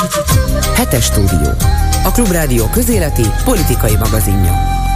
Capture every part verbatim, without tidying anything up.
Hetes stúdió. A Klubrádió közéleti politikai magazinja.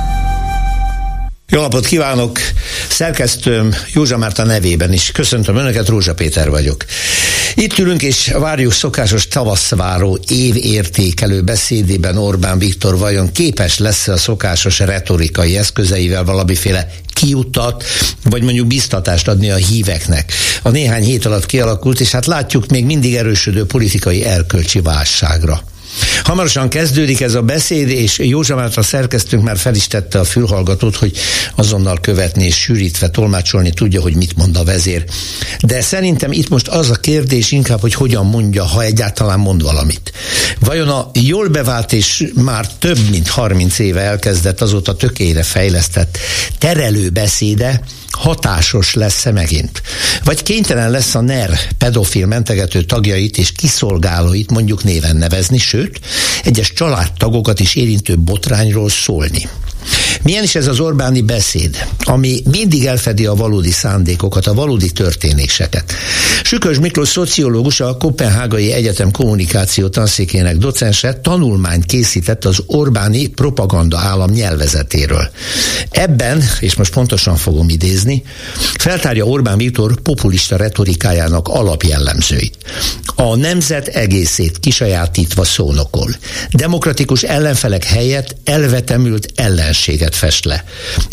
Jó napot kívánok! Szerkesztőm Józsa Márta nevében is köszöntöm Önöket, Rózsa Péter vagyok. Itt ülünk és várjuk szokásos tavaszváró évértékelő beszédében Orbán Viktor vajon képes lesz a szokásos retorikai eszközeivel valamiféle kiutat, vagy mondjuk biztatást adni a híveknek. A néhány hét alatt kialakult, és hát látjuk még mindig erősödő politikai erkölcsi válságra. Hamarosan kezdődik ez a beszéd, és Józsa Márta szerkesztőnk már fel is tette a fülhallgatót, hogy azonnal követni és sűrítve tolmácsolni tudja, hogy mit mond a vezér. De szerintem itt most az a kérdés inkább, hogy hogyan mondja, ha egyáltalán mond valamit. Vajon a jól bevált és már több mint harminc éve elkezdett, azóta tökére fejlesztett terelő beszéde hatásos lesz-e megint? Vagy kénytelen lesz a NER pedofil mentegető tagjait és kiszolgálóit mondjuk néven nevezni, sőt, egyes családtagokat is érintő botrányról szólni? Milyen is ez az Orbáni beszéd, ami mindig elfedi a valódi szándékokat, a valódi történéseket? Sükös Miklós szociológus, a Koppenhágai Egyetem kommunikáció tanszékének docense tanulmányt készített az Orbáni propaganda állam nyelvezetéről. Ebben, és most pontosan fogom idézni, feltárja Orbán Viktor populista retorikájának alapjellemzőit. A nemzet egészét kisajátítva szónokol. Demokratikus ellenfelek helyett elvetemült ellenséget fest le,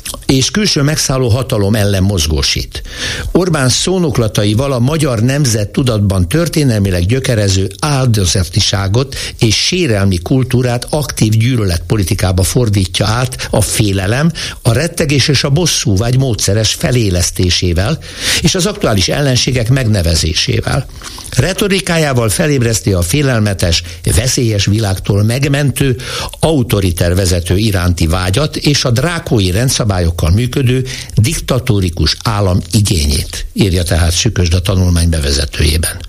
és külső megszálló hatalom ellen mozgósít. Orbán szónoklataival a magyar nemzet tudatban történelmileg gyökerező áldozatiságot és sérelmi kultúrát aktív gyűlöletpolitikába fordítja át a félelem, a rettegés és a bosszúvágy módszeres felélesztésével és az aktuális ellenségek megnevezésével. Retorikájával felébreszti a félelmetes, veszélyes világtól megmentő, autoriter vezető iránti vágyat és a drákói rendszabályokkal működő diktatórikus állam igényét, írja tehát Sükösd a tanulmány bevezetőjében.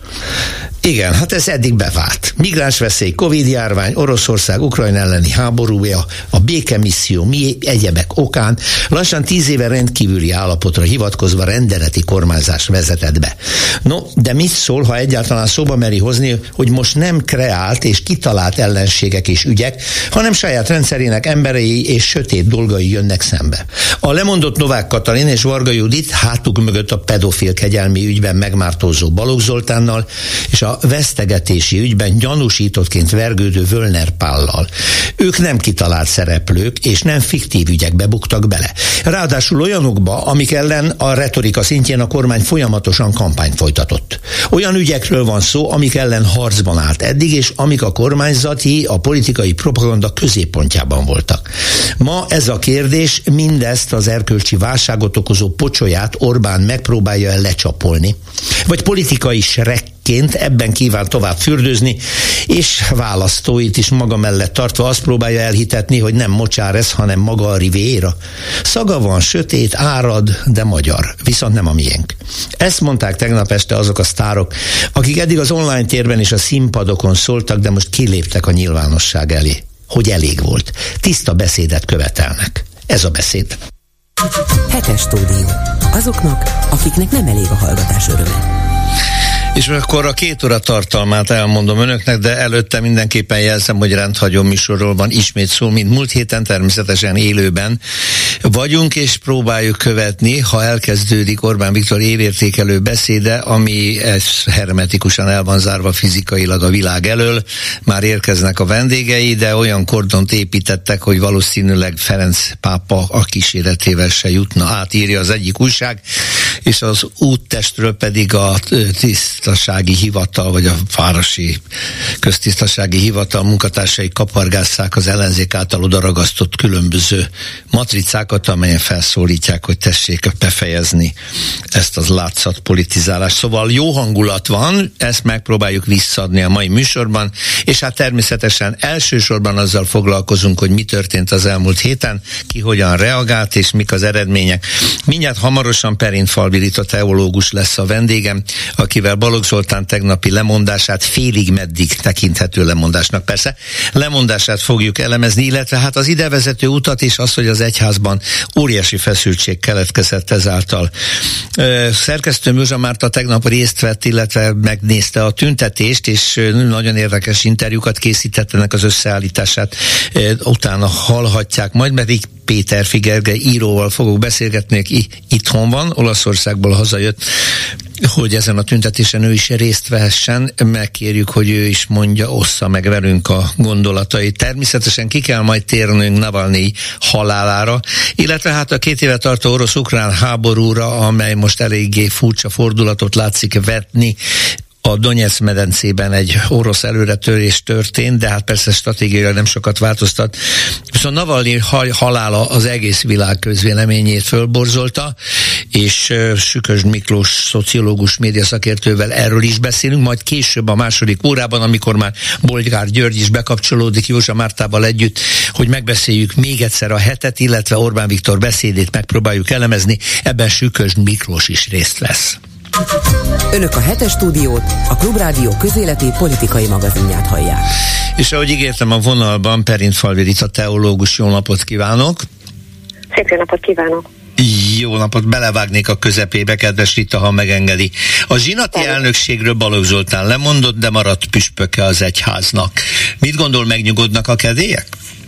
Igen, hát ez eddig bevált. Migránsveszély, Covid-járvány, Oroszország Ukrajna elleni háborúja, a békemisszió, mi egyebek okán lassan tíz éve rendkívüli állapotra hivatkozva rendeleti kormányzás vezetett be. No, de mit szól, ha egyáltalán szóba meri hozni, hogy most nem kreált és kitalált ellenségek és ügyek, hanem saját rendszerének emberei és sötét dolgai jönnek szembe. A lemondott Novák Katalin és Varga Judit hátuk mögött a pedofil kegyelmi ügyben megmártózó Balogh Zoltánnal és a vesztegetési ügyben gyanúsítottként vergődő Völner Pállal. Ők nem kitalált szereplők, és nem fiktív ügyekbe buktak bele. Ráadásul olyanokba, amik ellen a retorika szintjén a kormány folyamatosan kampányt folytatott. Olyan ügyekről van szó, amik ellen harcban állt eddig, és amik a kormányzati, a politikai propaganda középpontjában voltak. Ma ez a kérdés, mindezt az erkölcsi válságot okozó pocsolyát Orbán megpróbálja el lecsapolni, vagy politikai srek ebben kíván tovább fürdőzni, és választóit is maga mellett tartva azt próbálja elhitetni, hogy nem mocsár ez, hanem maga a Riviera. Szaga van, sötét, árad, de magyar, viszont nem a miénk. Ezt mondták tegnap este azok a sztárok, akik eddig az online térben és a színpadokon szóltak, de most kiléptek a nyilvánosság elé. Hogy elég volt. Tiszta beszédet követelnek. Ez a beszéd. Hetes stúdió. Azoknak, akiknek nem elég a hallgatás öröme. És akkor a két óra tartalmát elmondom önöknek, de előtte mindenképpen jelzem, hogy rendhagyó műsorról van ismét szó, mint múlt héten, természetesen élőben vagyunk, és próbáljuk követni, ha elkezdődik Orbán Viktor évértékelő beszéde, ami ez hermetikusan el van zárva fizikailag a világ elől, már érkeznek a vendégei, de olyan kordont építettek, hogy valószínűleg Ferenc pápa a kíséretével se jutna át, írja az egyik újság, és az úttestről pedig a tisztasági hivatal, vagy a városi köztisztasági hivatal munkatársai kapargásszák az ellenzék által odaragasztott különböző matricákat, amelyen felszólítják, hogy tessék befejezni ezt az látszatpolitizálást. Szóval jó hangulat van, ezt megpróbáljuk visszaadni a mai műsorban, és hát természetesen elsősorban azzal foglalkozunk, hogy mi történt az elmúlt héten, ki hogyan reagált, és mik az eredmények. Mindjárt hamarosan Perint Falvi a teológus lesz a vendégem, akivel Balogh Zoltán tegnapi lemondását félig meddig tekinthető lemondásnak. Persze lemondását fogjuk elemezni, illetve hát az idevezető utat is az, hogy az egyházban óriási feszültség keletkezett ezáltal. Szerkesztőm Józsa Márta tegnap részt vett, illetve megnézte a tüntetést, és nagyon érdekes interjúkat készített, ennek az összeállítását utána hallhatják majd, mert így Péter Figerge íróval fogok beszélgetni, aki itthon van, Olaszországból hazajött, hogy ezen a tüntetésen ő is részt vehessen. Megkérjük, hogy ő is mondja, ossza meg velünk a gondolatait. Természetesen ki kell majd térnünk Navalnyi halálára, illetve hát a két éve tartó orosz-ukrán háborúra, amely most eléggé furcsa fordulatot látszik vetni. A Donetsz medencében egy orosz előretörés történt, de hát persze stratégiailag nem sokat változtat. Viszont Navalnyi halála az egész világ közvéleményét fölborzolta, és Sükösd Miklós szociológus médiaszakértővel erről is beszélünk, majd később a második órában, amikor már Bolgár György is bekapcsolódik Józsa Mártával együtt, hogy megbeszéljük még egyszer a hetet, illetve Orbán Viktor beszédét megpróbáljuk elemezni, ebben Sükösd Miklós is részt vesz. Önök a Hetes Stúdiót, a Klubrádió közéleti politikai magazinját hallják. És ahogy ígértem, a vonalban Perintfalvi Rita teológus, jó napot kívánok! Szép jó napot kívánok! Jó napot, belevágnék a közepébe, kedves Rita, ha megengedi. A zsinati elnökségről Balogh Zoltán lemondott, de maradt püspöke az egyháznak. Mit gondol, megnyugodnak a kedélyek?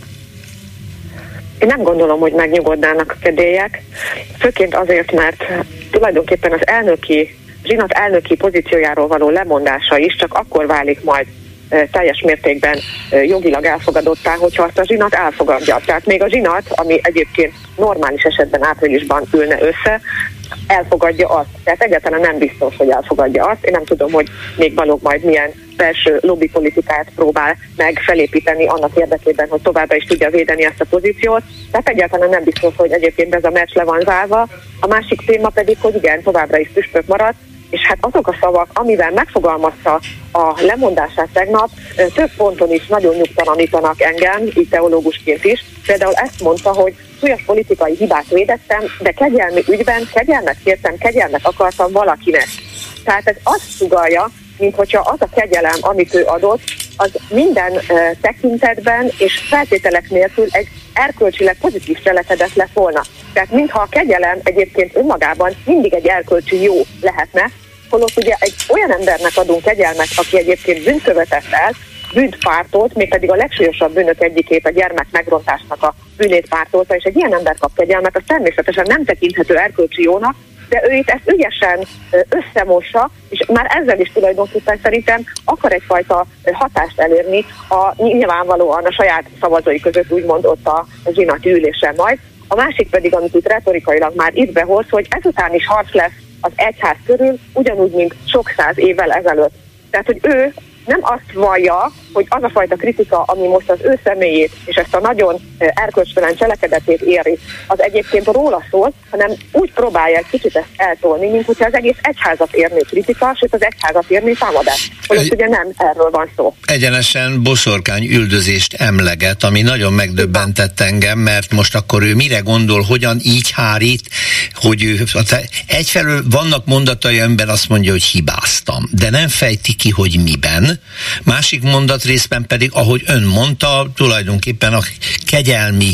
Én nem gondolom, hogy megnyugodnának a kedélyek, főként azért, mert tulajdonképpen az elnöki, zsinat elnöki pozíciójáról való lemondása is csak akkor válik majd e, teljes mértékben e, jogilag elfogadottá, hogyha azt a zsinat elfogadja. Tehát még a zsinat, ami egyébként normális esetben áprilisban ülne össze, elfogadja azt. Tehát egyáltalán nem biztos, hogy elfogadja azt. Én nem tudom, hogy még Balogh majd milyen belső lobbypolitikát próbál meg felépíteni annak érdekében, hogy továbbra is tudja védeni ezt a pozíciót. Tehát egyáltalán nem biztos, hogy egyébként ez a meccs le van zárva. A másik téma pedig, hogy igen, továbbra is püspök maradt, és hát azok a szavak, amivel megfogalmazta a lemondását tegnap, több ponton is nagyon nyugtalanítanak engem, így teológusként is. Például ezt mondta, hogy súlyos politikai hibát védettem, de kegyelmi ügyben kegyelmet kértem, kegyelmet akartam valakinek. Tehát ez azt sugallja, mint hogyha az a kegyelem, amit ő adott, az minden uh, tekintetben és feltételek nélkül egy erkölcsileg pozitív cselekedet lett volna. Tehát mintha a kegyelem egyébként önmagában mindig egy erkölcsi jó lehetne, holott ugye egy olyan embernek adunk kegyelmet, aki egyébként bűnt követett el, bűnt pártolt, mégpedig a legsúlyosabb bűnök egyikét, a gyermek megrontásnak a bűnét pártolta, és egy ilyen ember kap kegyelmet, az természetesen nem tekinthető erkölcsi jónak, de ő itt ezt ügyesen összemossa, és már ezzel is tulajdonképpen szerintem akar egyfajta hatást elérni a nyilvánvalóan a saját szavazói között, úgymond ott a zsinati ülésen majd. A másik pedig, amit itt retorikailag már itt behoz, hogy ezután is harc lesz az egyház körül, ugyanúgy, mint sok száz évvel ezelőtt. Tehát, hogy ő nem azt vallja, hogy az a fajta kritika, ami most az ő személyét és ezt a nagyon erkölcstelen cselekedetét éri, az egyébként róla szól, hanem úgy próbálja egy kicsit ezt eltolni, mint hogyha az egész egyházat érné kritika, sőt az egyházat érné támadás. Holott ugye nem erről van szó. Egyenesen boszorkány üldözést emleget, ami nagyon megdöbbentett engem, mert most akkor ő mire gondol, hogyan így hárít, hogy ő egyfelől vannak mondatai, amiben azt mondja, hogy hibáztam, de nem fejti ki, hogy miben. Másik mondat részben pedig, ahogy ön mondta, tulajdonképpen a kegyelmi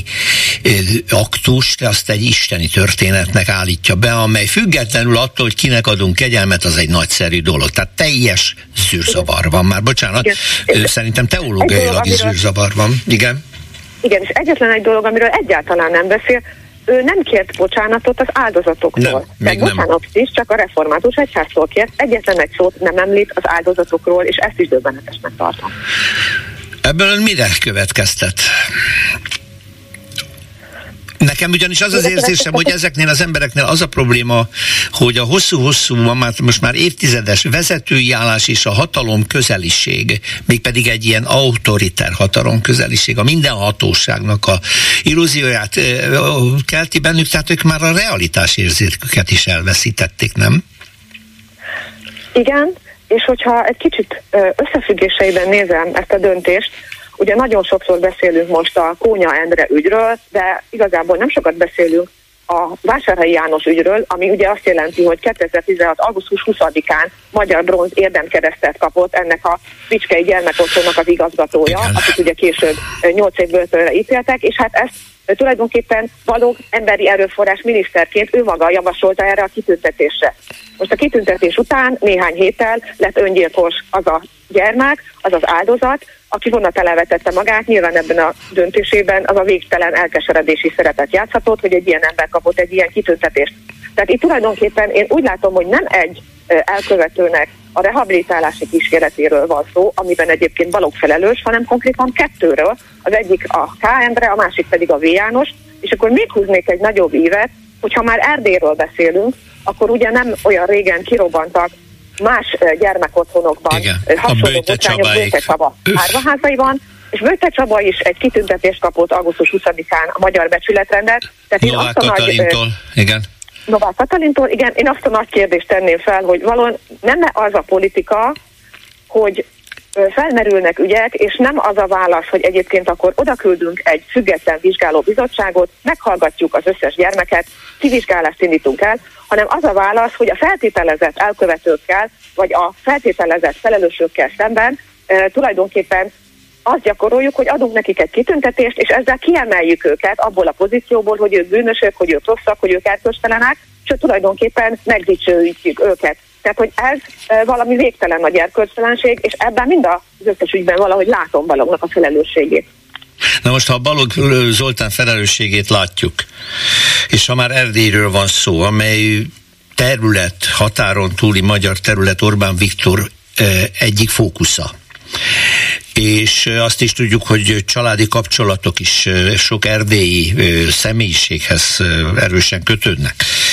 aktust, azt egy isteni történetnek állítja be, amely függetlenül attól, hogy kinek adunk kegyelmet, az egy nagyszerű dolog. Tehát teljes zűrzavar van már. Bocsánat, igen. Szerintem teológiailag is zűrzavar van. Igen. Igen, és egyetlen egy dolog, amiről egyáltalán nem beszél, ő nem kért bocsánatot az áldozatokról. Tehát bocsánat is, csak a református egyháztól kért, egyetlen egy szót nem említ az áldozatokról, és ezt is döbbenetesnek tartom. Ebből mire következtet? Nekem ugyanis az az érzésem, hogy ezeknél az embereknél az a probléma, hogy a hosszú-hosszú, most már évtizedes vezetői állás és a hatalom közeliség, mégpedig egy ilyen autoriter hatalom közeliség, a mindenhatóságnak a illúzióját kelti bennük, tehát ők már a realitás érzéküket is elveszítették, nem? Igen, és hogyha egy kicsit összefüggéseiben nézem ezt a döntést, ugye nagyon sokszor beszélünk most a Kónya Endre ügyről, de igazából nem sokat beszélünk a Vásárhelyi János ügyről, ami ugye azt jelenti, hogy kétezer-tizenhat. augusztus huszadikán magyar bronz érdemkeresztet kapott ennek a Bicskei Gyermekotthonnak az igazgatója, Igen. akit ugye később nyolc év börtönre ítéltek, és hát ezt tulajdonképpen Balogh emberi erőforrás miniszterként ő maga javasolta erre a kitüntetésre. Most a kitüntetés után néhány héttel lett öngyilkos az a gyermek, az az áldozat, aki vonat elvetette magát, nyilván ebben a döntésében az a végtelen elkeseredési szerepet játszhatott, hogy egy ilyen ember kapott egy ilyen kitüntetést. Tehát itt tulajdonképpen én úgy látom, hogy nem egy elkövetőnek a rehabilitálási kísérletéről van szó, amiben egyébként Balogh felelős, hanem konkrétan kettőről, az egyik a K. Endre, a másik pedig a V. János, és akkor még húznék egy nagyobb ívet, hogyha már Erdélyről beszélünk, akkor ugye nem olyan régen kirobbantak más gyermekotthonokban igen, hasonló botrányok Böjte Csaba árvaházaiban, és Böjte Csaba is egy kitüntetést kapott augusztus huszadikán a Magyar Becsületrendet. Novák Katalintól, igen. Novák Katalintól, igen, én azt a nagy kérdést tenném fel, hogy valóan nem az a politika, hogy felmerülnek ügyek, és nem az a válasz, hogy egyébként akkor odaküldünk egy független vizsgálóbizottságot, meghallgatjuk az összes gyermeket, kivizsgálást indítunk el, hanem az a válasz, hogy a feltételezett elkövetőkkel, vagy a feltételezett felelősökkel szemben e, tulajdonképpen azt gyakoroljuk, hogy adunk nekik egy kitüntetést, és ezzel kiemeljük őket abból a pozícióból, hogy ők bűnösök, hogy ők rosszak, hogy ők erkölcstelenek, és tulajdonképpen megdicsőítjük őket. Tehát, hogy ez e, valami végtelen nagy erkölcstelenség, és ebben mind az összes ügyben valahogy látom Baloghnak a felelősségét. Na most, ha a Balogh Zoltán felelősségét látjuk, és ha már Erdélyről van szó, amely terület, határon túli magyar terület Orbán Viktor e, egyik fókusza, és azt is tudjuk, hogy családi kapcsolatok is sok erdélyi személyiséghez erősen kötődnek.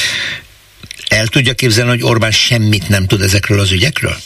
El tudja képzelni, hogy Orbán semmit nem tud ezekről az ügyekről?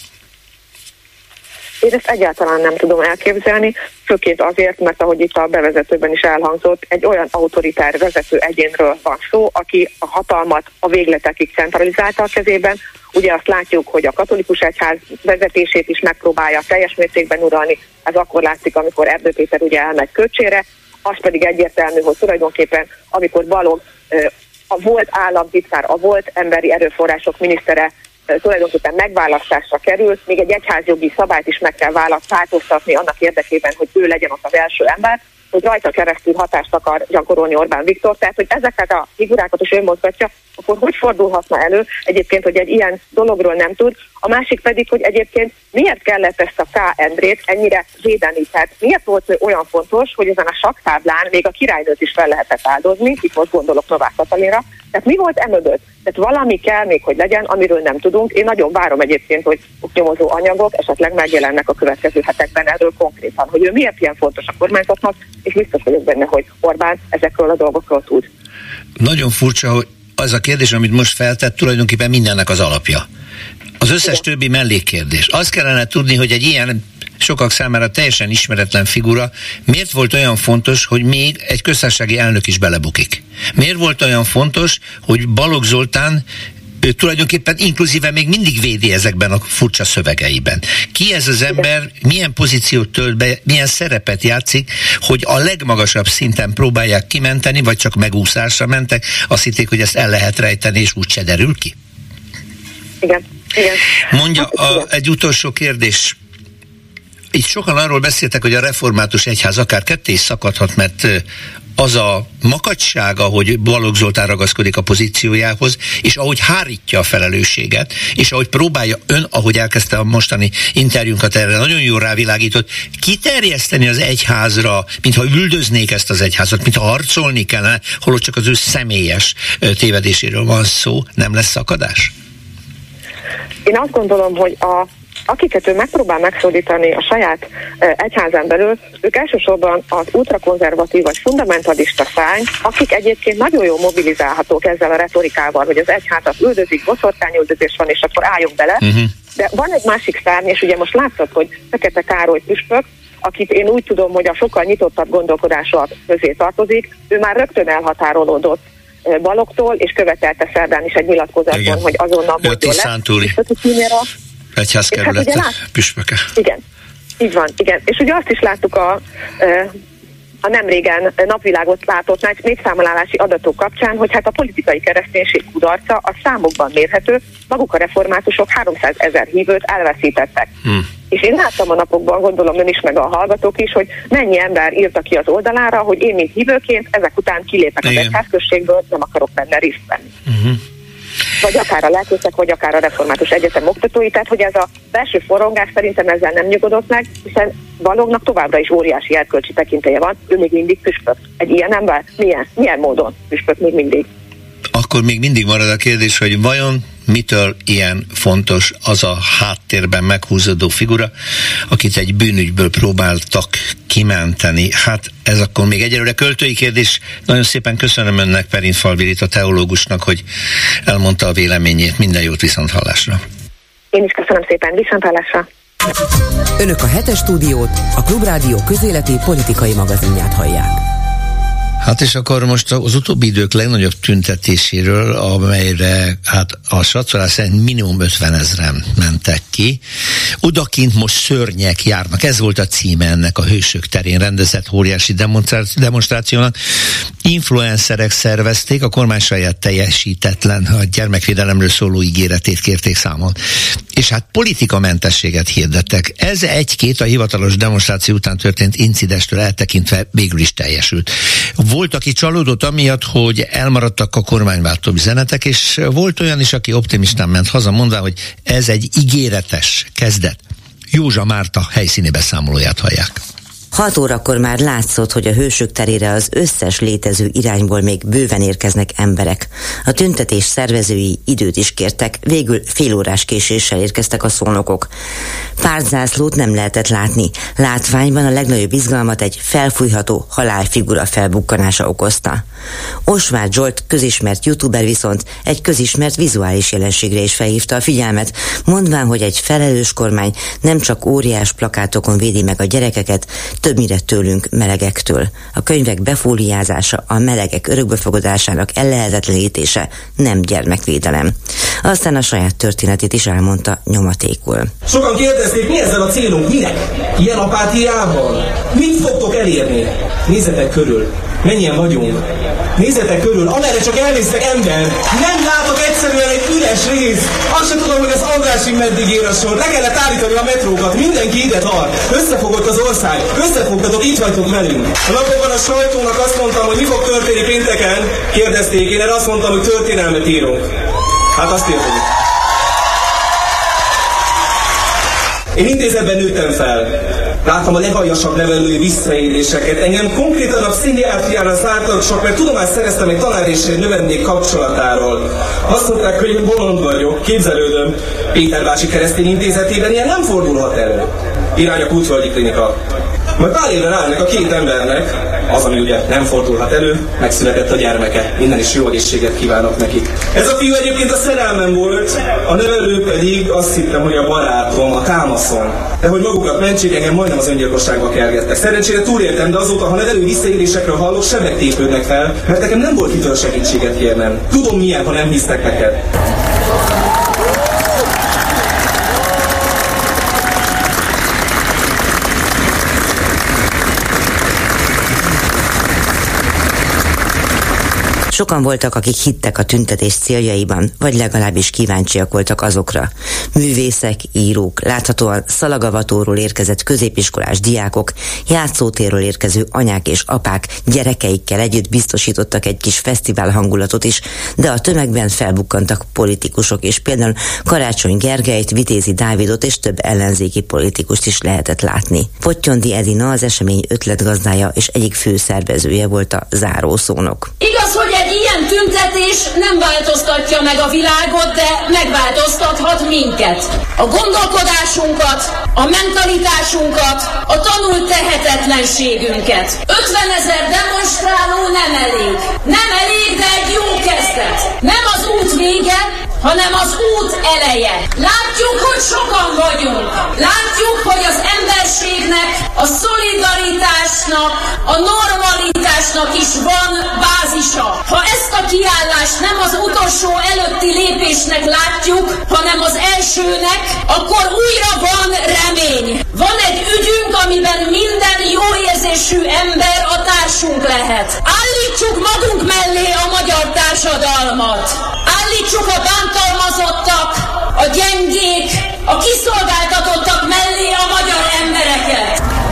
Én ezt egyáltalán nem tudom elképzelni, főként azért, mert ahogy itt a bevezetőben is elhangzott, egy olyan autoritár vezető egyénről van szó, aki a hatalmat a végletekig centralizálta a kezében. Ugye azt látjuk, hogy a katolikus egyház vezetését is megpróbálja teljes mértékben uralni, ez akkor látszik, amikor Erdő Péter ugye elmegy Köcsére, az pedig egyértelmű, hogy tulajdonképpen amikor Balogh a volt államtitkár, a volt emberi erőforrások minisztere tulajdonképpen megválasztásra kerül, még egy egyházjogi szabályt is meg kell változtatni annak érdekében, hogy ő legyen ott az első ember, hogy rajta keresztül hatást akar gyakorolni Orbán Viktor, tehát hogy ezeket a figurákat is ő mozgatja, akkor hogy fordulhatna elő egyébként, hogy egy ilyen dologról nem tud, a másik pedig, hogy egyébként miért kellett ezt a K. Endrét ennyire védeni, tehát miért volt olyan fontos, hogy ezen a sakktáblán még a királynőt is fel lehetett áldozni, itt most gondolok Novák Katalinra, tehát mi volt emögött? Tehát valami kell még, hogy legyen, amiről nem tudunk. Én nagyon várom egyébként, hogy oknyomozó anyagok esetleg megjelennek a következő hetekben erről konkrétan, hogy ő miért ilyen fontos a kormányzatnak, és biztos vagyok benne, hogy Orbán ezekről a dolgokról tud. Nagyon furcsa, hogy az a kérdés, amit most feltett, tulajdonképpen mindennek az alapja. Az összes Igen. többi mellékkérdés. Azt kellene tudni, hogy egy ilyen sokak számára teljesen ismeretlen figura miért volt olyan fontos, hogy még egy köztársasági elnök is belebukik? Miért volt olyan fontos, hogy Balogh Zoltán ő tulajdonképpen inkluzíve még mindig védi ezekben a furcsa szövegeiben? Ki ez az ember, milyen pozíciót tölt be, milyen szerepet játszik, hogy a legmagasabb szinten próbálják kimenteni, vagy csak megúszásra mentek, azt hitték, hogy ezt el lehet rejteni, és úgyse derül ki? Igen. Igen. Mondja, a, egy utolsó kérdés. Itt sokan arról beszéltek, hogy a református egyház akár ketté is szakadhat, mert az a makacsága, hogy Balogh Zoltán ragaszkodik a pozíciójához, és ahogy hárítja a felelősséget, és ahogy próbálja ön, ahogy elkezdte a mostani interjúnkat, erre nagyon jól rávilágított, kiterjeszteni az egyházra, mintha üldöznék ezt az egyházat, mintha harcolni kellene, holott csak az ő személyes tévedéséről van szó, nem lesz szakadás? Én azt gondolom, hogy a akiket ő megpróbál megszólítani a saját egyházán belül, ők elsősorban az ultrakonzervatív vagy fundamentalista szány, akik egyébként nagyon jól mobilizálhatók ezzel a retorikával, hogy az egyházat üldözik, boszorkányüldözés van, és akkor álljunk bele. Uh-huh. De van egy másik szárny, és ugye most látszott, hogy Fekete Károly püspök, akit én úgy tudom, hogy a sokkal nyitottabb gondolkodásúak közé tartozik, ő már rögtön elhatárolódott Baloghtól, és követelte szerdán is egy nyilatkozatban, Igen. hogy azonnal mondjon le. Egyházkerület hát püspöke. Igen, így van, igen. És ugye azt is láttuk a e, a nemrégen napvilágot látott népszámlálási adatok kapcsán, hogy hát a politikai kereszténység kudarca a számokban mérhető, maguk a reformátusok háromszázezer hívőt elveszítettek. Hmm. És én láttam a napokban, gondolom ön is, meg a hallgatók is, hogy mennyi ember írta ki az oldalára, hogy én, mint hívőként, ezek után kilépek az egyházközségből, nem akarok benne részt venni. Uh-huh. Vagy akár a lelkészek, vagy akár a református egyetem oktatói, tehát hogy ez a belső forrongás szerintem ezzel nem nyugodott meg, hiszen Balognak továbbra is óriási erkölcsi tekintélye van, ő még mindig püspök. Egy ilyen ember milyen, milyen módon püspök még mindig? Akkor még mindig marad a kérdés, hogy vajon mitől ilyen fontos az a háttérben meghúzódó figura, akit egy bűnügyből próbáltak kimenteni. Hát ez akkor még egyelőre költői kérdés. Nagyon szépen köszönöm önnek, Perintfal Virit, a teológusnak, hogy elmondta a véleményét. Minden jót, viszonthallásra. Én is köszönöm szépen, viszonthallásra. Önök a Hetes Stúdiót, a Klubrádió közéleti politikai magazinját hallják. Hát és akkor most az utóbbi idők legnagyobb tüntetéséről, amelyre hát a satszolás szerint minimum ötvenezren mentek ki. Odakint most szörnyek járnak. Ez volt a címe ennek a Hősök terén rendezett óriási demonstrációnak. Influencerek szervezték, a kormány saját teljesítetlen a gyermekvédelemről szóló ígéretét kérték számon. És hát politikamentességet hirdettek. Ez egy-két a hivatalos demonstráció után történt incidestől eltekintve végül is teljesült. Volt, aki csalódott amiatt, hogy elmaradtak a kormányváltó üzenetek, és volt olyan is, aki optimistán ment haza, mondván, hogy ez egy ígéretes kezdet. Józsa Márta helyszíni beszámolóját hallják. Hat órakor már látszott, hogy a Hősök terére az összes létező irányból még bőven érkeznek emberek. A tüntetés szervezői időt is kértek, végül félórás késéssel érkeztek a szónokok. Pártzászlót nem lehetett látni. Látványban a legnagyobb izgalmat egy felfújható halálfigura felbukkanása okozta. Osváth Zsolt közismert youtuber viszont egy közismert vizuális jelenségre is felhívta a figyelmet, mondván, hogy egy felelős kormány nem csak óriás plakátokon védi meg a gyerekeket, többnyire tőlünk, melegektől. A könyvek befóliázása, a melegek örökbefogadásának ellehetetlenítése nem gyermekvédelem. Aztán a saját történetét is elmondta nyomatékul. Sokan kérdezték, mi ezzel a célunk, minek? Ilyen apátiával? Mit fogtok elérni? Nézzetek körül, mennyien vagyunk. Nézzetek körül, amerre csak elnéztek ember. Nem látok egyszerűen egy üres rész. Azt sem tudom, hogy az Andrásig meddig ér a sor. Le kellett állítani a metrókat, mindenki ide tart. Összefogott az ország, összefogtatok, itt vagytok velünk. A napokban a sajtónak azt mondtam, hogy mi fog történni pénteken. Kérdezték, én erre azt mondtam, hogy történelmet írunk. Hát azt írtuk. Én intézetben nőttem fel. Láttam a legaljasabb levelői visszaéléseket. Engem konkrétan a pszichiátriára zártak sok, mert tudomást szereztem egy tanár és egy növendék kapcsolatáról. Azt mondták, hogy én bolond vagyok, képzelődöm. Péter bácsi keresztény intézetében ilyen nem fordulhat elő. Irány a Kultvölgyi Klinika. Majd pár évre rájönnek a két embernek, az, ami ugye nem fordulhat elő, megszületett a gyermeke. Innen is jó egészséget kívánok nekik. Ez a fiú egyébként a szerelmem volt, a nevelő pedig azt hittem, hogy a barátom, a támaszom. De hogy magukat mentsék, engem majdnem az öngyilkosságba kergettek. Szerencsére túléltem, de azóta, ha nevelő visszaélésekről hallok, sebek tépődnek fel, mert nekem nem volt kitől segítséget kérnem. Tudom milyen, ha nem hisznek neked. Sokan voltak, akik hittek a tüntetés céljaiban, vagy legalábbis kíváncsiak voltak azokra. Művészek, írók, láthatóan Szalagavatóról érkezett középiskolás diákok, játszótérről érkező anyák és apák gyerekeikkel együtt biztosítottak egy kis fesztivál hangulatot is, de a tömegben felbukkantak politikusok, és például Karácsony Gergelyt, Vitézi Dávidot és több ellenzéki politikust is lehetett látni. Pottyondi Edina az esemény ötletgazdája és egyik főszervezője volt a zárószónok. Igaz, hogy egy ilyen tüntetés nem változtatja meg a világot, de megváltoztathat minket. A gondolkodásunkat, a mentalitásunkat, a tanult tehetetlenségünket. ötvenezer demonstráló nem elég. Nem elég, de egy jó kezdet. Nem az út vége, hanem az út eleje. Látjuk, hogy sokan vagyunk. Látjuk, hogy az emberségnek, a szolidaritásnak, a normalitásnak is van bázisa. Ha ezt a kiállást nem az utolsó előtti lépésnek látjuk, hanem az elsőnek, akkor újra van remény. Van egy ügyünk, amiben minden jó érzésű ember a megoldásunk lehet. Állítsuk magunk mellé a magyar társadalmat. Állítsuk a bántalmazottak, a gyengék, a kiszolgáltatottak mellé a magyar embereket.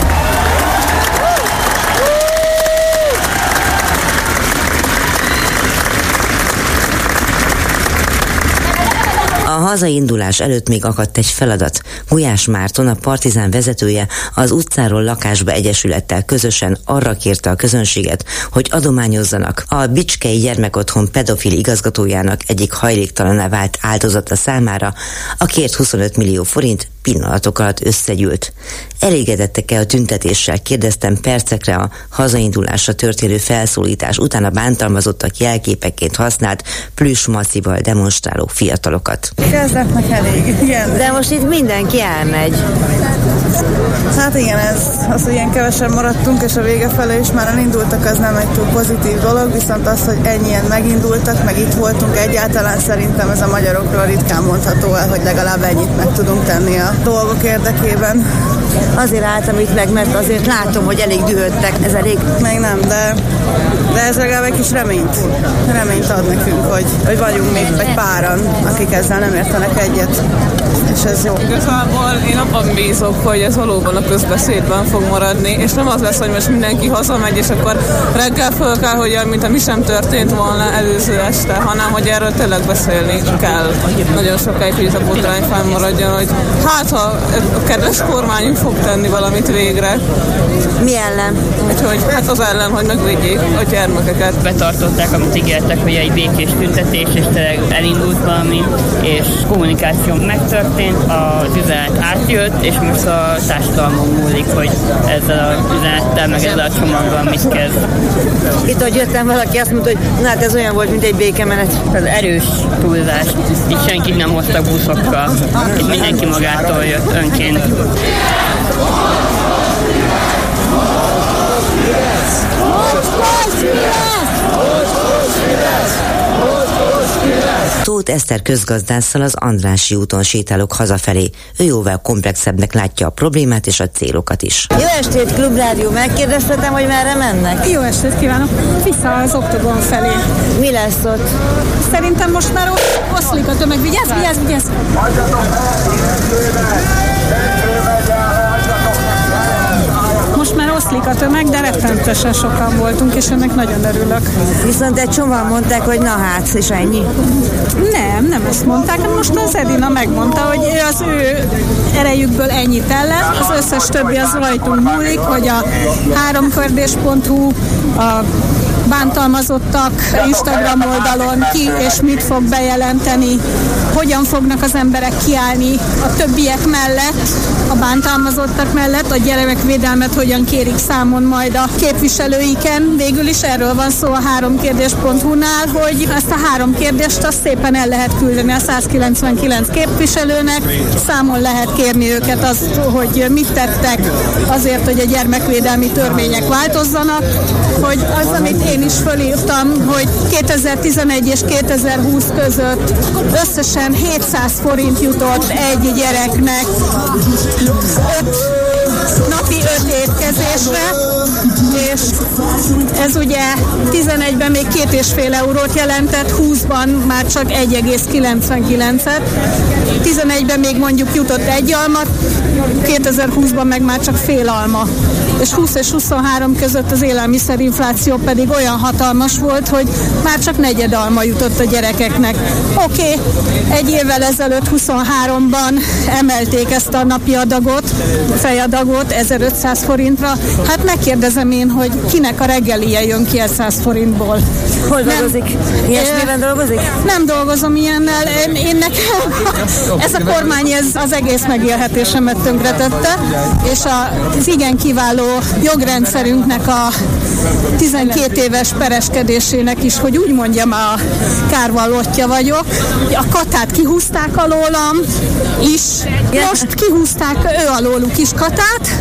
A hazaindulás előtt még akadt egy feladat. Gulyás Márton, a Partizán vezetője, az Utcáról Lakásba Egyesülettel közösen arra kérte a közönséget, hogy adományozzanak. A Bicskei Gyermekotthon pedofil igazgatójának egyik hajléktalanná vált áldozata számára a kért huszonöt millió forint pillanatok alatt összegyűlt. Elégedettek-e a tüntetéssel? Kérdeztem percekre a hazaindulásra történő felszólítás után a bántalmazottak jelképeként használt plüssmacival demonstráló fiatalokat. Kezdetnek elég, igen. De most itt mindenki elmegy. Hát igen, ez, az, hogy ilyen kevesen maradtunk, és a vége felé is már elindultak, az nem egy túl pozitív dolog, viszont az, hogy ennyien megindultak, meg itt voltunk, egyáltalán szerintem ez a magyarokról ritkán mondható el, hogy legalább ennyit meg tudunk tenni a dolgok érdekében. Azért álltam itt meg, mert azért látom, hogy elég dühöttek. Ez elég? Még nem, de, de ez legalább egy kis reményt, reményt ad nekünk, hogy, hogy vagyunk még egy páran, akik ezzel nem értenek egyet. És ez jó. Igazából én abban bízok, hogy ez valóban a közbeszédben fog maradni, és nem az lesz, hogy most mindenki hazamegy, és akkor reggel föl kell, hogy mint ami sem történt volna előző este, hanem hogy erről tényleg beszélni kell. Nagyon sokáig, hogy ez a botrány fennmaradjon, hogy hát ha a kedves kormányunk fog tenni valamit végre. Mi ellen? Úgyhogy hát az ellen, hogy megvédjék a gyermekeket. Betartották, amit ígértek, hogy egy békés tüntetés, és tényleg elindult valami, és kommunikáció megtörtént, az üzenet átjött, és most a társadalmon múlik, hogy ezzel az üzenettel, meg ezzel a csomaggal mit kezd. Itt, hogy jöttem, valaki azt mondta, hogy na, hát ez olyan volt, mint egy békemenet. Ez erős túlzás. Itt senkit nem hoztak buszokkal. Itt mindenki magától jött önként. Tóth Eszter közgazdásszal az Andrássy úton sétálok hazafelé. Ő jóval komplexebbnek látja a problémát és a célokat is. Jó estét, Klubrádió! Megkérdeztetem, hogy merre mennek? Jó estét kívánok! Vissza az Oktogon felé. Mi lesz ott? Szerintem most már oszlik a tömeg. Vigyázz, vigyázz, vigyázz! Most már oszlik a tömeg, de rettenetesen sokan voltunk, és ennek nagyon örülök. Viszont egy csomóan mondták, hogy na hát, és ennyi. Nem, nem ezt mondták, hanem most az Edina megmondta, hogy az ő erejükből ennyit ellen, az összes többi az rajtunk múlik, hogy a háromkördés pont hu, a bántalmazottak Instagram oldalon ki és mit fog bejelenteni, hogyan fognak az emberek kiállni a többiek mellett, a bántalmazottak mellett, a gyermekvédelmet hogyan kérik számon majd a képviselőiken. Végül is erről van szó a háromkérdés pont hu-nál, hogy ezt a három kérdést azt szépen el lehet küldeni a százkilencvenkilenc képviselőnek, számon lehet kérni őket az, hogy mit tettek azért, hogy a gyermekvédelmi törvények változzanak, hogy az, amit én is fölírtam, hogy kétezer-tizenegy és kétezer-húsz között összesen hétszáz forint jutott egy gyereknek öt, napi öt étkezésre, és ez ugye tizenegyben még két és fél eurót jelentett, húszban már csak egy egész kilencvenkilencet, tizenegyben még mondjuk jutott egy alma, kétezer-húszban meg már csak fél alma. És húsz és huszonhárom között az élelmiszerinfláció pedig olyan hatalmas volt, hogy már csak negyed alma jutott a gyerekeknek. Oké, okay, egy évvel ezelőtt huszonháromban emelték ezt a napi adagot, fejadagot ezerötszáz forintra. Hát megkérdezem én, hogy kinek a reggelije jön kétszáz forintból. Hol dolgozik? Ilyesmiben dolgozik? Nem dolgozom ilyennel. Én, én nekem ez a kormány ez az egész megélhetésemet tönkretette, és az igen kiváló jogrendszerünknek a tizenkét éves pereskedésének is, hogy úgy mondjam, a kárvallottja vagyok. A katát kihúzták alólam is. Most kihúzták ő alóluk is katát.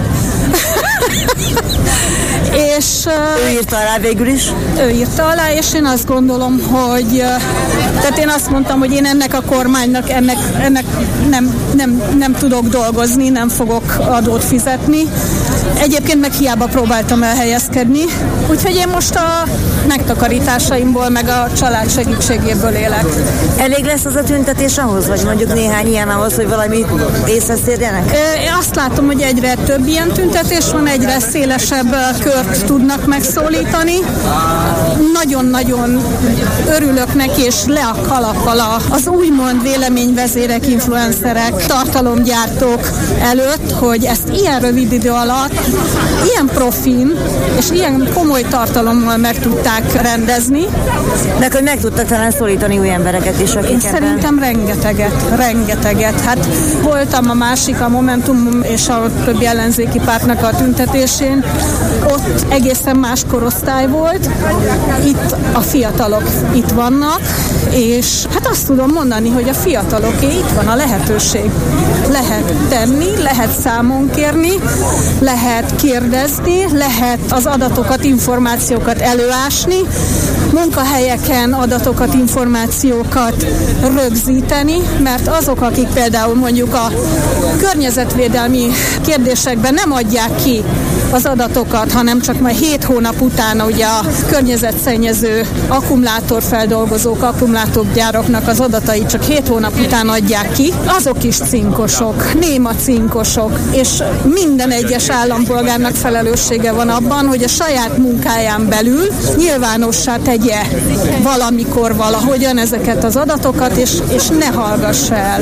és ő írta alá végül is? Ő írta alá, és én azt gondolom, hogy tehát én azt mondtam, hogy én ennek a kormánynak ennek, ennek nem, nem, nem tudok dolgozni, nem fogok adót fizetni, Egyébként meg hiába próbáltam elhelyezkedni, úgyhogy én most a megtakarításaimból, meg a család segítségéből élek. Elég lesz az a tüntetés ahhoz, vagy mondjuk néhány ilyen ahhoz, hogy valami észre szérjenek? Én azt látom, hogy egyre több ilyen tüntetés van, egyre szélesebb kört tudnak megszólítani. Nagyon-nagyon örülök neki, és le a kalappal az úgymond véleményvezérek, influencerek, tartalomgyártók előtt, hogy ezt ilyen rövid idő alatt, ilyen profin, és ilyen komoly tartalommal meg tudták rendezni. De hogy meg tudtak talán szólítani új embereket is, akik Szerintem rengeteget, rengeteget. Hát voltam a másik, a Momentum és a többi ellenzéki pártnak a tüntetésén. Ott egészen más korosztály volt. Itt a fiatalok itt vannak, és hát azt tudom mondani, hogy a fiataloké itt van a lehetőség. Lehet tenni, lehet számon kérni, lehet kérdezni, lehet az adatokat, információkat előásni, munkahelyeken adatokat, információkat rögzíteni, mert azok, akik például mondjuk a környezetvédelmi kérdésekben nem adják ki az adatokat, hanem csak majd hét hónap után ugye a környezetszennyező akkumulátorfeldolgozók, akkumulátorgyáraknak az adatai csak hét hónap után adják ki, azok is cinkosok, néma cinkosok, és minden egyes állampolgárnak felelőssége van abban, hogy a saját munkáján belül nyilvánossá tegye valamikor valahogyan ezeket az adatokat, és, és ne hallgassa el.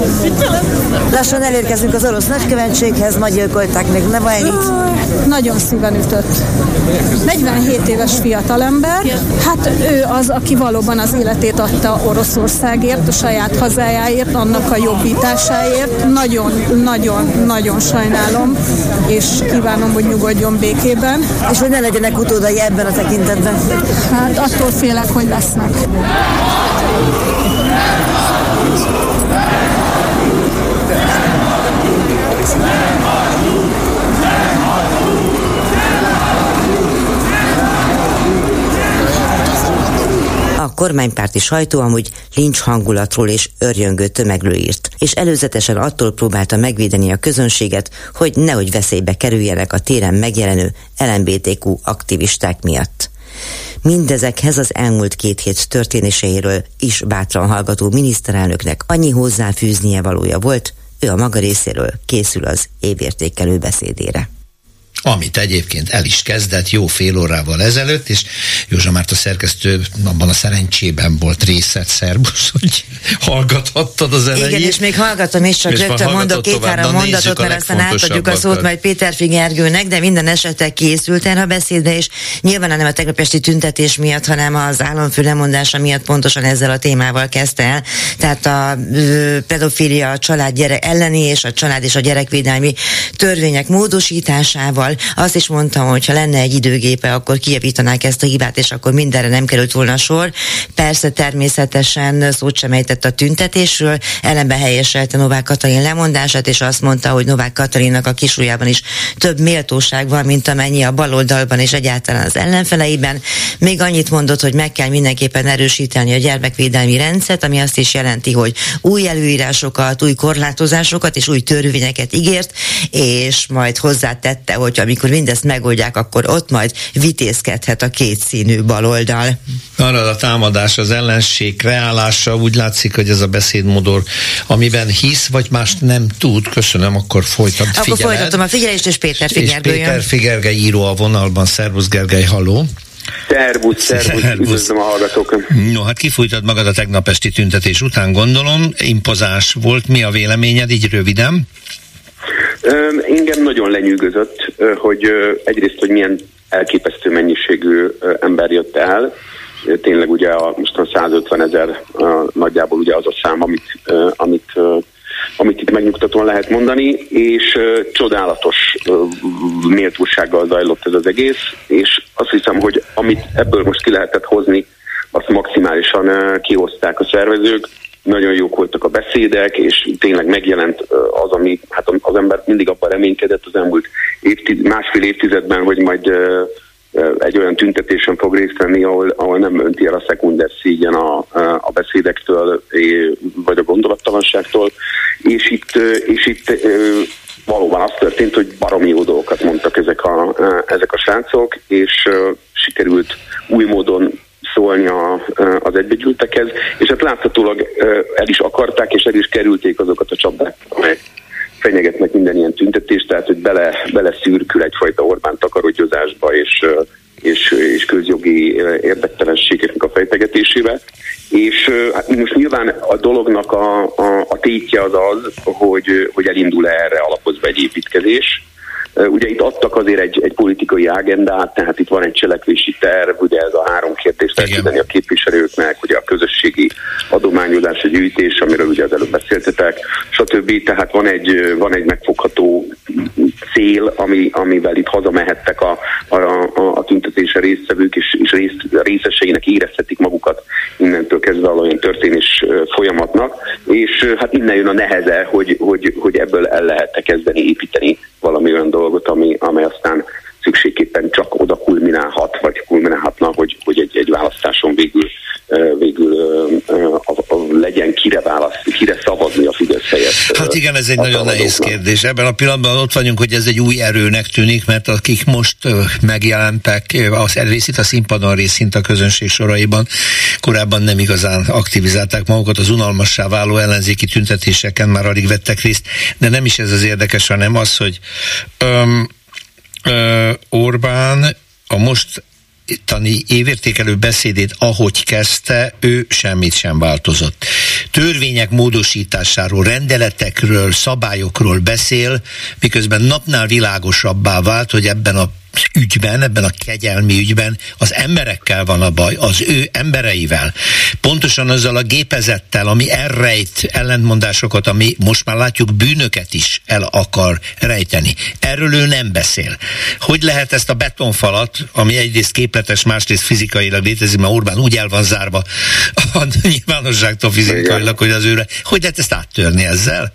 Lassan elérkezünk az orosz nagykövetséghez, ma gyilkolták még Navalnyit. Nagyon szíven ütött. negyvenhét éves fiatalember, hát ő az, aki valóban az életét adta Oroszországért, a saját hazájáért, annak a jobbításáért. Nagyon-nagyon-nagyon sajnálom, és kívánom, hogy nyugodjon békében. És hogy ne legyenek utódai ebben a tekintetben? Hát attól félek, hogy lesznek. A kormánypárti sajtó amúgy lincs hangulatról és örjöngő tömegről írt, és előzetesen attól próbálta megvédeni a közönséget, hogy nehogy veszélybe kerüljenek a téren megjelenő el em bé té kú aktivisták miatt. Mindezekhez az elmúlt két hét történéseiről is bátran hallgató miniszterelnöknek annyi hozzáfűznie valója volt, ő a maga részéről készül az évértékelő beszédére. Amit egyébként el is kezdett jó fél órával ezelőtt, és Józsa Márta szerkesztő abban a szerencsében volt részed, szerbusz, hogy hallgathattad az elejét. Igen, és még hallgatom is, csak rögtön mondok két-három mondatot, mert aztán átadjuk a szót majd Péter Gergőnek, de minden esetre készült erre a beszédre, és nyilván nem a tegnap esti tüntetés miatt, hanem az államfő lemondása miatt pontosan ezzel a témával kezdte el. Tehát a ö, pedofília, a család gyerek elleni és a család és a gyerekvédelmi törvények módosításával. Azt is mondtam, hogy ha lenne egy időgépe, akkor kijavítanák ezt a hibát, és akkor mindenre nem került volna sor. Persze természetesen szót sem ejtett a tüntetésről, ellenben helyeselte Novák Katalin lemondását, és azt mondta, hogy Novák Katalinnak a kisujjában is több méltóság van, mint amennyi a baloldalban és egyáltalán az ellenfeleiben. Még annyit mondott, hogy meg kell mindenképpen erősíteni a gyermekvédelmi rendszert, ami azt is jelenti, hogy új előírásokat, új korlátozásokat és új törvényeket ígért, és majd hozzátette, hogy amikor mindezt megoldják, akkor ott majd vitézkedhet a kétszínű baloldal. Arra a támadás, az ellenség kreálása, úgy látszik, hogy ez a beszédmodor, amiben hisz, vagy mást nem tud. Köszönöm, akkor folytat. Akkor figyeled. folytatom a figyelést, és Péter Gergő. És Péter Gergely író a vonalban. Szervusz Gergely, halló. Szervusz, szervusz, üdvözlöm a hallgatók. No, hát kifújtad magad a tegnap esti tüntetés után, gondolom. Impozás volt. Mi a véleményed, így röviden? Engem nagyon lenyűgözött, hogy egyrészt, hogy milyen elképesztő mennyiségű ember jött el. Tényleg ugye a, most a százötven ezer nagyjából ugye az a szám, amit, amit, amit itt megnyugtatóan lehet mondani, és csodálatos méltósággal zajlott ez az egész, és azt hiszem, hogy amit ebből most ki lehetett hozni, azt maximálisan kihozták a szervezők. Nagyon jók voltak a beszédek, és tényleg megjelent az, ami hát az ember mindig abban reménykedett az elmúlt évtized, másfél évtizedben, hogy majd egy olyan tüntetésen fog részt venni, ahol, ahol nem önti el a szekunder szégyen a, a beszédektől, vagy a gondolattalanságtól, és itt, és itt valóban az történt, hogy baromi jó dolgokat mondtak ezek a, ezek a srácok, és uh, sikerült új módon szólni a, az egybegyűltekhez, és hát láthatólag uh, el is akarták, és el is kerülték azokat a csapdákat, amelyek fenyegetnek minden ilyen tüntetést, tehát hogy bele, bele szürkül egyfajta Orbán takarodjozásba, és, uh, és, és közjogi érdektelenségeknek a fejtegetésébe. És hát most nyilván a dolognak a, a, a tétje az az, hogy, hogy elindul erre alapozva egy építkezés. Ugye itt adtak azért egy, egy politikai agendát, tehát itt van egy cselekvési terv, ugye ez a három kérdést elküldeni a képviselőknek, ugye a közösségi adományozás, a gyűjtés, amiről ugye az előbb beszéltetek, stb. Tehát van egy, van egy megfogható cél, ami, amivel itt hazamehettek a, a, a, a tüntetése résztvevők, és, és rész, részeseinek érezhetik magukat innentől kezdve a olyan történés folyamatnak, és hát innen jön a neheze, hogy, hogy, hogy ebből el lehet kezdeni építeni valami olyan dolgot, ami, amely aztán szükségképpen csak oda kulminálhat, vagy kulminálhatna, hogy, hogy egy, egy választáson végül, végül a, a, legyen kire választ, kire szavazni a Fidesz helyett. Hát igen, ez egy nagyon nehéz kérdés. Ebben a pillanatban ott vagyunk, hogy ez egy új erőnek tűnik, mert akik most megjelentek, az részét a színpadon, részint a közönség soraiban, korábban nem igazán aktivizálták magukat, az unalmassá váló ellenzéki tüntetéseken már alig vettek részt, de nem is ez az érdekes, hanem az, hogy öm, ö, Orbán a most tani évértékelő beszédét, ahogy kezdte, ő semmit sem változott. Törvények módosításáról, rendeletekről, szabályokról beszél, miközben napnál világosabbá vált, hogy ebben a ügyben, ebben a kegyelmi ügyben az emberekkel van a baj, az ő embereivel. Pontosan azzal a gépezettel, ami elrejt ellentmondásokat, ami most már látjuk bűnöket is el akar rejteni. Erről ő nem beszél. Hogy lehet ezt a betonfalat, ami egyrészt képletes, másrészt fizikailag létezik, mert Orbán úgy el van zárva a nyilvánosságtól fizikailag, hogy az őre, hogy lehet ezt áttörni ezzel?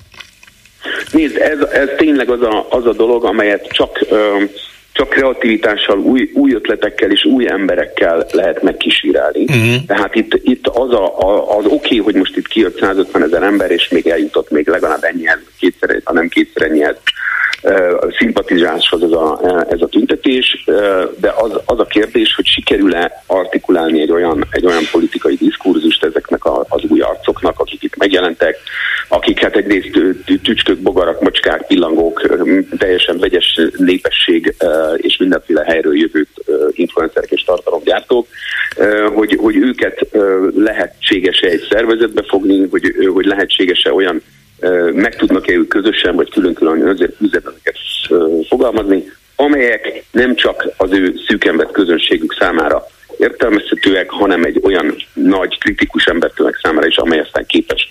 Nézd, ez, ez tényleg az a, az a dolog, amelyet csak... Um, csak kreativitással, új, új ötletekkel és új emberekkel lehet megkísérelni. Uh-huh. Tehát itt, itt az, a, a, az oké, okay, hogy most itt kijött százötven ezer ember, és még eljutott még legalább ennyihez, kétszer, hanem kétszer ennyihez uh, szimpatizáshoz ez a, ez a tüntetés, uh, de az, az a kérdés, hogy sikerül-e artikulálni egy olyan, egy olyan politikai diskurzust ezeknek a, az új arcoknak, akik itt megjelentek, akik hát egyrészt tücskök, bogarak, macskák, pillangók, teljesen vegyes népesség és mindenféle helyről jövő influencerek és tartalomgyártók, hogy, hogy őket lehetséges-e egy szervezetbe fogni, hogy, hogy lehetséges-e olyan, meg tudnak-e ők közösen, vagy külön-külön üzeneteket fogalmazni, amelyek nem csak az ő szűkembert közönségük számára értelmezhetőek, hanem egy olyan nagy kritikus embertömeg számára is, amely aztán képes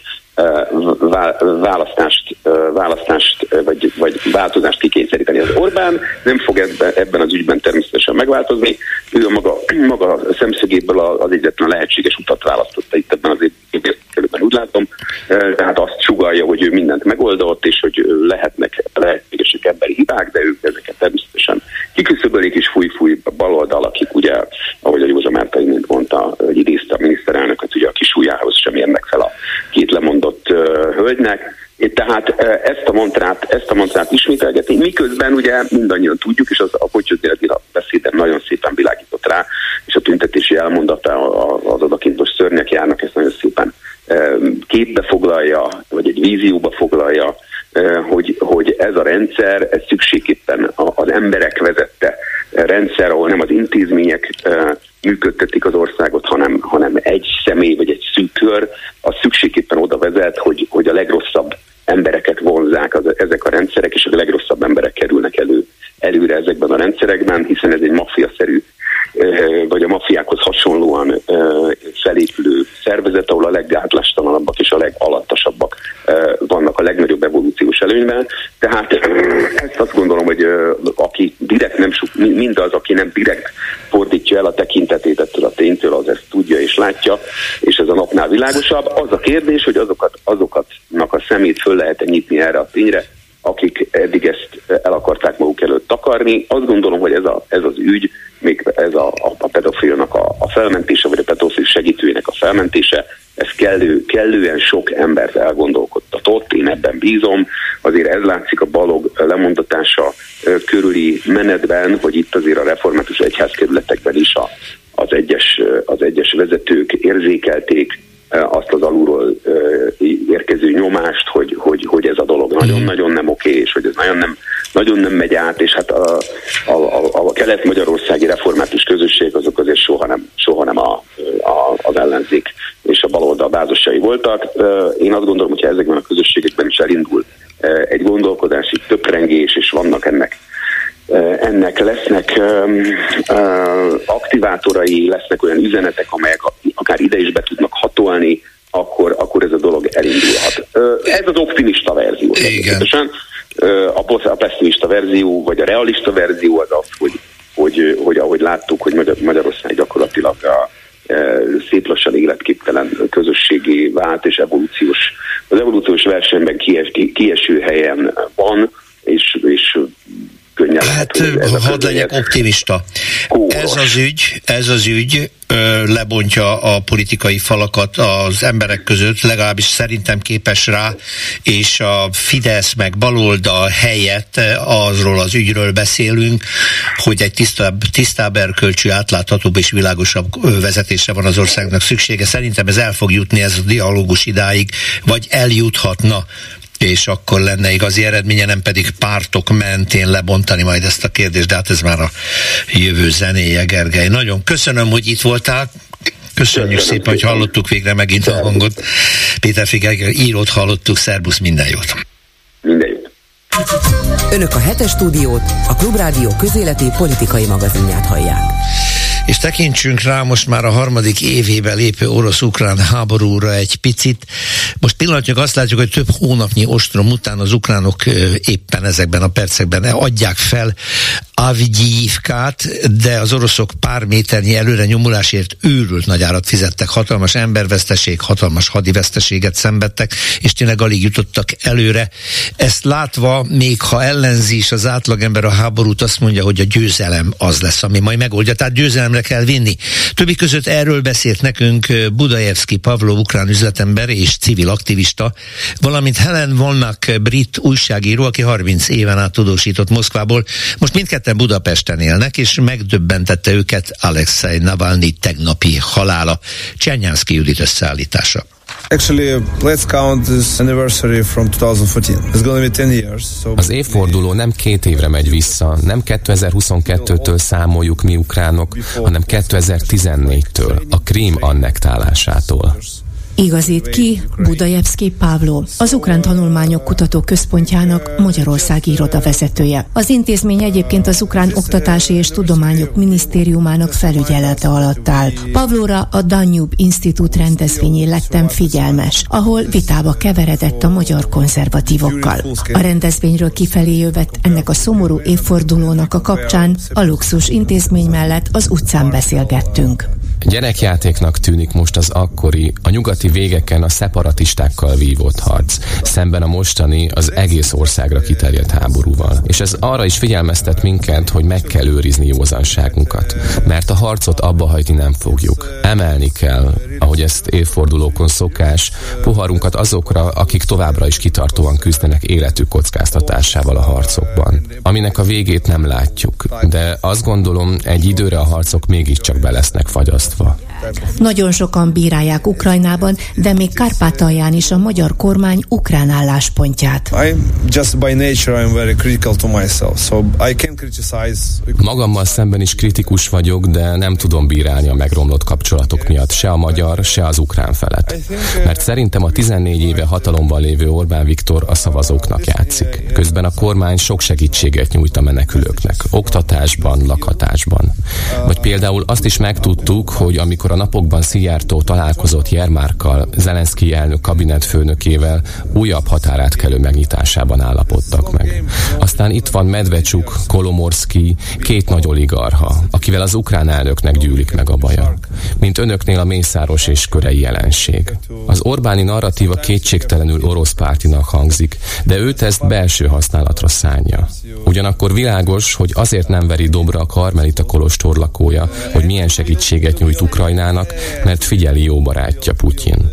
választást, választást vagy, vagy változást kikényszeríteni. Az Orbán nem fog ebben, ebben az ügyben természetesen megváltozni. Ő a maga, maga szemszögéből az egyetlen lehetséges utat választotta itt ebben az évben, úgy látom. Tehát azt sugallja, hogy ő mindent megoldott, és hogy lehetnek lehetségesek emberi hibák, de ők ezeket természetesen kiküszöbölik, és fúj-fúj baloldal, akik ugye, ahogy a Józsa Márta imént mondta, idézte a miniszterelnököt, ugye a kis ujjához sem érnek fel a két lemondott uh, hölgynek. Itt tehát uh, ezt a mantrát, ezt a mantrát ismételgetni, miközben ugye mindannyian tudjuk, és az a Potyodnél a beszéden nagyon szépen világított rá, és a tüntetési elmondata az odakintos szörnyek járnak, ezt nagyon szépen uh, képbe foglalja, vagy egy vízióba foglalja, uh, hogy, hogy ez a rendszer, ez szükségképpen az emberek vezette rendszer, ahol nem az intézmények uh, működtetik az országot, hanem, hanem egy személy vagy egy szűk kör, az szükségképpen oda vezet, hogy, hogy a legrosszabb embereket vonzzák az, ezek a rendszerek, és a legrosszabb emberek kerülnek elő, előre ezekben a rendszerekben, hiszen ez egy maffiaszerű, vagy a maffiákhoz hasonlóan felépülő szervezet, ahol a leggátlástalanabbak és a legalattasabbak vannak a legnagyobb evolúciós előnyben. Tehát ezt azt gondolom, hogy aki direkt nem, mindaz, aki nem direkt fordítja el a tekintetét ettől a ténytől, az ezt tudja és látja, és ez a napnál világosabb. Az a kérdés, hogy azokat, azokatnak a szemét föl lehet nyitni erre a tényre, akik eddig ezt el akarták maguk előtt takarni. Azt gondolom, hogy ez, a, ez az ügy, még ez a, a, a pedofilnak a, a felmentése, vagy a pedofil segítőjének a felmentése, ez kellő, kellően sok embert elgondolkodtat ott, én ebben bízom. Azért ez látszik a Balog lemondatása körüli menetben, hogy itt azért a református egyházkerületekben is a, az, egyes, az egyes vezetők érzékelték azt az alulról érkező nyomást, hogy, hogy, hogy ez a dolog nagyon-nagyon nem oké, és hogy ez nagyon nem, nagyon nem megy át, és hát a, a, a, a kelet-magyarországi református közösség azok azért soha nem, soha nem a, a, az ellenzék és a baloldal bázisai voltak. Én azt gondolom, hogyha ezekben a közösségekben is elindul egy gondolkodási töprengés, és vannak ennek ennek lesznek aktivátorai, lesznek olyan üzenetek, amelyek akár ide is be tudnak hatolni, akkor, akkor ez a dolog elindulhat. Ez az optimista verzió. Igen. A pessimista verzió, vagy a realista verzió az az, hogy, hogy, hogy ahogy láttuk, hogy Magyarország gyakorlatilag a szép lassan életképtelen közösségé vált, és evolúciós, az evolúciós versenyben kies, kieső helyen van, és, és könnyen hát, lehet, hadd legyek optimista. Kóros. Ez az ügy, ez az ügy ö, lebontja a politikai falakat az emberek között, legalábbis szerintem képes rá, és a Fidesz meg baloldal helyett azról az ügyről beszélünk, hogy egy tisztább, tisztább erkölcsű, átláthatóbb és világosabb vezetésre van az országnak szüksége. Szerintem ez el fog jutni, ez a dialógus idáig, vagy eljuthatna, és akkor lenne igazi eredménye, nem pedig pártok mentén lebontani majd ezt a kérdést, de hát ez már a jövő zenéje, Gergely. Nagyon köszönöm, hogy itt voltál. Köszönjük köszönöm szépen, hogy hallottuk végre megint a hangot. Péter Figergely írót hallottuk, szerbusz, minden jót. Minden jót. Önök a Hetes Stúdiót, a Klubrádió közéleti politikai magazinját hallják. És tekintsünk rá most már a harmadik évébe lépő orosz-ukrán háborúra egy picit. Most pillanatnyilag azt látjuk, hogy több hónapnyi ostrom után az ukránok éppen ezekben a percekben adják fel Avdyivkát, de az oroszok pár méternyi előre nyomulásért őrült nagy árat fizettek, hatalmas emberveszteség, hatalmas hadiveszteséget szenvedtek, és tényleg alig jutottak előre. Ezt látva, még ha ellenzi is az átlagember a háborút, azt mondja, hogy a győzelem az lesz, ami majd megoldja. Tehát győzelemre kell vinni. Többi között erről beszélt nekünk Budajevszki Pavlo, ukrán üzletember és civil aktivista, valamint Helen Volnak, brit újságíró, aki harminc éven át tudósított Moszkvából. Most mindketten Budapesten élnek, és megdöbbentette őket Alexei Navalnyi tegnapi halála. Csernyánszky Judit összeállítása. Actually, let's count this anniversary from twenty fourteen. It's going to be ten years. So az évforduló nem két évre megy vissza, nem kétezer-huszonkettőtől számoljuk mi ukránok, hanem kétezer-tizennégytől, a Krím annektálásától. Igazít ki Budajevszki Pavlo, az Ukrán Tanulmányok Kutató Központjának Magyarországi irodavezetője. Az intézmény egyébként az Ukrán Oktatási és Tudományok Minisztériumának felügyelete alatt áll. Pavlóra a Danube Institute rendezvényén lettem figyelmes, ahol vitába keveredett a magyar konzervatívokkal. A rendezvényről kifelé jövet ennek a szomorú évfordulónak a kapcsán a luxus intézmény mellett az utcán beszélgettünk. Gyerekjátéknak tűnik most az akkori, a nyugati végeken a szeparatistákkal vívott harc, szemben a mostani, az egész országra kiterjedt háborúval. És ez arra is figyelmeztet minket, hogy meg kell őrizni józanságunkat, mert a harcot abba hagyni nem fogjuk. Emelni kell, ahogy ezt évfordulókon szokás, poharunkat azokra, akik továbbra is kitartóan küzdenek életük kockáztatásával a harcokban, aminek a végét nem látjuk, de azt gondolom, egy időre a harcok mégiscsak be lesznek fagyasztva. Nagyon sokan bírálják Ukrajnában, de még Kárpátalján is a magyar kormány ukrán álláspontját. Magammal szemben is kritikus vagyok, de nem tudom bírálni a megromlott kapcsolatok miatt se a magyar, se az ukrán felet. Mert szerintem a tizennégy éve hatalomban lévő Orbán Viktor a szavazóknak játszik. Közben a kormány sok segítséget nyújt a menekülőknek, oktatásban, lakhatásban. Vagy például azt is megtudtuk, hogy amikor a napokban Szijjártó találkozott Jermárkkal, Zelenszky elnök kabinetfőnökével, újabb határátkelő megnyitásában állapodtak meg. Aztán itt van Medvecsuk, Kolomorszky, két nagy oligarcha, akivel az ukrán elnöknek gyűlik meg a baja. Mint önöknél a Mészáros és Körei jelenség. Az Orbáni narratíva kétségtelenül orosz pártinak hangzik, de őt ezt belső használatra szánja. Ugyanakkor világos, hogy azért nem veri dobra a karmelita kolostor lakója, hogy milyen segítséget nyújt Ukrajnának, mert figyeli jó barátja Putyin.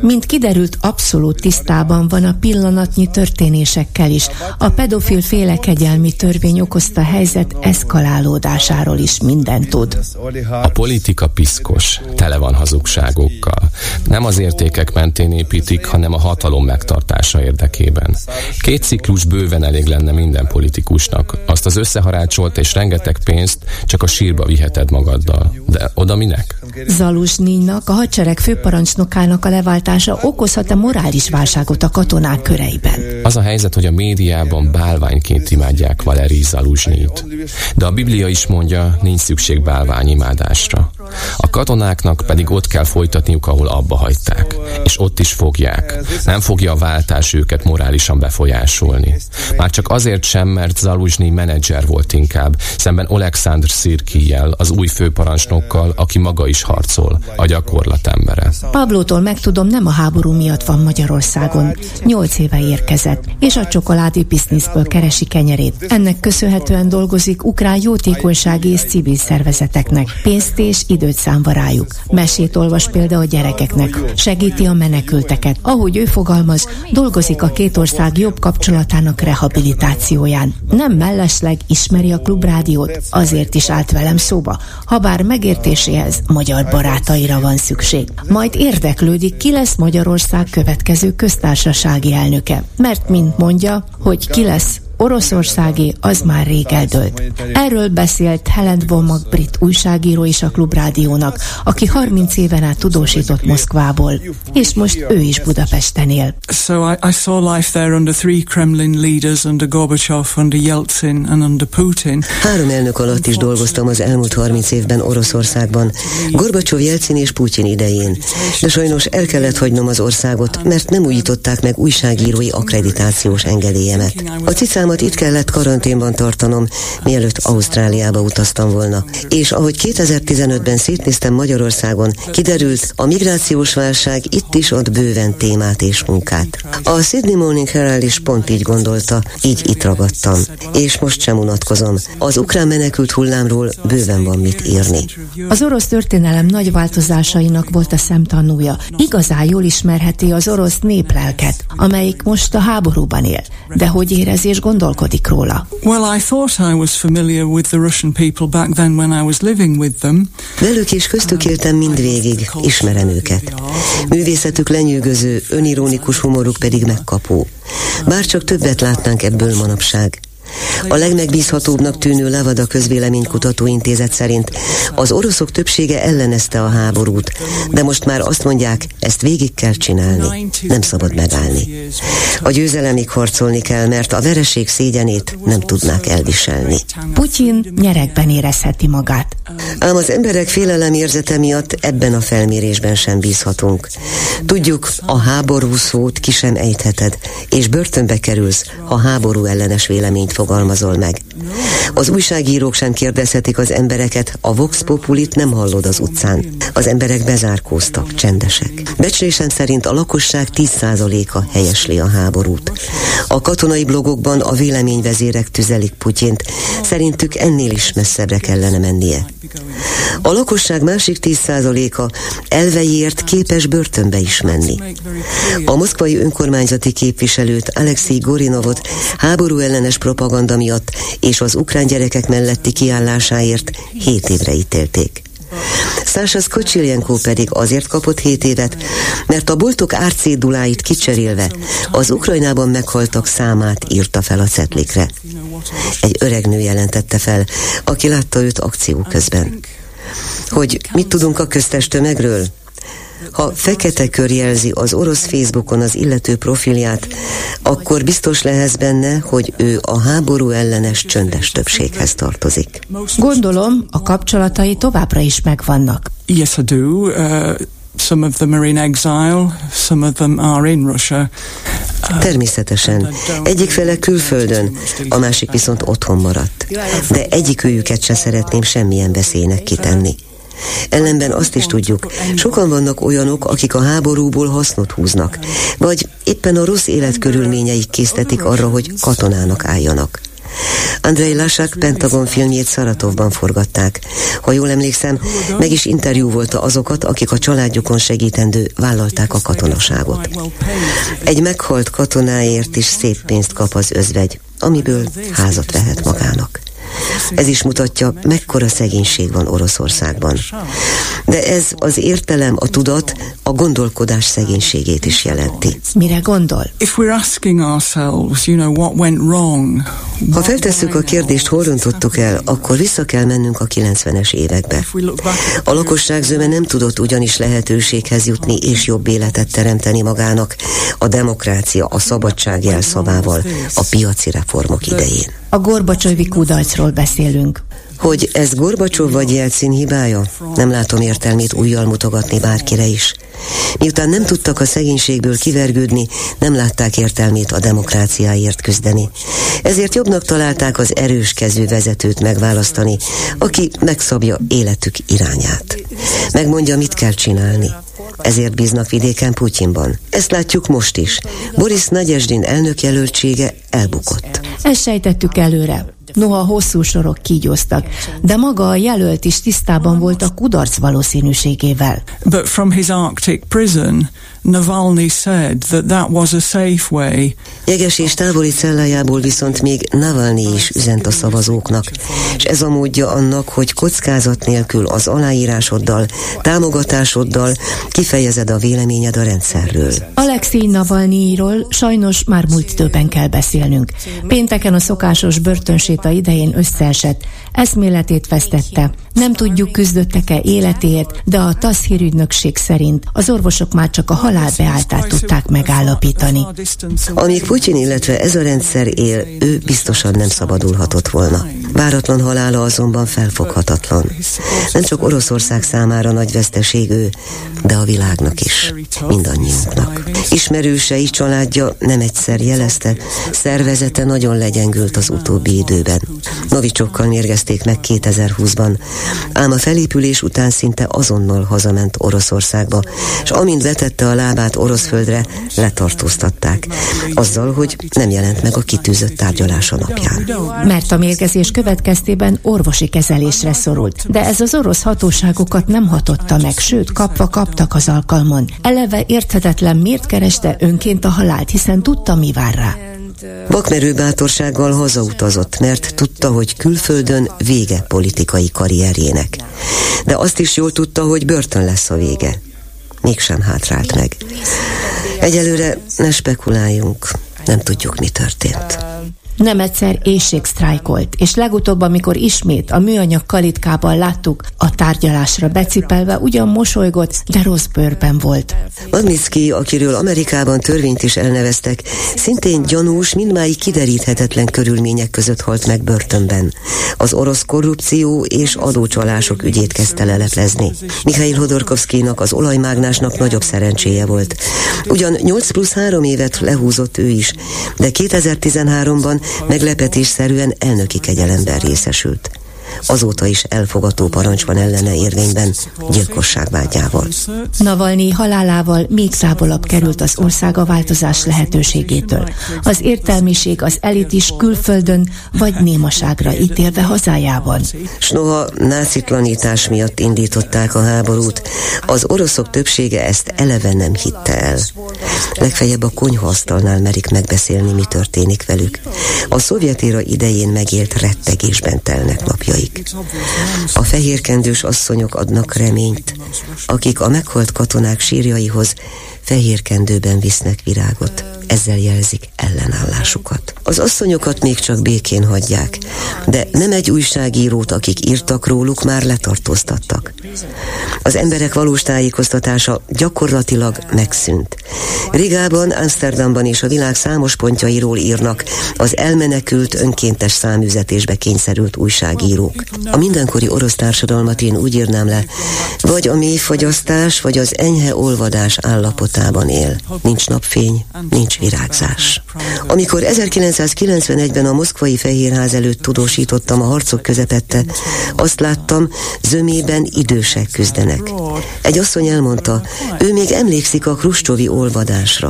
Mint kiderült, abszolút tisztában van a pillanatnyi történésekkel is. A pedofil féle kegyelmi törvény okozta helyzet eszkalálódásáról is mindent tud. A politika piszkos, tele van hazugságokkal. Nem az értékek mentén építik, hanem a hatalom megtartása érdekében. Két ciklus bőven elég lenne minden politikusnak. Azt az összeharácsolt és rengeteg pénzt csak a sírba viheted magaddal. De oda minek? Zaluzsnyijnak, a hadsereg főparancsnokának a leváltása okozhat-e morális válságot a katonák köreiben? Az a helyzet, hogy a médiában bálványként imádják Valeri Zaluzsnyijt. De a Biblia is mondja, nincs szükség bálványimádásra. A katonáknak pedig ott kell folytatniuk, ahol abba hagyták. És ott is fogják. Nem fogja a váltás őket morálisan befolyásolni. Már csak azért sem, mert Zaluzsnyij menedzser volt inkább, szemben Olekszandr Szirkijjel, az új főparancsnokkal, aki maga is harcol, a gyakorlat embere. Pablótól megtudom, nem a háború miatt van Magyarországon. Nyolc éve érkezett, és a csokoládé bizniszből keresi kenyerét. Ennek köszönhetően dolgozik ukrán jótékonysági és civil szervezeteknek. Pénzt és időt számva rájuk. Mesét olvas például a gyerekeknek. Segíti a menekülteket. Ahogy ő fogalmaz, dolgozik a két ország jobb kapcsolatának rehabilitációján. Nem mellesleg ismeri a Klubrádiót, azért is állt velem szóba, habár megértéséhez magyar barátaira van szükség. Majd érdeklődik, ki lesz Magyarország következő köztársasági elnöke. Mert mint mondja, hogy ki lesz Oroszországé, az már rég eldőlt. Erről beszélt Helen Womack brit újságíró is a Klubrádiónak, aki harminc éven át tudósított Moszkvából, és most ő is Budapesten él. So I, I saw life there under three Kremlin leaders, under Gorbachev, under Yeltsin and under Putin. Három elnök alatt is dolgoztam az elmúlt harminc évben Oroszországban, Gorbachev, Yeltsin és Putyin idején, de sajnos el kellett hagynom az országot, mert nem újították meg újságírói akkreditációs engedélyemet. A cicámat itt kellett karanténban tartanom, mielőtt Ausztráliába utaztam volna. És ahogy kétezer-tizenötben szétnéztem Magyarországon, kiderült, a migrációs válság itt is ad bőven témát és munkát. A Sydney Morning Herald is pont így gondolta, így itt ragadtam. És most sem unatkozom. Az ukrán menekült hullámról bőven van mit írni. Az orosz történelem nagy változásainak volt a szemtanúja. Igazán jól ismerheti az orosz néplelket, amelyik most a háborúban él. De hogy érez és gondolkodik róla? Well, I thought I was familiar with the Russian people back then when I was living with them. Velük és köztük éltem mindvégig, ismerem őket. Művészetük lenyűgöző, önironikus humoruk pedig megkapó. Bárcsak többet látnánk ebből manapság. A legmegbízhatóbbnak tűnő Levada Közvéleménykutató Intézet szerint az oroszok többsége ellenezte a háborút, de most már azt mondják, ezt végig kell csinálni, nem szabad megállni. A győzelemig harcolni kell, mert a vereség szégyenét nem tudnák elviselni. Putyin nyeregben érezheti magát. Ám az emberek félelemérzete miatt ebben a felmérésben sem bízhatunk. Tudjuk, a háború szót ki sem ejtheted, és börtönbe kerülsz, ha háború ellenes véleményt fogalmazol meg. Az újságírók sem kérdezhetik az embereket, a Vox Populit nem hallod az utcán. Az emberek bezárkóztak, csendesek. Becslésem szerint a lakosság tíz százaléka helyesli a háborút. A katonai blogokban a véleményvezérek tüzelik Putyint, szerintük ennél is messzebbre kellene mennie. A lakosság másik tíz százaléka elveiért képes börtönbe is menni. A moszkvai önkormányzati képviselőt, Alexei Gorinovot háború ellenes propaganda miatt és az ukrán gyerekek melletti kiállásáért hét évre ítélték. Sasha Skocsilyenko pedig azért kapott hét évet, mert a boltok árcéduláit kicserélve az Ukrajnában meghaltak számát írta fel a cetlikre. Egy öreg nő jelentette fel, aki látta őt akció közben. Hogy mit tudunk a köztes tömegről? Ha fekete kör jelzi az orosz Facebookon az illető profilját, akkor biztos lehetsz benne, hogy ő a háború ellenes csöndes többséghez tartozik. Gondolom, a kapcsolatai továbbra is megvannak. Yes, I do. Uh, some of them are in exile, some of them are in Russia. Természetesen. Egyik fele külföldön, a másik viszont otthon maradt. De egyikőjüket se szeretném semmilyen veszélynek kitenni. Ellenben azt is tudjuk, sokan vannak olyanok, akik a háborúból hasznot húznak, vagy éppen a rossz életkörülményeik késztetik arra, hogy katonának álljanak. Andrei Lasak Pentagon filmjét Szaratovban forgatták. Ha jól emlékszem, meg is interjúvolta azokat, akik a családjukon segítendő vállalták a katonaságot. Egy meghalt katonáért is szép pénzt kap az özvegy, amiből házat vehet magának. Ez is mutatja, mekkora szegénység van Oroszországban. De ez az értelem, a tudat, a gondolkodás szegénységét is jelenti. Mire gondol? Ha feltesszük a kérdést, hol rontottuk el, akkor vissza kell mennünk a kilencvenes évekbe. A lakosság zöme nem tudott ugyanis lehetőséghez jutni és jobb életet teremteni magának a demokrácia, a szabadság jelszavával a piaci reformok idején. A Gorbacsovi kudarcról beszélünk. Hogy ez Gorbacsov vagy Jelcin hibája? Nem látom értelmét újjal mutogatni bárkire is. Miután nem tudtak a szegénységből kivergődni, nem látták értelmét a demokráciáért küzdeni. Ezért jobbnak találták az erős kezű vezetőt megválasztani, aki megszabja életük irányát. Megmondja, mit kell csinálni. Ezért bíznak vidéken Putyinban. Ezt látjuk most is. Boris Nagyesdin elnökjelöltsége elbukott. Ezt sejtettük előre. Noha hosszú sorok kígyóztak, de maga a jelölt is tisztában volt a kudarc valószínűségével. But from his Arctic prison, Navalny said that that was a safe way. Jeges és távoli cellájából viszont még Navalny is üzent a szavazóknak, és ez a módja annak, hogy kockázat nélkül az aláírásoddal, támogatásoddal kifejezed a véleményed a rendszerről. Alexei Navalnyról sajnos már múlt időben kell beszélnünk. Pénteken a szokásos börtönséta idején összeesett, eszméletét vesztette. Nem tudjuk, küzdöttek-e életéért, de a TASZ hírügynökség szerint az orvosok már csak a halál beálltát tudták megállapítani. Amíg Putyin, illetve ez a rendszer él, ő biztosan nem szabadulhatott volna. Váratlan halála azonban felfoghatatlan. Nem csak Oroszország számára nagy veszteség ő, de a világnak is, mindannyiunknak. Ismerősei, családja nem egyszer jelezte, szervezete nagyon legyengült az utóbbi időben. Novicsokkal mérgezték meg kétezer-húszban, ám a felépülés után szinte azonnal hazament Oroszországba, és amint vetette a lábát orosz földre, letartóztatták. Azzal, hogy nem jelent meg a kitűzött tárgyalása napján. Mert a mérgezés következtében orvosi kezelésre szorult, de ez az orosz hatóságokat nem hatotta meg, sőt, kapva kaptak az alkalmon. Eleve érthetetlen, miért kereste önként a halált, hiszen tudta, mi vár rá. Vakmerő bátorsággal hazautazott, mert tudta, hogy külföldön vége politikai karrierjének. De azt is jól tudta, hogy börtön lesz a vége. Mégsem hátrált meg. Egyelőre ne spekuláljunk, nem tudjuk, mi történt. Nem egyszer éhségsztrájkolt, és legutóbb, amikor ismét a műanyag kalitkában láttuk, a tárgyalásra becipelve ugyan mosolygott, de rossz bőrben volt. Magnitsky, akiről Amerikában törvényt is elneveztek, szintén gyanús, mindmáig kideríthetetlen körülmények között halt meg börtönben. Az orosz korrupció és adócsalások ügyét kezdte leleplezni. Mihail Hodorkovszkynak, az olajmágnásnak nagyobb szerencséje volt. Ugyan nyolc plusz három évet lehúzott ő is, de kétezer-tizenháromban meglepetésszerűen elnöki kegyelemben részesült. Azóta is elfogató parancs van ellene érvényben, gyilkosság vágyával. Navalnyi halálával még távolabb került az ország a változás lehetőségétől. Az értelmiség, az elit is külföldön vagy némaságra ítélve hazájában. S noha nácitlanítás miatt indították a háborút, az oroszok többsége ezt eleve nem hitte el. Legfeljebb a konyhaasztalnál merik megbeszélni, mi történik velük. A szovjet éra idején megélt rettegésben telnek napjaik. A fehérkendős asszonyok adnak reményt, akik a meghalt katonák sírjaihoz fehérkendőben visznek virágot. Ezzel jelzik ellenállásukat. Az asszonyokat még csak békén hagyják, de nem egy újságírót, akik írtak róluk, már letartóztattak. Az emberek valós tájékoztatása gyakorlatilag megszűnt. Rigában, Amsterdamban és a világ számos pontjairól írnak az elmenekült, önkéntes száműzetésbe kényszerült újságírók. A mindenkori orosz társadalmat én úgy írnám le, vagy a mélyfagyasztás, vagy az enyhe olvadás állapotában él. Nincs napfény, nincs virágzás. Amikor ezerkilencszázkilencvenegyben a moszkvai Fehérház előtt tudósítottam a harcok közepette, azt láttam, zömében idősek küzdenek. Egy asszony elmondta, ő még emlékszik a kruscsovi olvadásra.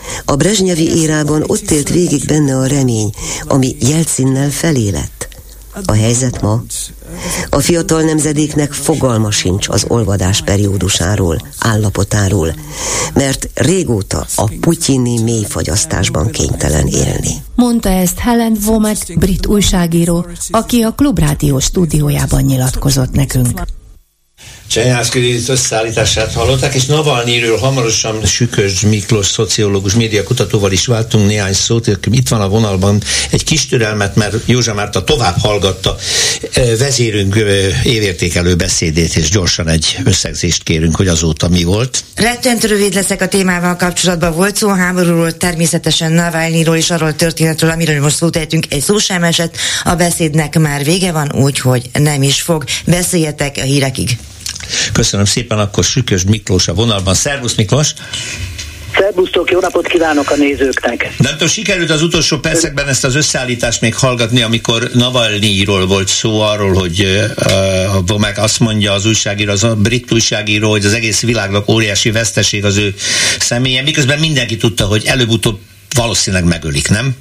A Brezsnyevi érában ott élt végig benne a remény, ami Jelcinnel felé lett. A helyzet ma? A fiatal nemzedéknek fogalma sincs az olvadás periódusáról, állapotáról, mert régóta a putyini mélyfagyasztásban kénytelen élni. Mondta ezt Helen Womack, brit újságíró, aki a Klubrádió stúdiójában nyilatkozott nekünk. Csernyászki összeállítását hallották, és Navalnyiről hamarosan Sükös Miklós szociológus, médiakutatóval is váltunk néhány szót. Itt van a vonalban egy kis türelmet, mert Józsa Márta tovább hallgatta vezérünk évértékelő beszédét, és gyorsan egy összegzést kérünk, hogy azóta mi volt. Rettent rövid leszek a témával kapcsolatban. Volt szó a háborúról, természetesen Navalnyiról és arról történetről, amiről most szót ejtünk, egy szó sem esett. A beszédnek már vége van, úgyhogy nem is fog. Beszéljetek a hírekig. Köszönöm szépen, akkor Sükös Miklós a vonalban. Szervusz Miklós! Szervusztok, jó napot kívánok a nézőknek! De attól sikerült az utolsó percekben ezt az összeállítást még hallgatni, amikor Navalnyiról volt szó, arról, hogy uh, meg azt mondja az újságíró, az a brit újságíró, hogy az egész világnak óriási veszteség az ő személye, miközben mindenki tudta, hogy előbb-utóbb valószínűleg megölik, nem?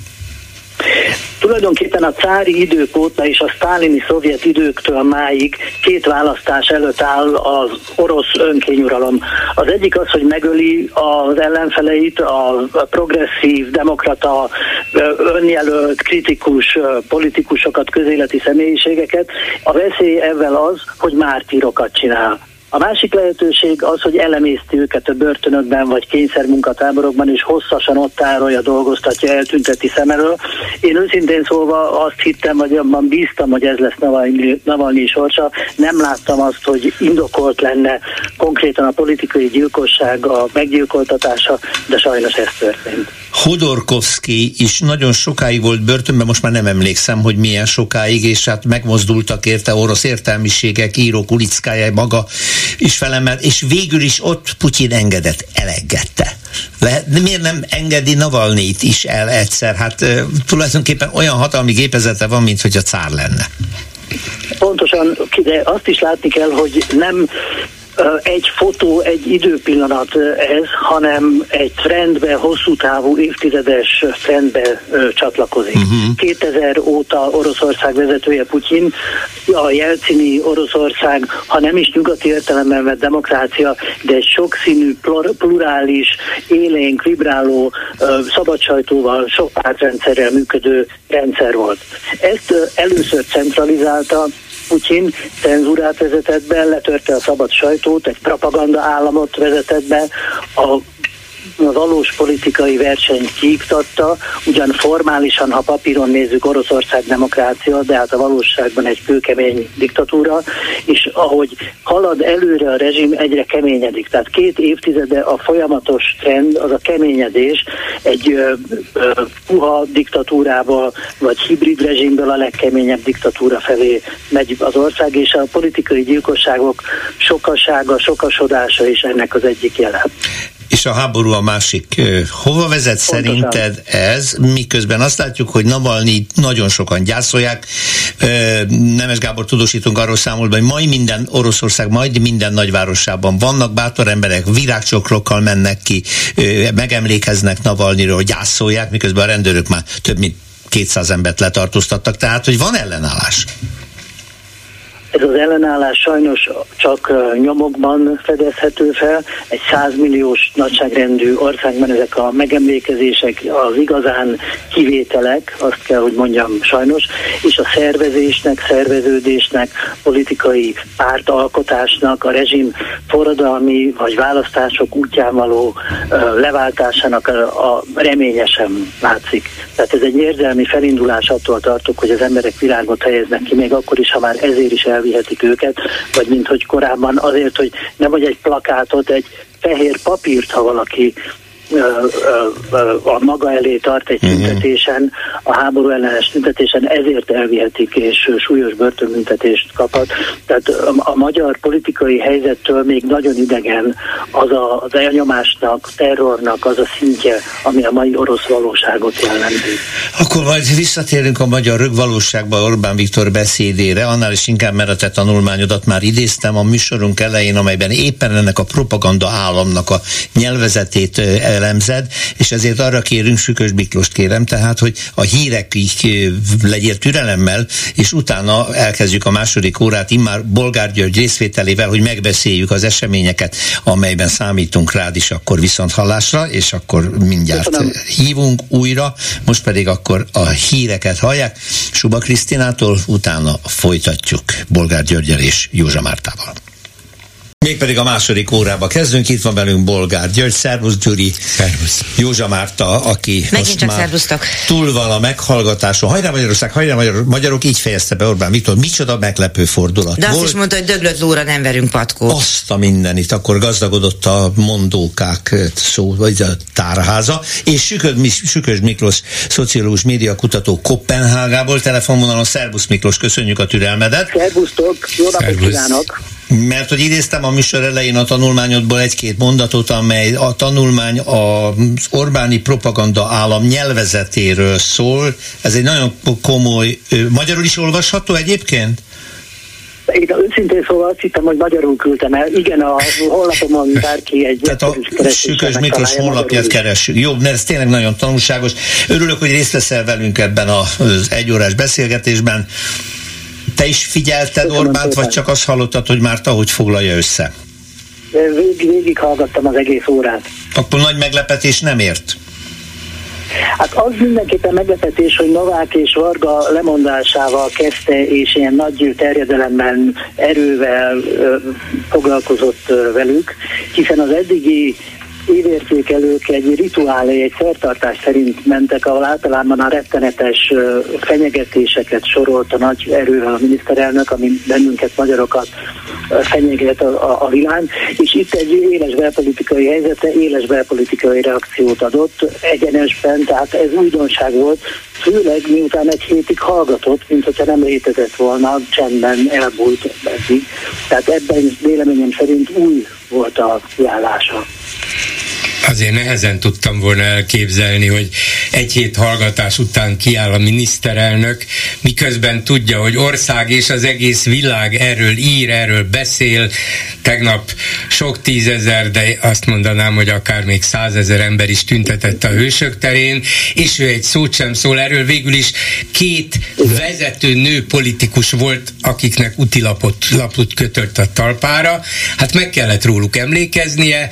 Tulajdonképpen a cári idők óta és a sztálini szovjet időktől máig két választás előtt áll az orosz önkényuralom. Az egyik az, hogy megöli az ellenfeleit, a progresszív, demokrata, önjelölt, kritikus politikusokat, közéleti személyiségeket. A veszély ezzel az, hogy mártírokat csinál. A másik lehetőség az, hogy elemészti őket a börtönökben vagy kényszermunkatáborokban, és hosszasan ott tárolja, dolgoztatja, eltünteti szem elől. Én őszintén szólva azt hittem, vagy abban bíztam, hogy ez lesz Navalnyi, Navalnyi sorsa. Nem láttam azt, hogy indokolt lenne konkrétan a politikai gyilkosság, a meggyilkoltatása, de sajnos ez történt. Hodorkovszky is nagyon sokáig volt börtönben, most már nem emlékszem, hogy milyen sokáig, és hát megmozdultak érte orosz értelmiségek, írók, Ulickája maga is felemelt, és végül is ott Putyin engedett, elengedte. Lehet, de miért nem engedi Navalnyit is el egyszer? Hát e, tulajdonképpen olyan hatalmi gépezete van, mint hogy a cár lenne. Pontosan, de azt is látni kell, hogy nem egy fotó, egy időpillanat ez, hanem egy trendbe, hosszú távú, évtizedes trendbe ö, csatlakozik. Uh-huh. kétezer óta Oroszország vezetője Putyin, a jelcini Oroszország, ha nem is nyugati értelemben vett demokrácia, de egy sokszínű, plurális, élénk, vibráló, ö, szabadsajtóval, sok pártrendszerrel működő rendszer volt. Ezt ö, először centralizálta Putyin, cenzúrát vezetett be, letörte a szabad sajtót, egy propaganda államot vezetett be, a a valós politikai versenyt kiiktatta, ugyan formálisan, ha papíron nézzük, Oroszország demokrácia, de hát a valóságban egy kőkemény diktatúra, és ahogy halad előre a rezsim, egyre keményedik. Tehát két évtizede a folyamatos trend, az a keményedés, egy ö, ö, puha diktatúrába, vagy hibrid rezsimből a legkeményebb diktatúra felé megy az ország, és a politikai gyilkosságok sokasága, sokasodása is ennek az egyik jele. És a háború a másik. Hova vezet Pontosan. Szerinted ez? Miközben azt látjuk, hogy Navalnyi nagyon sokan gyászolják. Nemes Gábor tudósítunk arról számol, hogy majd minden Oroszország, majd minden nagyvárosában vannak bátor emberek, virágcsokrokkal mennek ki, megemlékeznek Navalnyiról, gyászolják, miközben a rendőrök már több mint kétszáz embert letartóztattak. Tehát, hogy van ellenállás. Ez az ellenállás sajnos csak nyomokban fedezhető fel. Egy százmilliós nagyságrendű országban ezek a megemlékezések az igazán kivételek, azt kell, hogy mondjam sajnos, és a szervezésnek, szerveződésnek, politikai pártalkotásnak, a rezsim forradalmi vagy választások útján való leváltásának a reménye sem látszik. Tehát ez egy érzelmi felindulás, attól tartok, hogy az emberek világot helyeznek ki, még akkor is, ha már ezért is elvihetik őket, vagy mint hogy korábban azért, hogy nem vagy egy plakátot, egy fehér papírt, ha valaki a maga elé tart egy tüntetésen, a háború ellenes tüntetésen, ezért elvihetik, és súlyos börtönbüntetést kaphat. Tehát a, a magyar politikai helyzettől még nagyon idegen az a, az elnyomásnak, terrornak az a szintje, ami a mai orosz valóságot jelenti. Akkor majd visszatérünk a magyar rögvalóságba Orbán Viktor beszédére, annál is inkább, mert a te tanulmányodat már idéztem a műsorunk elején, amelyben éppen ennek a propaganda államnak a nyelvezetét elemzed, és ezért arra kérünk, Sükös Miklóst kérem, tehát, hogy a hírekig legyél türelemmel, és utána elkezdjük a második órát immár Bolgár György részvételével, hogy megbeszéljük az eseményeket, amelyben számítunk rád is akkor viszont hallásra, és akkor mindjárt Köszönöm. hívunk újra, most pedig akkor a híreket hallják Suba Krisztinától, utána folytatjuk Bolgár Györgyel és Józsa Mártával. Mégpedig a második órába kezdünk, itt van velünk Bolgár György, szervusz Gyuri, szervusz. Józsa Márta, aki Megint most csak már szervusztok. túl van a meghallgatáson. Hajrá Magyarország, hajrá Magyar, magyarok, így fejezte be Orbán Viktor, micsoda meglepő fordulat. De azt volt. is mondta, hogy döglött lóra nem verünk patkót. Azt a mindenit, akkor gazdagodott a mondókák szó, vagy a tárháza, és Süköd, Sükös Miklós, szociológus, médiakutató Koppenhágából telefonvonalon. Szervusz Miklós, köszönjük a türelmedet. Szervusztok, jó napot kívánok. Mert hogy idéztem a műsor elején a tanulmányodból egy-két mondatot, amely a tanulmány az Orbáni propaganda állam nyelvezetéről szól. Ez egy nagyon komoly, magyarul is olvasható egyébként? Én őszintén szóval azt hittem, hogy magyarul küldtem el. Igen, a honlapomon bárki egy... Tehát a Sükös Miklós honlapját keressük. Jó, mert ez tényleg nagyon tanulságos. Örülök, hogy részt veszel velünk ebben az egyórás beszélgetésben. Te is figyelted Orbánt, vagy csak azt hallottad, hogy Márta hogy foglalja össze? Vég, végig hallgattam az egész órát. Akkor nagy meglepetés nem ért? Hát az mindenképpen meglepetés, hogy Novák és Varga lemondásával kezdte, és ilyen nagy terjedelemben, erővel ö, foglalkozott ö, velük, hiszen az eddigi évértékelők egy rituálé, egy szertartás szerint mentek, ahol általában a rettenetes fenyegetéseket sorolta nagy erővel a miniszterelnök, ami bennünket, magyarokat fenyeget a, a, a világ, és itt egy éles belpolitikai helyzete, éles belpolitikai reakciót adott egyenesben, tehát ez újdonság volt, főleg miután egy hétig hallgatott, mint hogyha nem létezett volna, csendben elbújt eddig. Tehát ebben véleményem szerint új volt a ajánlása. Azért nehezen tudtam volna elképzelni, hogy egy hét hallgatás után kiáll a miniszterelnök, miközben tudja, hogy ország és az egész világ erről ír, erről beszél. Tegnap sok tízezer, de azt mondanám, hogy akár még százezer ember is tüntetett a Hősök terén, és ő egy szót sem szól erről. Végül is két vezető nő politikus volt, akiknek utilapot lapot kötött a talpára. Hát meg kellett róluk emlékeznie,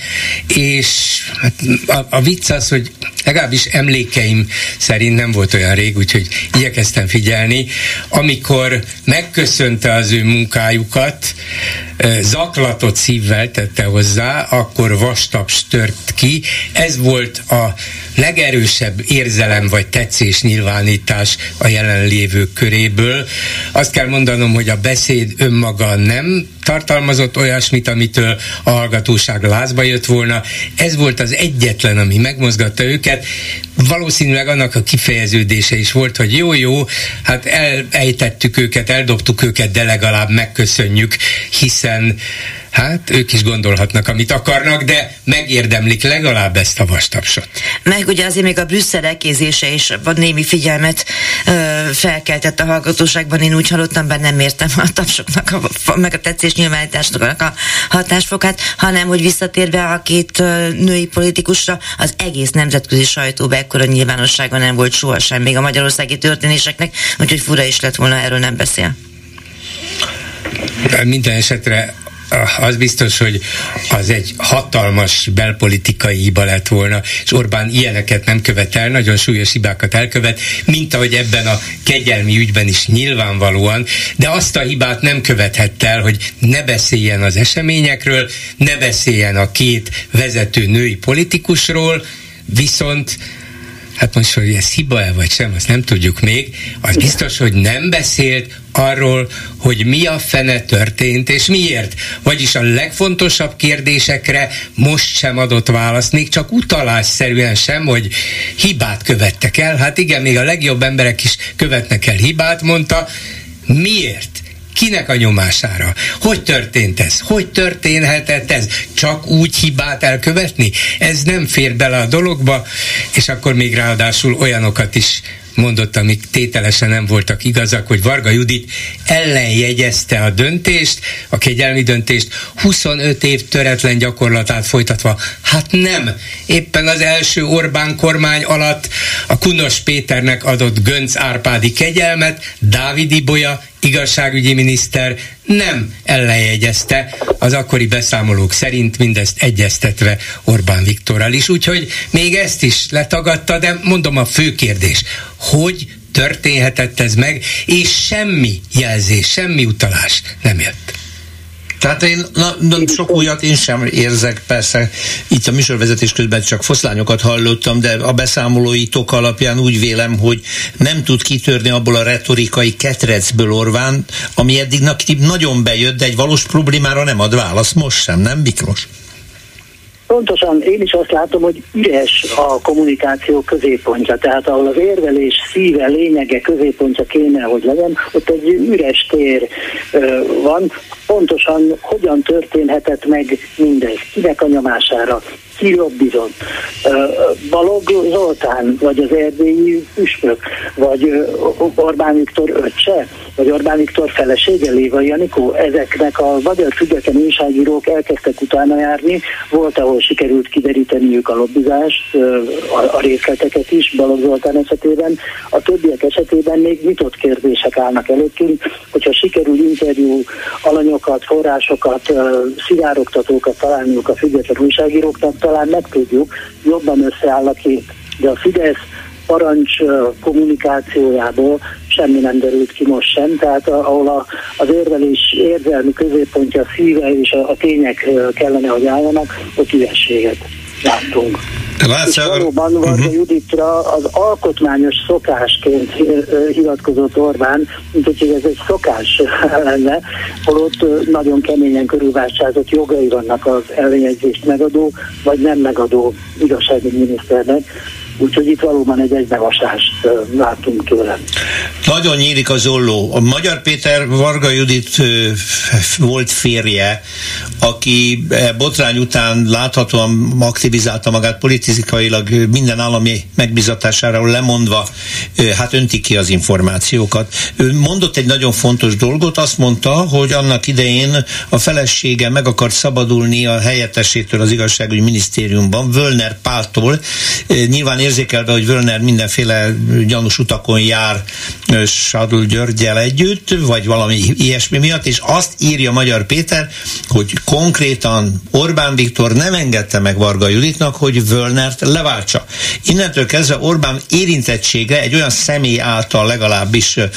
és A, a vicc az, hogy legalábbis emlékeim szerint nem volt olyan rég, úgyhogy igyekeztem figyelni, amikor megköszönte az ő munkájukat, zaklatott szívvel tette hozzá, akkor vastaps tört ki. Ez volt a legerősebb érzelem vagy tetszés nyilvánítás a jelenlévők köréből. Azt kell mondanom, hogy a beszéd önmaga nem tartalmazott olyasmit, amitől a hallgatóság lázba jött volna. Ez volt az egyetlen, ami megmozgatta őket. Valószínűleg annak a kifejeződése is volt, hogy jó-jó, hát elejtettük őket, eldobtuk őket, de legalább megköszönjük, hiszen hát ők is gondolhatnak, amit akarnak, de megérdemlik legalább ezt a vastapsot. Meg ugye azért még a Brüsszel elkézése is némi figyelmet ö, felkeltett a hallgatóságban. Én úgy hallottam, bár nem értem a tapsoknak, a, meg a tetszésnyilvánításnak a hatásfokát, hanem hogy visszatérve a két ö, női politikusra, az egész nemzetközi sajtóban ekkora nyilvánossága nem volt sohasem még a magyarországi történéseknek, úgyhogy fura is lett volna, erről nem beszél. Minden esetre az biztos, hogy az egy hatalmas belpolitikai hiba lett volna, és Orbán ilyeneket nem követel, nagyon súlyos hibákat elkövet, mint ahogy ebben a kegyelmi ügyben is nyilvánvalóan, de azt a hibát nem követhette el, hogy ne beszéljen az eseményekről, ne beszéljen a két vezető női politikusról, viszont hát most, hogy ez hiba-e vagy sem, azt nem tudjuk még. Az biztos, hogy nem beszélt arról, hogy mi a fene történt, és miért. Vagyis a legfontosabb kérdésekre most sem adott választ, még csak utalásszerűen sem, hogy hibát követtek el. Hát igen, még a legjobb emberek is követnek el hibát, mondta. Miért? Kinek a nyomására? Hogy történt ez? Hogy történhetett ez? Csak úgy hibát elkövetni? Ez nem fér bele a dologba, és akkor még ráadásul olyanokat is mondott, amik tételesen nem voltak igazak, hogy Varga Judit ellenjegyezte a döntést, a kegyelmi döntést, huszonöt év töretlen gyakorlatát folytatva. Hát nem. Éppen az első Orbán kormány alatt a Kunos Péternek adott Göncz Árpádi kegyelmet Dávid Ibolya igazságügyi miniszter nem ellenjegyezte, az akkori beszámolók szerint mindezt egyeztetve Orbán Viktorral is, úgyhogy még ezt is letagadta, de mondom, a fő kérdés, hogy történhetett ez meg, és semmi jelzés, semmi utalás nem jött. Tehát én na, na, sok újat én sem érzek, persze itt a műsorvezetés közben csak foszlányokat hallottam, de a beszámolóitok alapján úgy vélem, hogy nem tud kitörni abból a retorikai ketrecből Orbán, ami eddig nagyon bejött, de egy valós problémára nem ad választ, most sem, nem Miklós? Pontosan én is azt látom, hogy üres a kommunikáció középpontja, tehát ahol az érvelés szíve, lényege középpontja kéne, hogy legyen, ott egy üres tér ö, van. Pontosan hogyan történhetett meg mindez, kinek a nyomására, ki lobbizott, Balogh Zoltán, vagy az erdélyi püspök, vagy Orbán Viktor öccse, vagy Orbán Viktor felesége, Lévai Anikó, ezeknek a magyar független újságírók elkezdtek utána járni, volt, ahol sikerült kideríteniük a lobbizást, a részleteket is, Balogh Zoltán esetében, a többiek esetében még nyitott kérdések állnak előttünk, hogyha sikerül interjú alanyokat, forrásokat, szivárogtatókat találniuk a független újságíróknak, talán meg tudjuk, jobban összeáll a kép. De a Fidesz parancs kommunikációjából semmi nem derült ki most sem, tehát ahol a, az érvelés érzelmi középpontja, a szíve és a, a tények kellene, hogy álljanak, ott ürességet láttunk. És valóban Varga uh-huh. Juditra az alkotmányos szokásként hivatkozott Orbán, mint hogy ez egy szokás lenne, holott nagyon keményen körülvásárzott jogai vannak az ellenjegyzést megadó, vagy nem megadó igazságügyi miniszternek. Úgyhogy itt valóban egy egybevasást látunk tőle. Nagyon nyílik az olló. A Magyar Péter Varga Judit volt férje, aki botrány után láthatóan aktivizálta magát politikailag, minden állami megbizatására lemondva, hát öntik ki az információkat. Ő mondott egy nagyon fontos dolgot, azt mondta, hogy annak idején a felesége meg akart szabadulni a helyettesétől az igazságügyi minisztériumban, Völner Páltól, nyilván érzékelve, hogy Völner mindenféle gyanús utakon jár Sadl Györggyel együtt, vagy valami ilyesmi miatt, és azt írja Magyar Péter, hogy konkrétan Orbán Viktor nem engedte meg Varga Juditnak, hogy Völnert leváltsa. Innentől kezdve Orbán érintettsége egy olyan személy által legalábbis ö,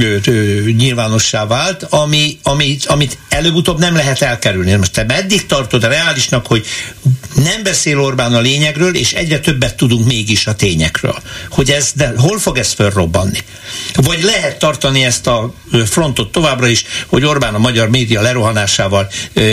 ö, nyilvánossá vált, ami, amit, amit előbb-utóbb nem lehet elkerülni. Most te eddig tartod reálisnak, hogy nem beszél Orbán a lényegről, és egyre többet tudunk mégis a tényekről. Hogy ez, de hol fog ez fölrobbanni? Vagy lehet tartani ezt a frontot továbbra is, hogy Orbán a magyar média lerohanásával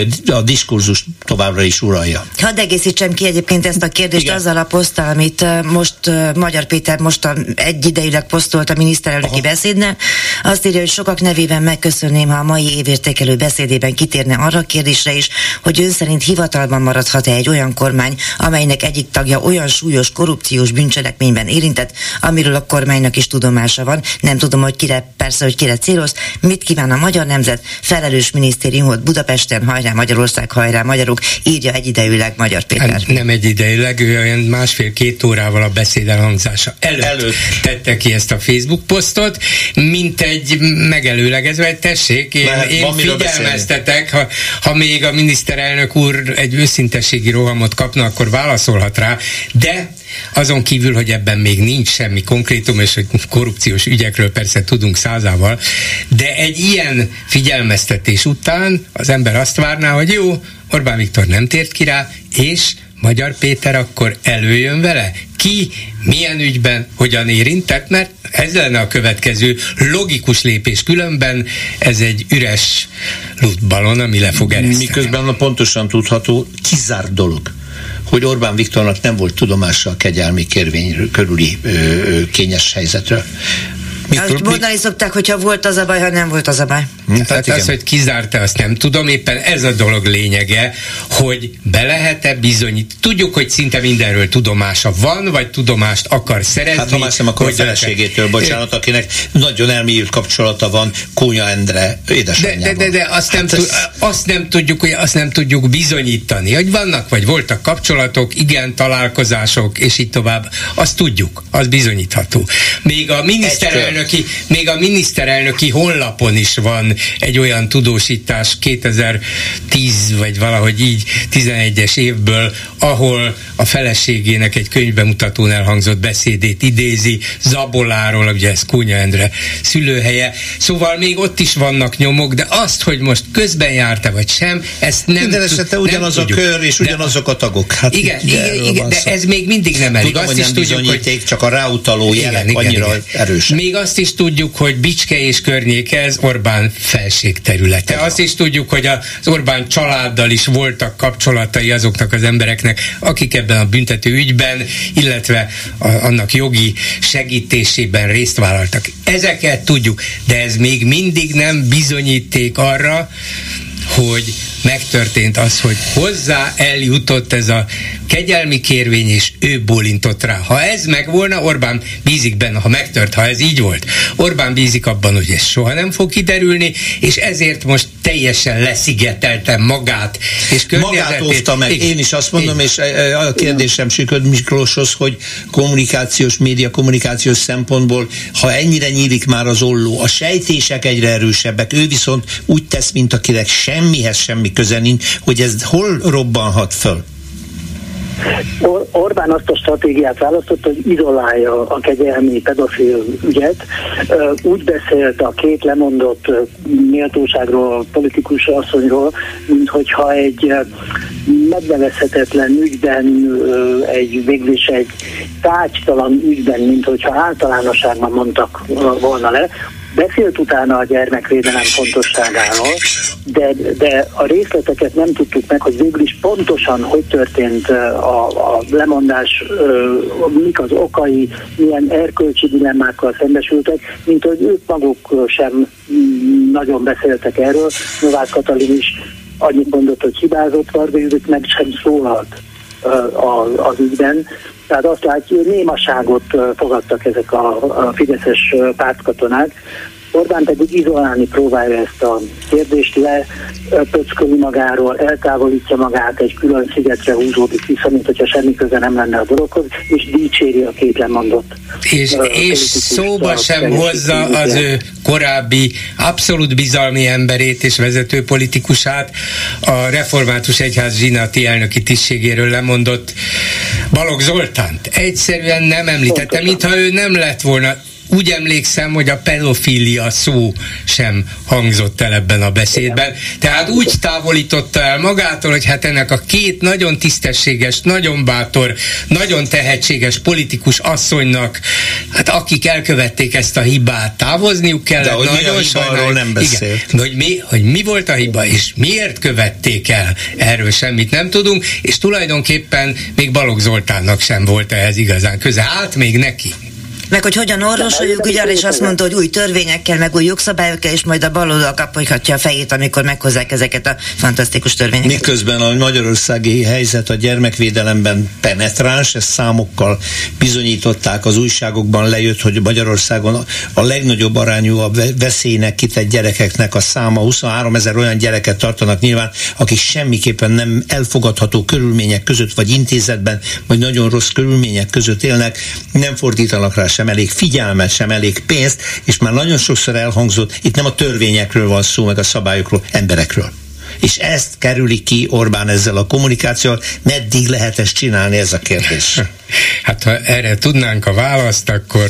a diskurzust továbbra is uralja? Hadd egészítsem ki egyébként ezt a kérdést. Igen. Azzal a poszttal, amit most Magyar Péter mostan egyidejűleg posztolt a miniszterelnöki Aha. beszédne. Azt írja, hogy sokak nevében megköszönném, ha a mai évértékelő beszédében kitérne arra a kérdésre is, hogy ön szerint hivatalban maradhat-e egy olyan kormány, amelynek egyik tagja olyan súlyos korrupciós bűncselekményben érintett, amiről a kormánynak is tudomása van. Nem tudom, hogy kire, persze, hogy kire céloz. Mit kíván a magyar nemzet? Felelős minisztériumot Budapesten, hajrá Magyarország, hajrá magyarok, írja egyidejűleg Magyar Péter. Hát nem egyidejűleg, ő olyan másfél-két órával a beszéd elhangzása előtt, előtt tette ki ezt a Facebook posztot, mint egy megelőlegezve, tessék, én, Lehet, én figyelmeztetek, ha, ha még a miniszterelnök úr egy őszintességi rohamot kapna, akkor válaszolhat rá, de azon kívül, hogy ebben még nincs semmi konkrétum, és hogy korrupciós ügyekről persze tudunk százával, de egy ilyen figyelmeztetés után az ember azt várná, hogy jó, Orbán Viktor nem tért ki rá, és Magyar Péter akkor előjön vele? Ki, milyen ügyben, hogyan érintett, mert ez lenne a következő logikus lépés, különben ez egy üres luftballon, ami le fog ereszteni. Miközben pontosan tudható, kizárt dolog, hogy Orbán Viktornak nem volt tudomása a kegyelmi kérvény körüli ö, kényes helyzetről. Azt mondani szokták, hogyha volt az a baj, ha nem volt az a baj. Tehát az, hogy kizárta, azt nem tudom, éppen ez a dolog lényege, hogy be lehet-e bizonyítani. Tudjuk, hogy szinte mindenről tudomása van, vagy tudomást akar szerezni. Hát ha más nem, akkor a feleségétől, bocsánat, akinek nagyon elmélyült kapcsolata van Kónya Endre édesanyjával. De, de, de azt, hát nem ez... tud, azt nem tudjuk, hogy azt nem tudjuk bizonyítani, hogy vannak, vagy voltak kapcsolatok, igen, találkozások, és így tovább. Azt tudjuk, az bizonyítható. Még a miniszterelnöki, még a miniszterelnöki honlapon is van egy olyan tudósítás kétezer-tíz, vagy valahogy így tizenegyes évből, ahol a feleségének egy könyvbemutatón elhangzott beszédét idézi, Zaboláról, ugye ez Kónya Endre szülőhelye. Szóval még ott is vannak nyomok, de azt, hogy most közben járt-e vagy sem, ezt nem minden esetre ugyanaz a kör és ugyanazok a tagok. Hát igen, igen, igen de ez még mindig nem elég. Tudom, azt hogy is nem tudjuk, hogy csak a ráutaló jelek igen, annyira igen, erősek. Még azt is tudjuk, hogy Bicske és környéke ez Orbán felség területe. Azt is tudjuk, hogy az Orbán családdal is voltak kapcsolatai azoknak az embereknek, akik ebben a büntető ügyben, illetve a, annak jogi segítésében részt vállaltak. Ezeket tudjuk, de ez még mindig nem bizonyíték arra, hogy megtörtént az, hogy hozzá eljutott ez a kegyelmi kérvény, és ő bólintott rá. Ha ez megvolna, Orbán bízik benne, ha megtört, ha ez így volt. Orbán bízik abban, hogy ez soha nem fog kiderülni, és ezért most teljesen leszigetelte magát, és magát óvta meg. Én is azt mondom, én. És a kérdésem Süköd Miklóshoz, hogy kommunikációs, média kommunikációs szempontból, ha ennyire nyílik már az olló, a sejtések egyre erősebbek, ő viszont úgy tesz, mint akinek semmihez semmi köze nincs, hogy ez hol robbanhat föl? Or- Orbán azt a stratégiát választott, hogy izolálja a kegyelmi pedofil ügyet. Úgy beszélt a két lemondott méltóságról, politikus asszonyról, mint hogyha egy megnevezhetetlen ügyben, egy végül is egy tárgytalan ügyben, mint hogyha általánosságban mondtak volna le. Beszélt utána a gyermekvédelem fontosságáról, de, de a részleteket nem tudtuk meg, hogy végül is pontosan hogy történt a, a lemondás, mik az okai, milyen erkölcsi dilemmákkal szembesültek, mint hogy ők maguk sem nagyon beszéltek erről. Novák Katalin is annyit mondott, hogy hibázott, Varga Judit meg sem szólalt az ügyben. Tehát azt látjuk, hogy némaságot fogadtak ezek a, a fideszes pártkatonák. Orbán pedig izolálni próbálja ezt a kérdést, lepöcköli magáról, eltávolítja magát, egy külön szigetre húzódik vissza, mint hogyha semmi köze nem lenne a dologhoz, és dicséri a két lemondott. És, és szóba sem hozza az ő korábbi abszolút bizalmi emberét és vezető politikusát, a Református Egyház zsinati elnöki tisztségéről lemondott Balogh Zoltánt. Egyszerűen nem említette, mintha ő nem lett volna. Úgy emlékszem, hogy a pedofília szó sem hangzott el ebben a beszédben. Tehát úgy távolította el magától, hogy hát ennek a két nagyon tisztességes, nagyon bátor, nagyon tehetséges politikus asszonynak, hát akik elkövették ezt a hibát, távozniuk kellett. De hogy nagyon sajnálom, nem beszélt. Igen, hogy mi, hogy mi volt a hiba, és miért követték el, erről semmit nem tudunk, és tulajdonképpen még Balogh Zoltánnak sem volt ehhez igazán köze. Állt még neki. Meg hogy hogyan orvosoljuk, ugye arra is azt mondta, hogy új törvényekkel, meg új jogszabályokkal, és majd a baloldal kaphatja a fejét, amikor meghozzák ezeket a fantasztikus törvényeket. Miközben a magyarországi helyzet a gyermekvédelemben penetráns, ezt számokkal bizonyították, az újságokban lejött, hogy Magyarországon a legnagyobb arányú a veszélynek kitett gyerekeknek a száma, huszonhárom ezer olyan gyereket tartanak nyilván, akik semmiképpen nem elfogadható körülmények között, vagy intézetben, vagy nagyon rossz körülmények között élnek, nem fordítanak rá sem elég figyelmet, sem elég pénzt, és már nagyon sokszor elhangzott, itt nem a törvényekről van szó, meg a szabályokról, emberekről. És ezt kerüli ki Orbán ezzel a kommunikációval. Meddig lehet ezt csinálni, ez a kérdés? Hát ha erre tudnánk a választ, akkor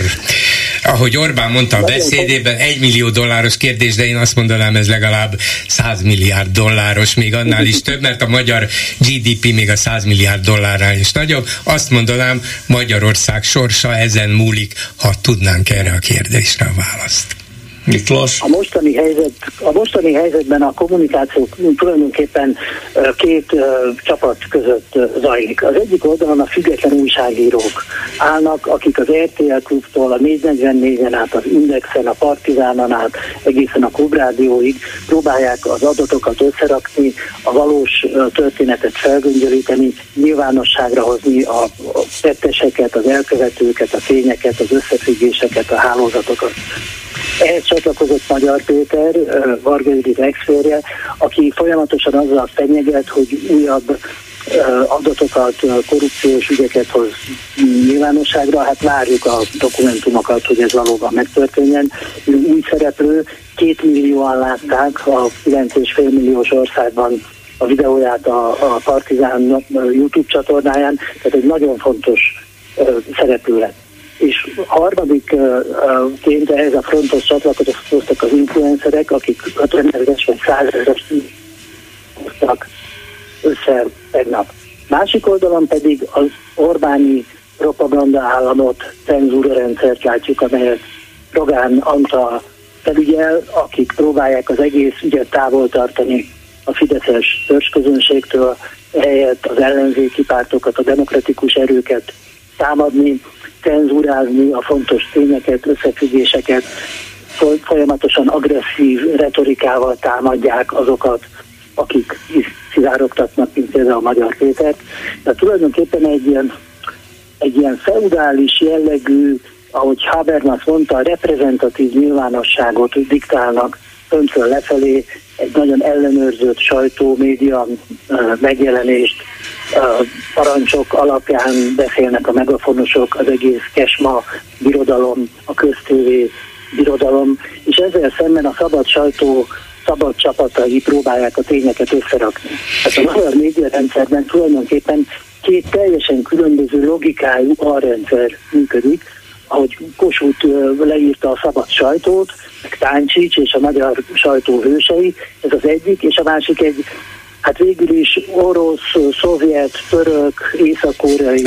ahogy Orbán mondta a beszédében, egy millió dolláros kérdés, de én azt mondanám, ez legalább száz milliárd dolláros, még annál is több, mert a magyar gé dé pé még a száz milliárd dollárnál is nagyobb. Azt mondanám, Magyarország sorsa ezen múlik, ha tudnánk erre a kérdésre a választ. Miklós? A mostani, helyzet, a mostani helyzetben a kommunikáció tulajdonképpen két uh, csapat között uh, zajlik. Az egyik oldalon a független újságírók állnak, akik az er té el klubtól, a négyszáznegyvennégyen át, az Indexen, a Partizánon át, egészen a Klubrádióig próbálják az adatokat összerakni, a valós uh, történetet felgöngyölíteni, nyilvánosságra hozni a, a tetteseket, az elkövetőket, a tényeket, az összefüggéseket, a hálózatokat. Ehhez csatlakozott Magyar Péter, Varga Judit ex-férje, aki folyamatosan azzal fenyeget, hogy újabb adatokat, korrupciós ügyeket hoz nyilvánosságra. Hát várjuk a dokumentumokat, hogy ez valóban megtörténjen. Új szereplő, két millióan látták a kilenc és fél milliós országban a videóját a, a Partizán YouTube csatornáján, tehát egy nagyon fontos szereplő lett. És harmadikként ehhez a fronthoz csatlakoztak az influencerek, akik ötvenezeres vagy százezeres hoztak össze tegnap. Másik oldalon pedig az Orbáni propaganda államot, cenzúra rendszert látjuk, amelyet Rogán Antal felügyel, akik próbálják az egész ügyet távol tartani a fideszes törzsközönségtől, helyett az ellenzéki pártokat, a demokratikus erőket támadni, cenzúrázni a fontos tényeket, összefüggéseket, folyamatosan agresszív retorikával támadják azokat, akik szivárogtatnak, mint például a Magyar Pétert. Tehát tulajdonképpen egy ilyen, egy ilyen feudális jellegű, ahogy Habermas mondta, reprezentatív nyilvánosságot diktálnak föntről lefelé, egy nagyon ellenőrzött sajtó, média megjelenést, parancsok alapján beszélnek a megafonosok, az egész kesma birodalom, a köztévé birodalom, és ezzel szemben a szabad sajtó szabad csapatai próbálják a tényeket összerakni. Tehát a magyar médiarendszerben tulajdonképpen két teljesen különböző logikájú alrendszer működik, ahogy Kossuth leírta a szabad sajtót, meg Táncsics és a magyar sajtó hősei, ez az egyik, és a másik egy, hát végül is orosz, szovjet, török, észak-koreai,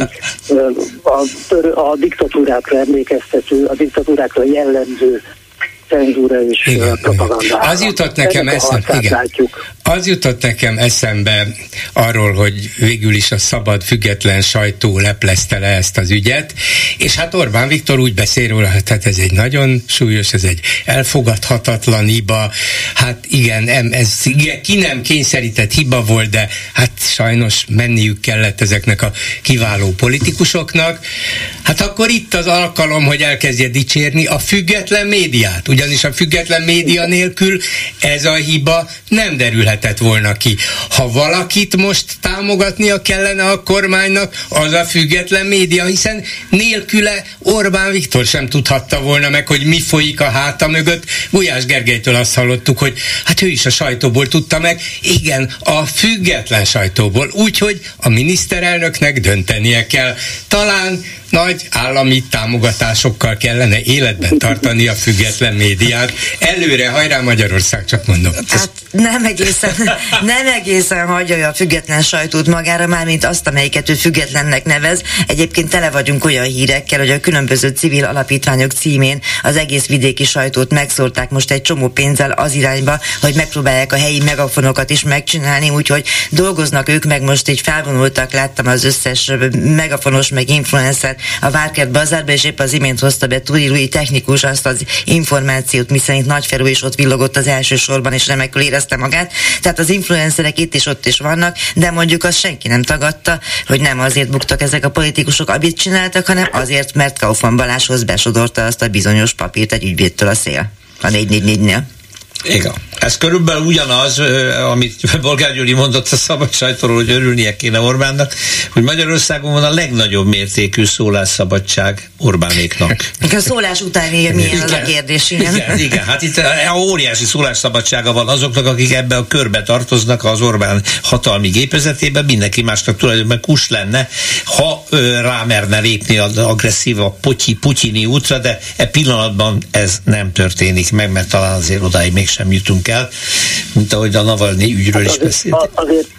a, tör, a diktatúrákra emlékeztető, a diktatúrákra jellemző cenzúra és igen, propaganda. Az jutott nekem eszembe, igen. Az jutott nekem eszembe arról, hogy végül is a szabad, független sajtó leplezte le ezt az ügyet, és hát Orbán Viktor úgy beszél róla, hát ez egy nagyon súlyos, ez egy elfogadhatatlan hiba, hát igen, ez igen, ki nem kényszerített hiba volt, de hát sajnos menniük kellett ezeknek a kiváló politikusoknak. Hát akkor itt az alkalom, hogy elkezdje dicsérni a független médiát, ugyanis a független média nélkül ez a hiba nem derülhetett volna ki. Ha valakit most támogatnia kellene a kormánynak, az a független média, hiszen nélküle Orbán Viktor sem tudhatta volna meg, hogy mi folyik a háta mögött. Gulyás Gergelytől azt hallottuk, hogy hát ő is a sajtóból tudta meg. Igen, a független sajtóból. Úgyhogy a miniszterelnöknek döntenie kell. Talán nagy állami támogatásokkal kellene életben tartani a független médiát. Előre, hajrá Magyarország, csak mondom. Hát nem egészen, nem egészen hagyja a független sajtót magára, mármint azt, amelyiket ő függetlennek nevez. Egyébként tele vagyunk olyan hírekkel, hogy a különböző civil alapítványok címén az egész vidéki sajtót megszórták most egy csomó pénzzel az irányba, hogy megpróbálják a helyi megafonokat is megcsinálni, úgyhogy dolgoznak ők, meg most így felvonultak, láttam az összes megafonos, meg influencer a Várkert bazárba, és épp az imént hozta be Turi Rui technikus azt az információt, miszerint Nagyferú is ott villogott az első sorban, és remekül érezte magát. Tehát az influencerek itt is ott is vannak, de mondjuk azt senki nem tagadta, hogy nem azért buktak ezek a politikusok, amit csináltak, hanem azért, mert Kaufmann Balázshoz besodorta azt a bizonyos papírt egy ügyvédtől a szél. A négy négy négynél. Igen. Ez körülbelül ugyanaz, amit Bolgár Gyuri mondott a szabad sajtóról, hogy örülnie kéne Orbánnak, hogy Magyarországon van a legnagyobb mértékű szólásszabadság Orbánéknak. A szólás után milyen igen, az a kérdés, igen. Igen, igen, hát itt óriási szólásszabadsága van azoknak, akik ebbe a körbe tartoznak az Orbán hatalmi gépezetében, mindenki másnak tulajdonképpen kus lenne, ha ö, rámerne lépni az agresszív, a potyi, putyini útra, de e pillanatban ez nem történik meg, mert talán azért odáig mégsem jutunk el, mint ahogy a Navalnyi ügyről is beszéltünk. Azért,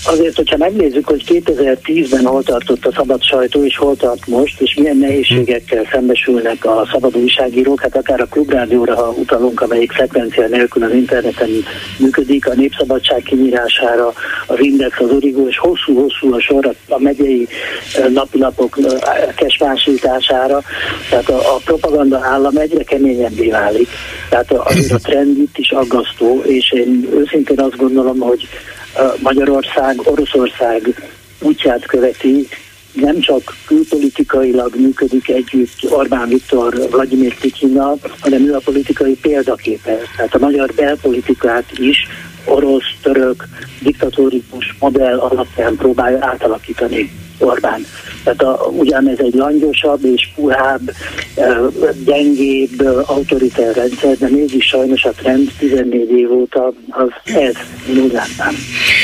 azért, hogyha megnézzük, hogy kétezer-tízben hol tartott a szabad sajtó, és hol tart most, és milyen nehézségekkel szembesülnek a szabad újságírók, hát akár a Klubrádióra, ha utalunk, amelyik frekvencia nélkül az interneten működik, a Népszabadság kinyírására, az Index, az Origo, és hosszú-hosszú a sor a megyei napilapok kesmásítására, tehát a, a propaganda állam egyre keményebbé válik. Tehát azért a trend itt is aggasztó, és én őszintén azt gondolom, hogy Magyarország, Oroszország útját követi, nem csak külpolitikailag működik együtt Orbán Viktor Vladimir Putyinnal, hanem ő a politikai példaképe. Tehát a magyar belpolitikát is orosz, török, diktatórikus modell alapján próbálja átalakítani Orbán. Tehát a, ugyan ez egy langyosabb és puhább, gyengébb, autoritár rendszer, de mégis sajnos a trend tizennégy év óta az ez, én úgy látnám.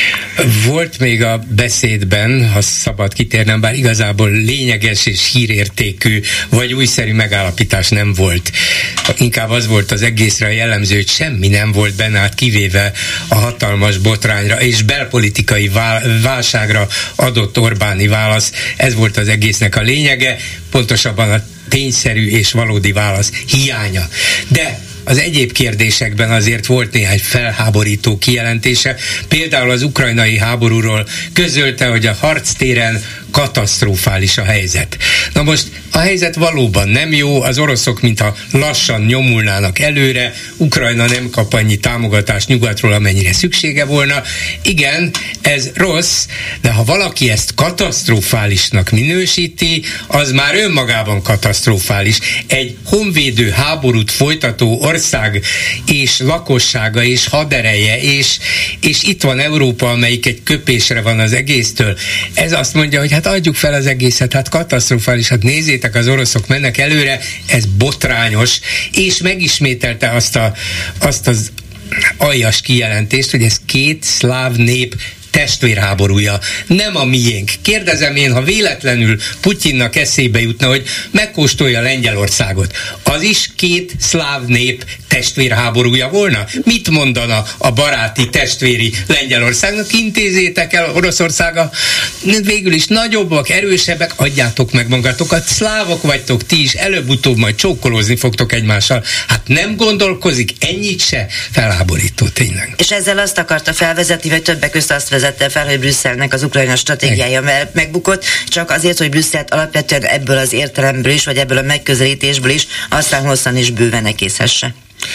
Volt még a beszédben, ha szabad kitérnem, bár igazából lényeges és hírértékű, vagy újszerű megállapítás nem volt. Inkább az volt az egészre jellemző, hogy semmi nem volt benne, hát kivéve a hatalmas botrányra és belpolitikai válságra adott Orbáni válasz. Ez volt az egésznek a lényege, pontosabban a tényszerű és valódi válasz hiánya. De az egyéb kérdésekben azért volt néhány felháborító kijelentése. Például az ukrajnai háborúról közölte, hogy a harctéren katasztrofális a helyzet. Na most a helyzet valóban nem jó, az oroszok mintha lassan nyomulnának előre, Ukrajna nem kap annyi támogatást nyugatról, amennyire szüksége volna. Igen, ez rossz, de ha valaki ezt katasztrofálisnak minősíti, az már önmagában katasztrofális. Egy honvédő háborút folytató ország és lakossága és hadereje, és, és itt van Európa, amelyik egy köpésre van az egésztől. Ez azt mondja, hogy hát adjuk fel az egészet, hát katasztrofális, hát nézzétek, az oroszok mennek előre, ez botrányos, és megismételte azt, a, azt az aljas kijelentést, hogy ez két szláv nép testvérháborúja, nem a miénk. Kérdezem én, ha véletlenül Putyinnak eszébe jutna, hogy megkóstolja Lengyelországot, az is két szláv nép testvérháborúja volna? Mit mondana a baráti testvéri Lengyelországnak? Intézzétek el Oroszországa, végül is nagyobbak, erősebbek, adjátok meg magatokat, szlávok vagytok ti is, előbb-utóbb majd csókolózni fogtok egymással. Hát nem gondolkozik, ennyit se? Felháborító tényleg. És ezzel azt akarta felvezetni, vagy többek között azt vezette fel, hogy Brüsszelnek az Ukrajna stratégiája megbukott, csak azért, hogy Brüsszelt alapvetően ebből az értelemből is, vagy ebből a megközelítésből is aztán hosszan is bőven egészhesse.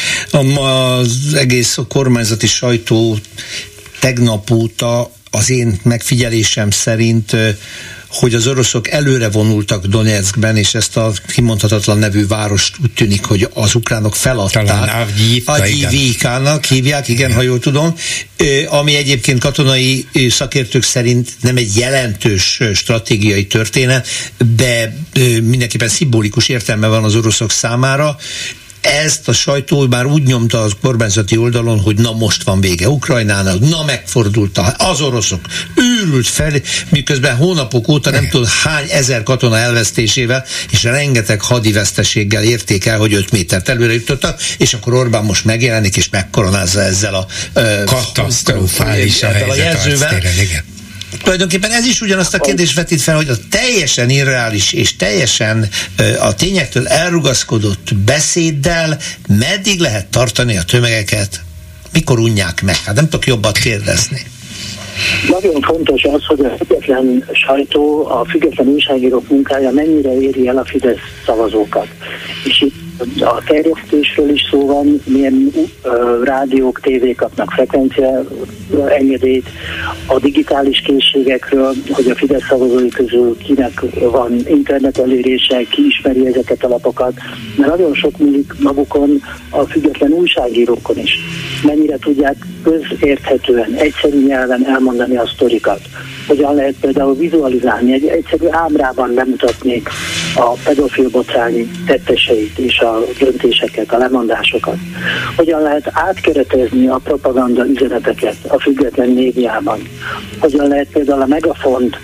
Az egész kormányzati sajtó tegnap óta az én megfigyelésem szerint, hogy az oroszok előre vonultak Donetskben, és ezt a kimondhatatlan nevű várost úgy tűnik, hogy az ukránok feladták. Avgyívkának hívják, igen, igen, ha jól tudom, ami egyébként katonai szakértők szerint nem egy jelentős stratégiai történet, de mindenképpen szimbolikus értelme van az oroszok számára. Ezt a sajtó már úgy nyomta az kormányzati oldalon, hogy na most van vége Ukrajnának, na megfordult az oroszok, őrült fel, miközben hónapok óta nem tudom hány ezer katona elvesztésével, és rengeteg hadi veszteséggel érték el, hogy öt métert előre jutottak, és akkor Orbán most megjelenik, és megkoronázza ezzel a katasztrofális a helyzet. Tulajdonképpen ez is ugyanazt a kérdést vetít fel, hogy a teljesen irreális és teljesen a tényektől elrugaszkodott beszéddel meddig lehet tartani a tömegeket, mikor unják meg? Hát nem tudok jobbat kérdezni. Nagyon fontos az, hogy a független sajtó, a független újságírók munkája mennyire éri el a Fidesz szavazókat. És itt a terjesztésről is szó van, milyen uh, rádiók, tévék kapnak frekvencia engedélyt, a digitális készségekről, hogy a Fidesz szavazói közül kinek van internet elérése, ki ismeri ezeket a lapokat, mert nagyon sok múlik magukon, a független újságírókon is. Mennyire tudják közérthetően, egyszerű nyelven elmondani a sztorikat. Hogyan lehet például vizualizálni, egy egyszerű ábrában bemutatni a pedofil botrány tetteseit és a döntéseket, a lemondásokat. Hogyan lehet átkeretezni a propaganda üzeneteket a független médiában. Hogyan lehet például a megafont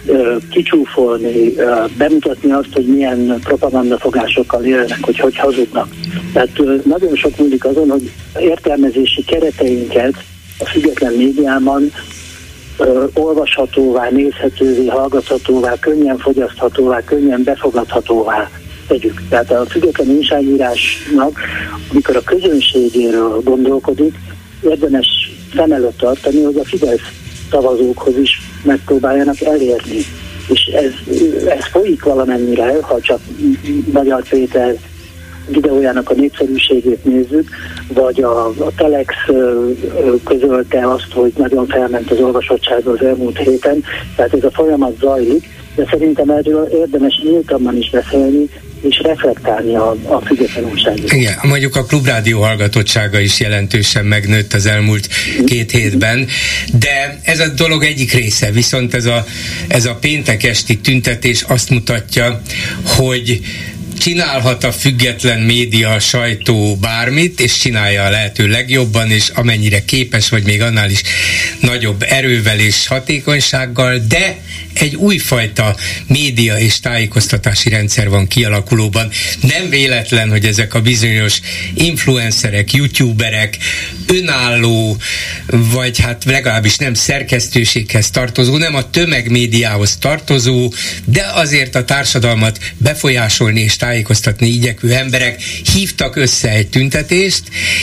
kicsúfolni, bemutatni azt, hogy milyen propagandafogásokkal élnek, hogy hogy hazudnak. Tehát nagyon sok múlik azon, hogy értelmezési kereteinket a független médiában ö, olvashatóvá, nézhetővé, hallgathatóvá, könnyen fogyaszthatóvá, könnyen befogadhatóvá tegyük. Tehát a független újságírásnak, amikor a közönségéről gondolkodik, érdemes szem előtt tartani, hogy a Fidesz szavazókhoz is megpróbáljanak elérni. És ez, ez folyik valamennyire, ha csak Magyar Péter videójának a népszerűségét nézzük, vagy a, a Telex közölte azt, hogy nagyon felment az olvasottsága az elmúlt héten, tehát ez a folyamat zajlik, de szerintem erről érdemes nyíltabban is beszélni, és reflektálni a, a független újságírók. Igen, mondjuk a Klubrádió hallgatottsága is jelentősen megnőtt az elmúlt két hétben, de ez a dolog egyik része, viszont ez a, ez a péntek esti tüntetés azt mutatja, hogy csinálhat a független média, a sajtó bármit, és csinálja a lehető legjobban, és amennyire képes, vagy még annál is nagyobb erővel és hatékonysággal, de egy újfajta média és tájékoztatási rendszer van kialakulóban. Nem véletlen, hogy ezek a bizonyos influencerek, youtuberek, önálló, vagy hát legalábbis nem szerkesztőséghez tartozó, nem a tömegmédiához tartozó, de azért a társadalmat befolyásolni és tájékoztatni igyekvő emberek hívtak össze egy tüntetést,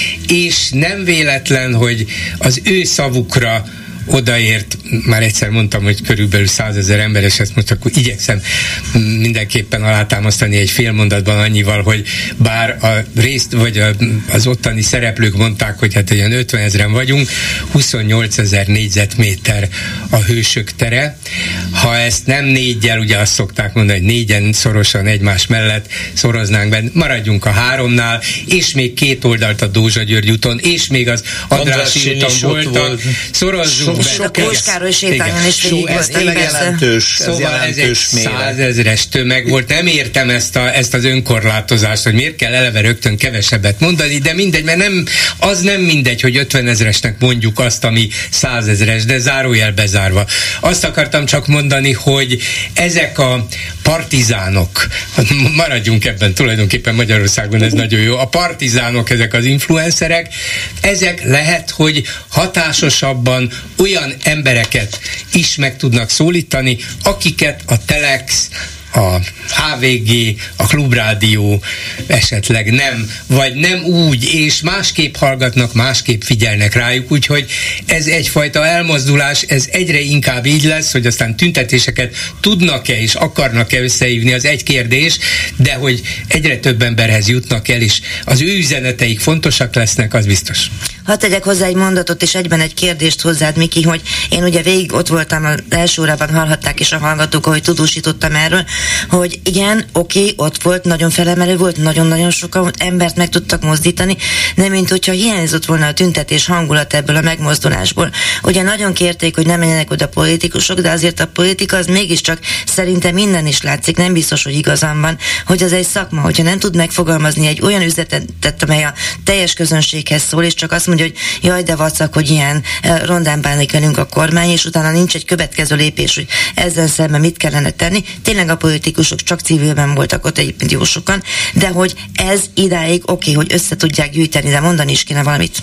és nem véletlen, hogy az ő szavukra odaért, már egyszer mondtam, hogy körülbelül százezer ember, és ezt most akkor igyekszem mindenképpen alátámasztani egy fél mondatban annyival, hogy bár a részt, vagy a, az ottani szereplők mondták, hogy hát olyan ötvenezren vagyunk, huszonnyolcezer négyzetméter a Hősök tere. Ha ezt nem négyel, ugye azt szokták mondani, hogy négyen szorosan egymás mellett szoroznánk be, maradjunk a háromnál, és még két oldalt a Dózsa György úton, és még az Andrássy úton voltak, szorozzunk be. A Kóskároly sétányon is végig ez tényleg jelentős, ez szóval jelentős ez egy százezres tömeg volt. Nem értem ezt, a, ezt az önkorlátozást, hogy miért kell eleve rögtön kevesebbet mondani, de mindegy, mert nem, az nem mindegy, hogy ötvenezresnek mondjuk azt, ami százezres, de zárójel bezárva. Azt akartam csak mondani, hogy ezek a partizánok, maradjunk ebben, tulajdonképpen Magyarországon ez nagyon jó, a partizánok, ezek az influencerek, ezek lehet, hogy hatásosabban olyan embereket is meg tudnak szólítani, akiket a Telex, a há vé gé, a Klubrádió esetleg nem, vagy nem úgy, és másképp hallgatnak, másképp figyelnek rájuk, úgyhogy ez egyfajta elmozdulás, ez egyre inkább így lesz, hogy aztán tüntetéseket tudnak-e és akarnak-e összehívni, az egy kérdés, de hogy egyre több emberhez jutnak el, és az ő üzeneteik fontosak lesznek, az biztos. Hadd tegyek hozzá egy mondatot, és egyben egy kérdést hozzád, Miki, hogy én ugye végig ott voltam, az első órában hallhatták is a hallgatók, ahogy tudósítottam erről, hogy igen, oké, ott volt, nagyon felemelő volt, nagyon-nagyon sok embert meg tudtak mozdítani, de mint hogyha hiányzott volna a tüntetés hangulat ebből a megmozdulásból. Ugye nagyon kérték, hogy nem menjenek oda politikusok, de azért a politika az mégiscsak szerintem minden is látszik, nem biztos, hogy igazam van, hogy az egy szakma, hogyha nem tud megfogalmazni egy olyan üzletet, amely a teljes közönséghez szól, és csak azt mondja, hogy jaj, de vacak, hogy ilyen rondán bánik velünk a kormány, és utána nincs egy következő lépés, hogy ezzel szemben mit kellene tenni. Tényleg a politikusok csak civilben voltak ott egyébként jó sokan, de hogy ez idáig oké, okay, hogy össze tudják gyűjteni, de mondani is kéne valamit.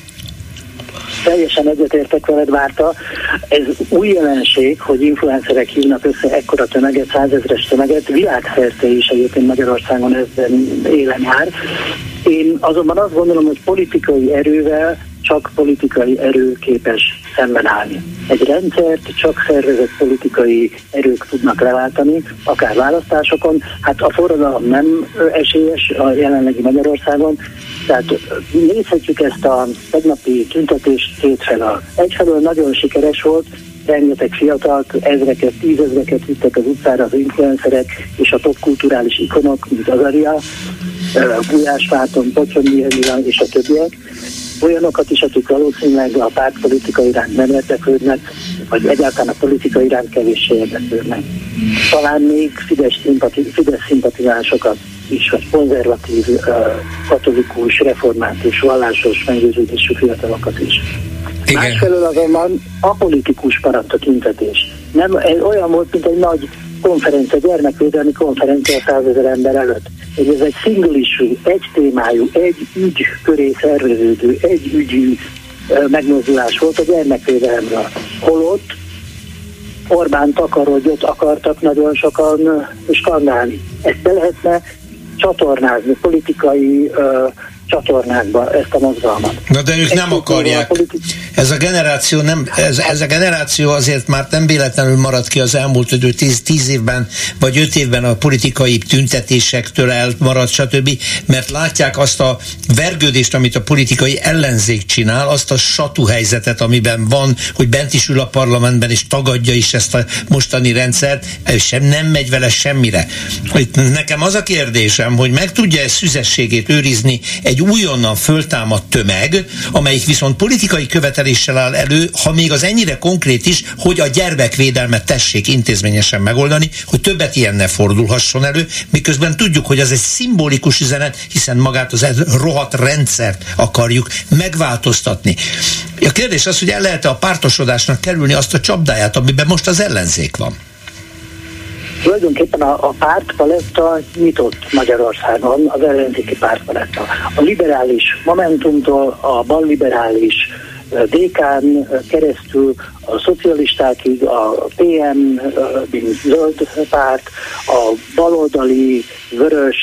Teljesen egyetértek veled, Márta. Ez új jelenség, hogy influencerek hívnak össze ekkora tömeget, százezres tömeget, világszerte is egyébként Magyarországon ezben élen jár. Én azonban azt gondolom, hogy politikai erővel csak politikai erő képes szemben állni. Egy rendszert csak szervezett politikai erők tudnak leváltani, akár választásokon. Hát a forradalom nem esélyes a jelenlegi Magyarországon, tehát nézhetjük ezt a tegnapi tüntetést kétfelől. Egyfelől nagyon sikeres volt, rengeteg fiatalt, ezreket, tízezreket vittek az utcára az influencerek és a top kulturális ikonok, mint Azaria, Gulyás Márton, Pocsonyi Emila és a többiek. Olyanokat is, akik valószínűleg a pártpolitika iránt nem érdeklődnek, vagy egyáltalán a politika iránt kevéssé érdeklődnek. Talán még Fidesz, szimpati- Fidesz szimpatizánsokat is, vagy konzervatív, katolikus, református, vallásos meggyőződésű fiatalokat is. Igen. Másfelől azonban apolitikus maradt a tüntetés. Nem, olyan volt, mint egy nagy konferencia, gyermekvédelmi konferencia százezer ember előtt. Ez egy single issue, egy témájú, egy ügy köré szerveződő, egy ügyű megmozdulás volt a gyermekvédelemről. Holott Orbán takarodjot akartak nagyon sokan skandálni. Ezt be lehetne csatornázni politikai uh, csatornákba, ezt a mozgalmat. Na de ők nem akarják. Ez a generáció nem, ez, ez a generáció azért már nem véletlenül maradt ki az elmúlt tíz, tíz évben, vagy öt évben a politikai tüntetésektől elmaradt, stb., mert látják azt a vergődést, amit a politikai ellenzék csinál, azt a satuhelyzetet, amiben van, hogy bent is ül a parlamentben, és tagadja is ezt a mostani rendszert, és sem nem megy vele semmire. Nekem az a kérdésem, hogy meg tudja-e szüzességét őrizni egy újonnan föltámadt tömeg, amelyik viszont politikai követeléssel áll elő, ha még az ennyire konkrét is, hogy a gyermekvédelmet tessék intézményesen megoldani, hogy többet ilyen ne fordulhasson elő, miközben tudjuk, hogy ez egy szimbolikus üzenet, hiszen magát az rohadt rendszert akarjuk megváltoztatni. A kérdés az, hogy el lehet-e a pártosodásnak kerülni azt a csapdáját, amiben most az ellenzék van? Tulajdonképpen a, a pártpaletta nyitott Magyarországon, az ellenzéki pártpaletta. A liberális Momentumtól a balliberális dé ká-n keresztül a szocialistákig, a pé em, mint zöld párt, a baloldali vörös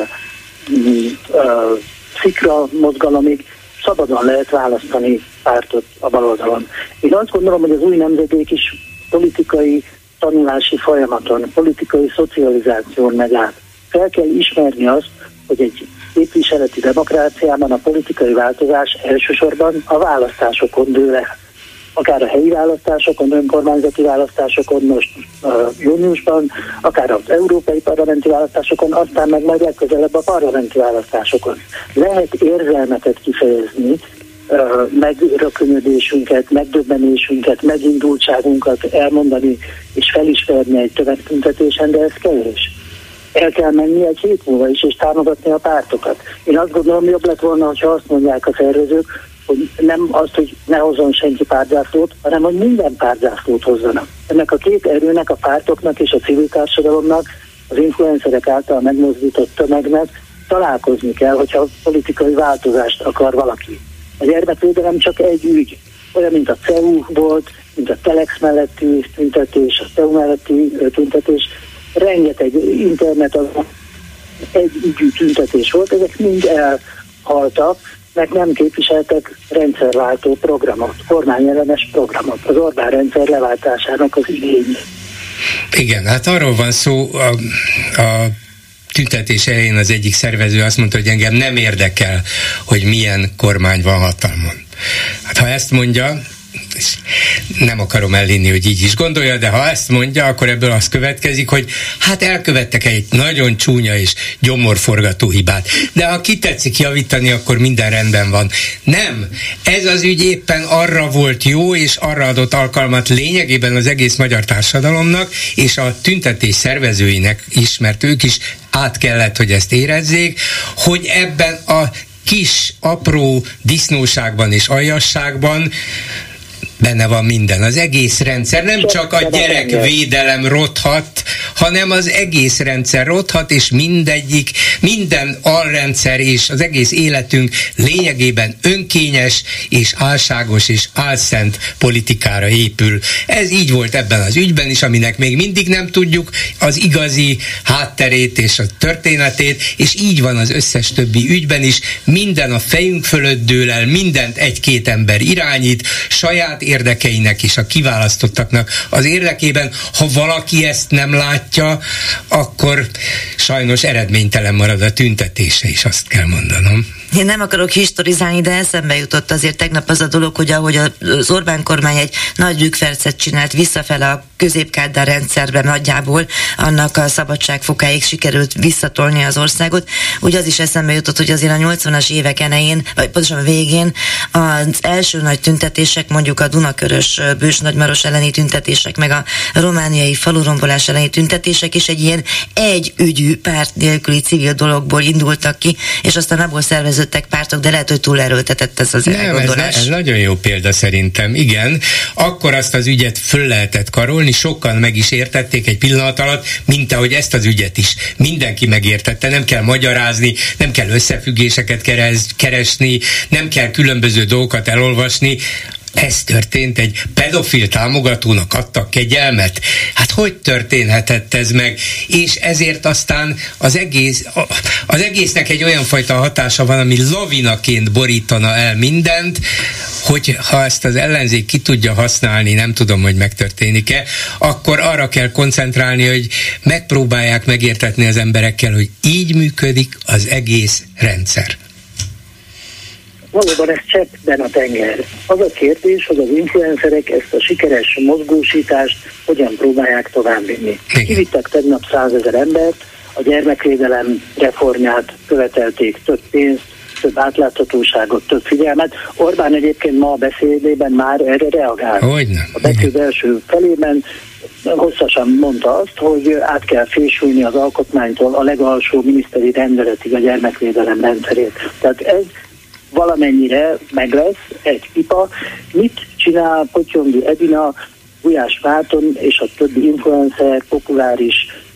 szikra mozgalomig szabadon lehet választani pártot a baloldalon. Én azt gondolom, hogy az új nemzedék is politikai tanulási folyamaton, politikai szocializáción megy át. Fel kell ismerni azt, hogy egy képviseleti demokráciában a politikai változás elsősorban a választásokon dől el. Akár a helyi választásokon, önkormányzati választásokon most uh, júniusban, akár az európai parlamenti választásokon, aztán meg majd legközelebb a parlamenti választásokon. Lehet érzelmeket kifejezni, uh, megrökönyödésünket, megdöbbenésünket, megindultságunkat elmondani és felismerni egy tömegtüntetésen, de ez kevés. El kell menni egy hét múlva is, és támogatni a pártokat. Én azt gondolom, jobb lett volna, hogyha azt mondják a szervezők, hogy nem azt, hogy ne hozzon senki pártzászlót, hanem hogy minden pártzászlót hozzanak. Ennek a két erőnek, a pártoknak és a civil társadalomnak, az influencerek által megmozdított tömegnek találkozni kell, hogyha politikai változást akar valaki. A gyermekvédelem csak egy ügy, olyan, mint a cé e u volt, mint a Telex melletti tüntetés, a cé e u melletti tüntetés, rengeteg internet az egy ügyű tüntetés volt, ezek mind elhaltak, mert nem képviseltek rendszerváltó programot, kormányellenes programot, az Orbán rendszer leváltásának az igényét. Igen, hát arról van szó, a, a tüntetés elején az egyik szervező azt mondta, hogy engem nem érdekel, hogy milyen kormány van hatalmon. Hát ha ezt mondja, és nem akarom elhinni, hogy így is gondolja, de ha ezt mondja, akkor ebből az következik, hogy hát elkövettek egy nagyon csúnya és gyomorforgató hibát. De ha kitetszik javítani, akkor minden rendben van. Nem! Ez az ügy éppen arra volt jó, és arra adott alkalmat lényegében az egész magyar társadalomnak, és a tüntetés szervezőinek is, mert ők is át kellett, hogy ezt érezzék, hogy ebben a kis, apró disznóságban és aljasságban benne van minden. Az egész rendszer, nem csak a gyerekvédelem rothat, hanem az egész rendszer rothat, és mindegyik, minden alrendszer és az egész életünk lényegében önkényes és álságos és álszent politikára épül. Ez így volt ebben az ügyben is, aminek még mindig nem tudjuk az igazi hátterét és a történetét, és így van az összes többi ügyben is. Minden a fejünk fölött dől el, mindent egy-két ember irányít, saját érdekeinek és a kiválasztottaknak az érdekében. Ha valaki ezt nem látja, akkor sajnos eredménytelen marad a tüntetése is, azt kell mondanom. Én nem akarok historizálni, de eszembe jutott azért tegnap az a dolog, hogy ahogy az Orbán kormány egy nagy rükvercet csinált visszafele a középkádár rendszerben nagyjából, annak a szabadságfokáig sikerült visszatolni az országot. Úgy az is eszembe jutott, hogy azért a nyolcvanas évek elején, vagy pontosan a végén az első nagy tüntetések, mondjuk a Dunakörös Bős-Nagymaros elleni tüntetések, meg a romániai falurombolás elleni tüntetések is egy ilyen együgyű párt nélküli civil dologból indultak ki, és aztán abból szerveződtek pártok, de lehet, hogy túlerőltetett ez az Nem, elgondolás. Ez, ez nagyon jó példa szerintem, igen. Akkor azt az ügyet föl lehetett karolni, sokan meg is értették egy pillanat alatt, mint ahogy ezt az ügyet is. Mindenki megértette, nem kell magyarázni, nem kell összefüggéseket keres, keresni, nem kell különböző dolgokat elolvasni. ez történt, egy pedofil támogatónak adtak kegyelmet? Hát hogy történhetett ez meg? És ezért aztán az egész, az egésznek egy olyan fajta hatása van, ami lavinaként borítana el mindent, hogy ha ezt az ellenzék ki tudja használni, nem tudom, hogy megtörténik-e, akkor arra kell koncentrálni, hogy megpróbálják megértetni az emberekkel, hogy így működik az egész rendszer. Valóban ez cseppben a tenger. Az a kérdés, hogy az influencerek ezt a sikeres mozgósítást hogyan próbálják továbbvinni. Kivittek tegnap százezer embert, a gyermekvédelem reformját követelték, több pénzt, több átláthatóságot, több figyelmet. Orbán egyébként ma a beszédében már erre reagál. Hogyne. A beszéd első felében hosszasan mondta azt, hogy át kell fésülni az alkotmánytól a legalsó miniszteri rendeletig a gyermekvédelem rendszerét. Tehát ez valamennyire meg lesz, egy pipa. Mit csinál Potyongi Edina, Gulyás Márton és a többi influencer, populáris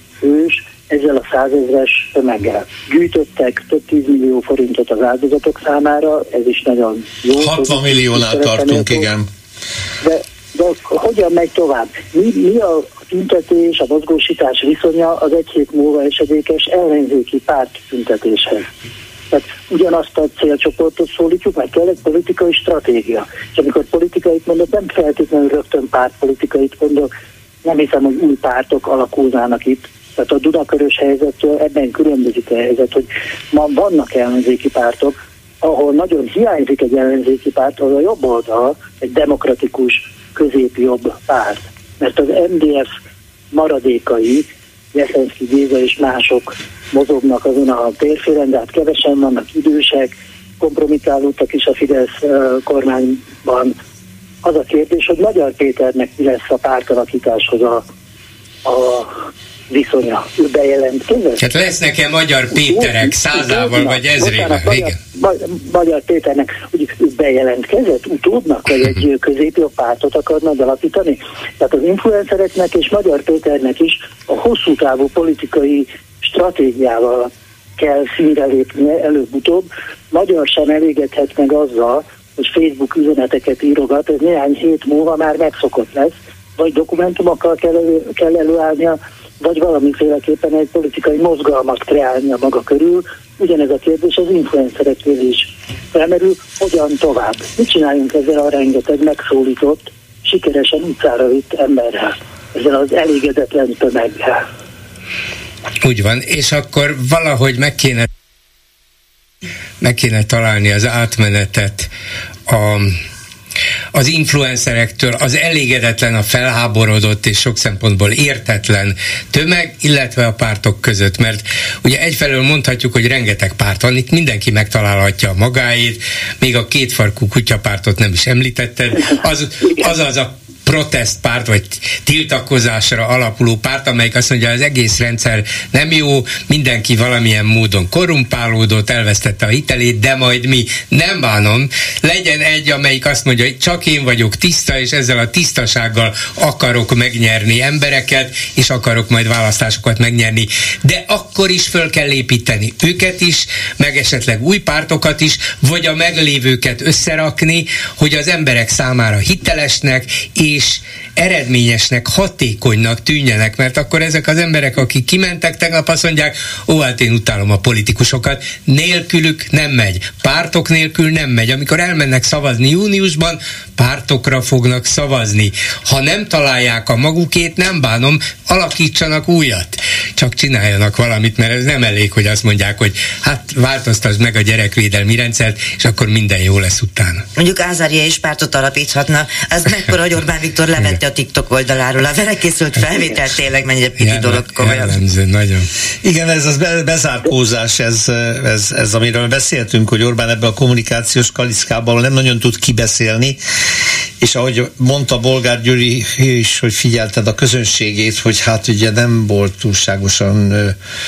hős ezzel a százezres tömeggel? Gyűjtöttek több tízmillió forintot az áldozatok számára, ez is nagyon jó. hatvan milliónál tartunk, igen. De, de hogyan megy tovább? Mi, mi a tüntetés, a mozgósítás viszonya az egy hét múlva esedékes ellenzéki párt tüntetéshez? Tehát ugyanazt a célcsoportot szólítjuk, mert kell egy politikai stratégia. És amikor politikait mondok, nem feltétlenül rögtön pártpolitikait mondok, nem hiszem, hogy új pártok alakulnának itt. Tehát a Dunakörös helyzettől ebben különbözik a helyzet, hogy ma vannak ellenzéki pártok, ahol nagyon hiányzik egy ellenzéki párt, ahol a jobb oldal egy demokratikus, középjobb párt. Mert az em dé ef maradékai, Jeszenszky Géza és mások mozognak azon a térfélen, de hát kevesen vannak, idősek, kompromitálódtak is a Fidesz uh, kormányban. Az a kérdés, hogy Magyar Péternek mi lesz a pártalakításhoz a, a viszonya. Ő bejelentkezett? Hát lesznek-e Magyar Péterek százával vagy ezrével? Magyar, Magyar, Magyar Péternek úgy ő bejelentkezett utódnak, vagy egy középjobb pártot akarnak alapítani? Tehát az influencereknek és Magyar Péternek is a hosszú távú politikai stratégiával kell színre lépnie előbb-utóbb. Magyar sem elégedhet meg azzal, hogy Facebook üzeneteket írogat, ez néhány hét múlva már megszokott lesz, vagy dokumentumokkal kell, elő, kell előállnia, vagy valamiféleképpen egy politikai mozgalmat kreálnia maga körül. Ugyanez a kérdés az influencereknél is felmerül, hogyan tovább. Mit csináljunk ezzel a rengeteg megszólított, sikeresen utcára vitt emberrel, ezzel az elégedetlen tömeggel? Úgy van, és akkor valahogy meg kéne meg kéne találni az átmenetet a, az influencerektől, az elégedetlen, a felháborodott és sok szempontból értetlen tömeg, illetve a pártok között, mert ugye egyfelől mondhatjuk, hogy rengeteg párt van, itt mindenki megtalálhatja a magáét, még a kétfarkú kutyapártot nem is említetted, az az, az a protestpárt, vagy tiltakozásra alapuló párt, amelyik azt mondja, az egész rendszer nem jó, mindenki valamilyen módon korrumpálódott, elvesztette a hitelét, de majd mi, nem bánom, legyen egy, amelyik azt mondja, hogy csak én vagyok tiszta, és ezzel a tisztasággal akarok megnyerni embereket, és akarok majd választásokat megnyerni. De akkor is föl kell építeni őket is, meg esetleg új pártokat is, vagy a meglévőket összerakni, hogy az emberek számára hitelesnek, és eredményesnek, hatékonynak tűnjenek, mert akkor ezek az emberek, akik kimentek tegnap, azt mondják, ó, hát én utálom a politikusokat, nélkülük nem megy. Pártok nélkül nem megy. Amikor elmennek szavazni júniusban, pártokra fognak szavazni. Ha nem találják a magukét, nem bánom, alakítsanak újat. Csak csináljanak valamit, mert ez nem elég, hogy azt mondják, hogy hát változtasd meg a gyerekvédelmi rendszert, és akkor minden jó lesz utána. Mondjuk Ázária is pártot alapíthatna, az mekkora, hogy Orbán Viktor levette a TikTok oldaláról. A vele készült felvétel tényleg mennyire pici Jelen, dolog, komolyan. Jellemző, nagyon. Igen, ez az bezárkózás, ez, ez, ez, amiről beszéltünk, hogy Orbán ebben a kommunikációs kaliszkában nem nagyon tud kibeszélni, és ahogy mondta Bolgár Gyuri is, hogy figyelted a közönségét, hogy hát ugye nem volt túlságos túlságosan ö,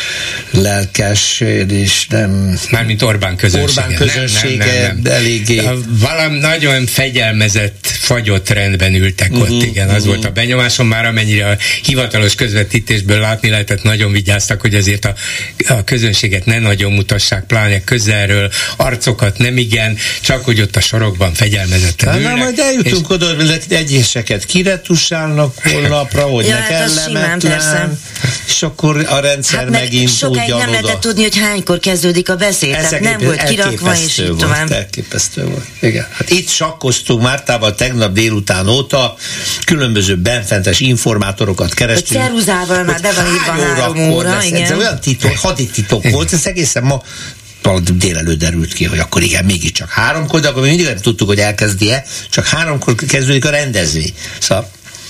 lelkes, és nem... Mármint Orbán közönsége. Orbán közönsége nem, nem, nem. eléggé... Valami nagyon fegyelmezett, fagyott rendben ültek uh-huh, ott, igen, az uh-huh. volt a benyomásom már, amennyire a hivatalos közvetítésből látni lehetett, nagyon vigyáztak, hogy azért a, a közönséget ne nagyon mutassák, pláne közelről, arcokat nem igen, csak hogy ott a sorokban fegyelmezetten ülnek. Na, majd eljutunk és... oda, hogy egyeseket kiretusálnak holnapra, hogy ja, ne kellemetlen, és akkor a rendszer hát megint sokáig nem lehetett tudni, hogy hánykor kezdődik a beszéd, tehát nem volt kirakva, és így tovább. Elképesztő volt. Igen. Hát itt sakkoztunk Mártával tegnap délután óta, különböző benfentes informátorokat kerestünk. Hogy ceruzával már be van írva három óra, igen. Ez olyan titok, hadititok volt, ez egészen ma délelőtt derült ki, hogy akkor igen, mégiscsak háromkor, de akkor mi mindig nem tudtuk, hogy elkezdi-e, csak háromkor kezdődik a rendezvény. Szóval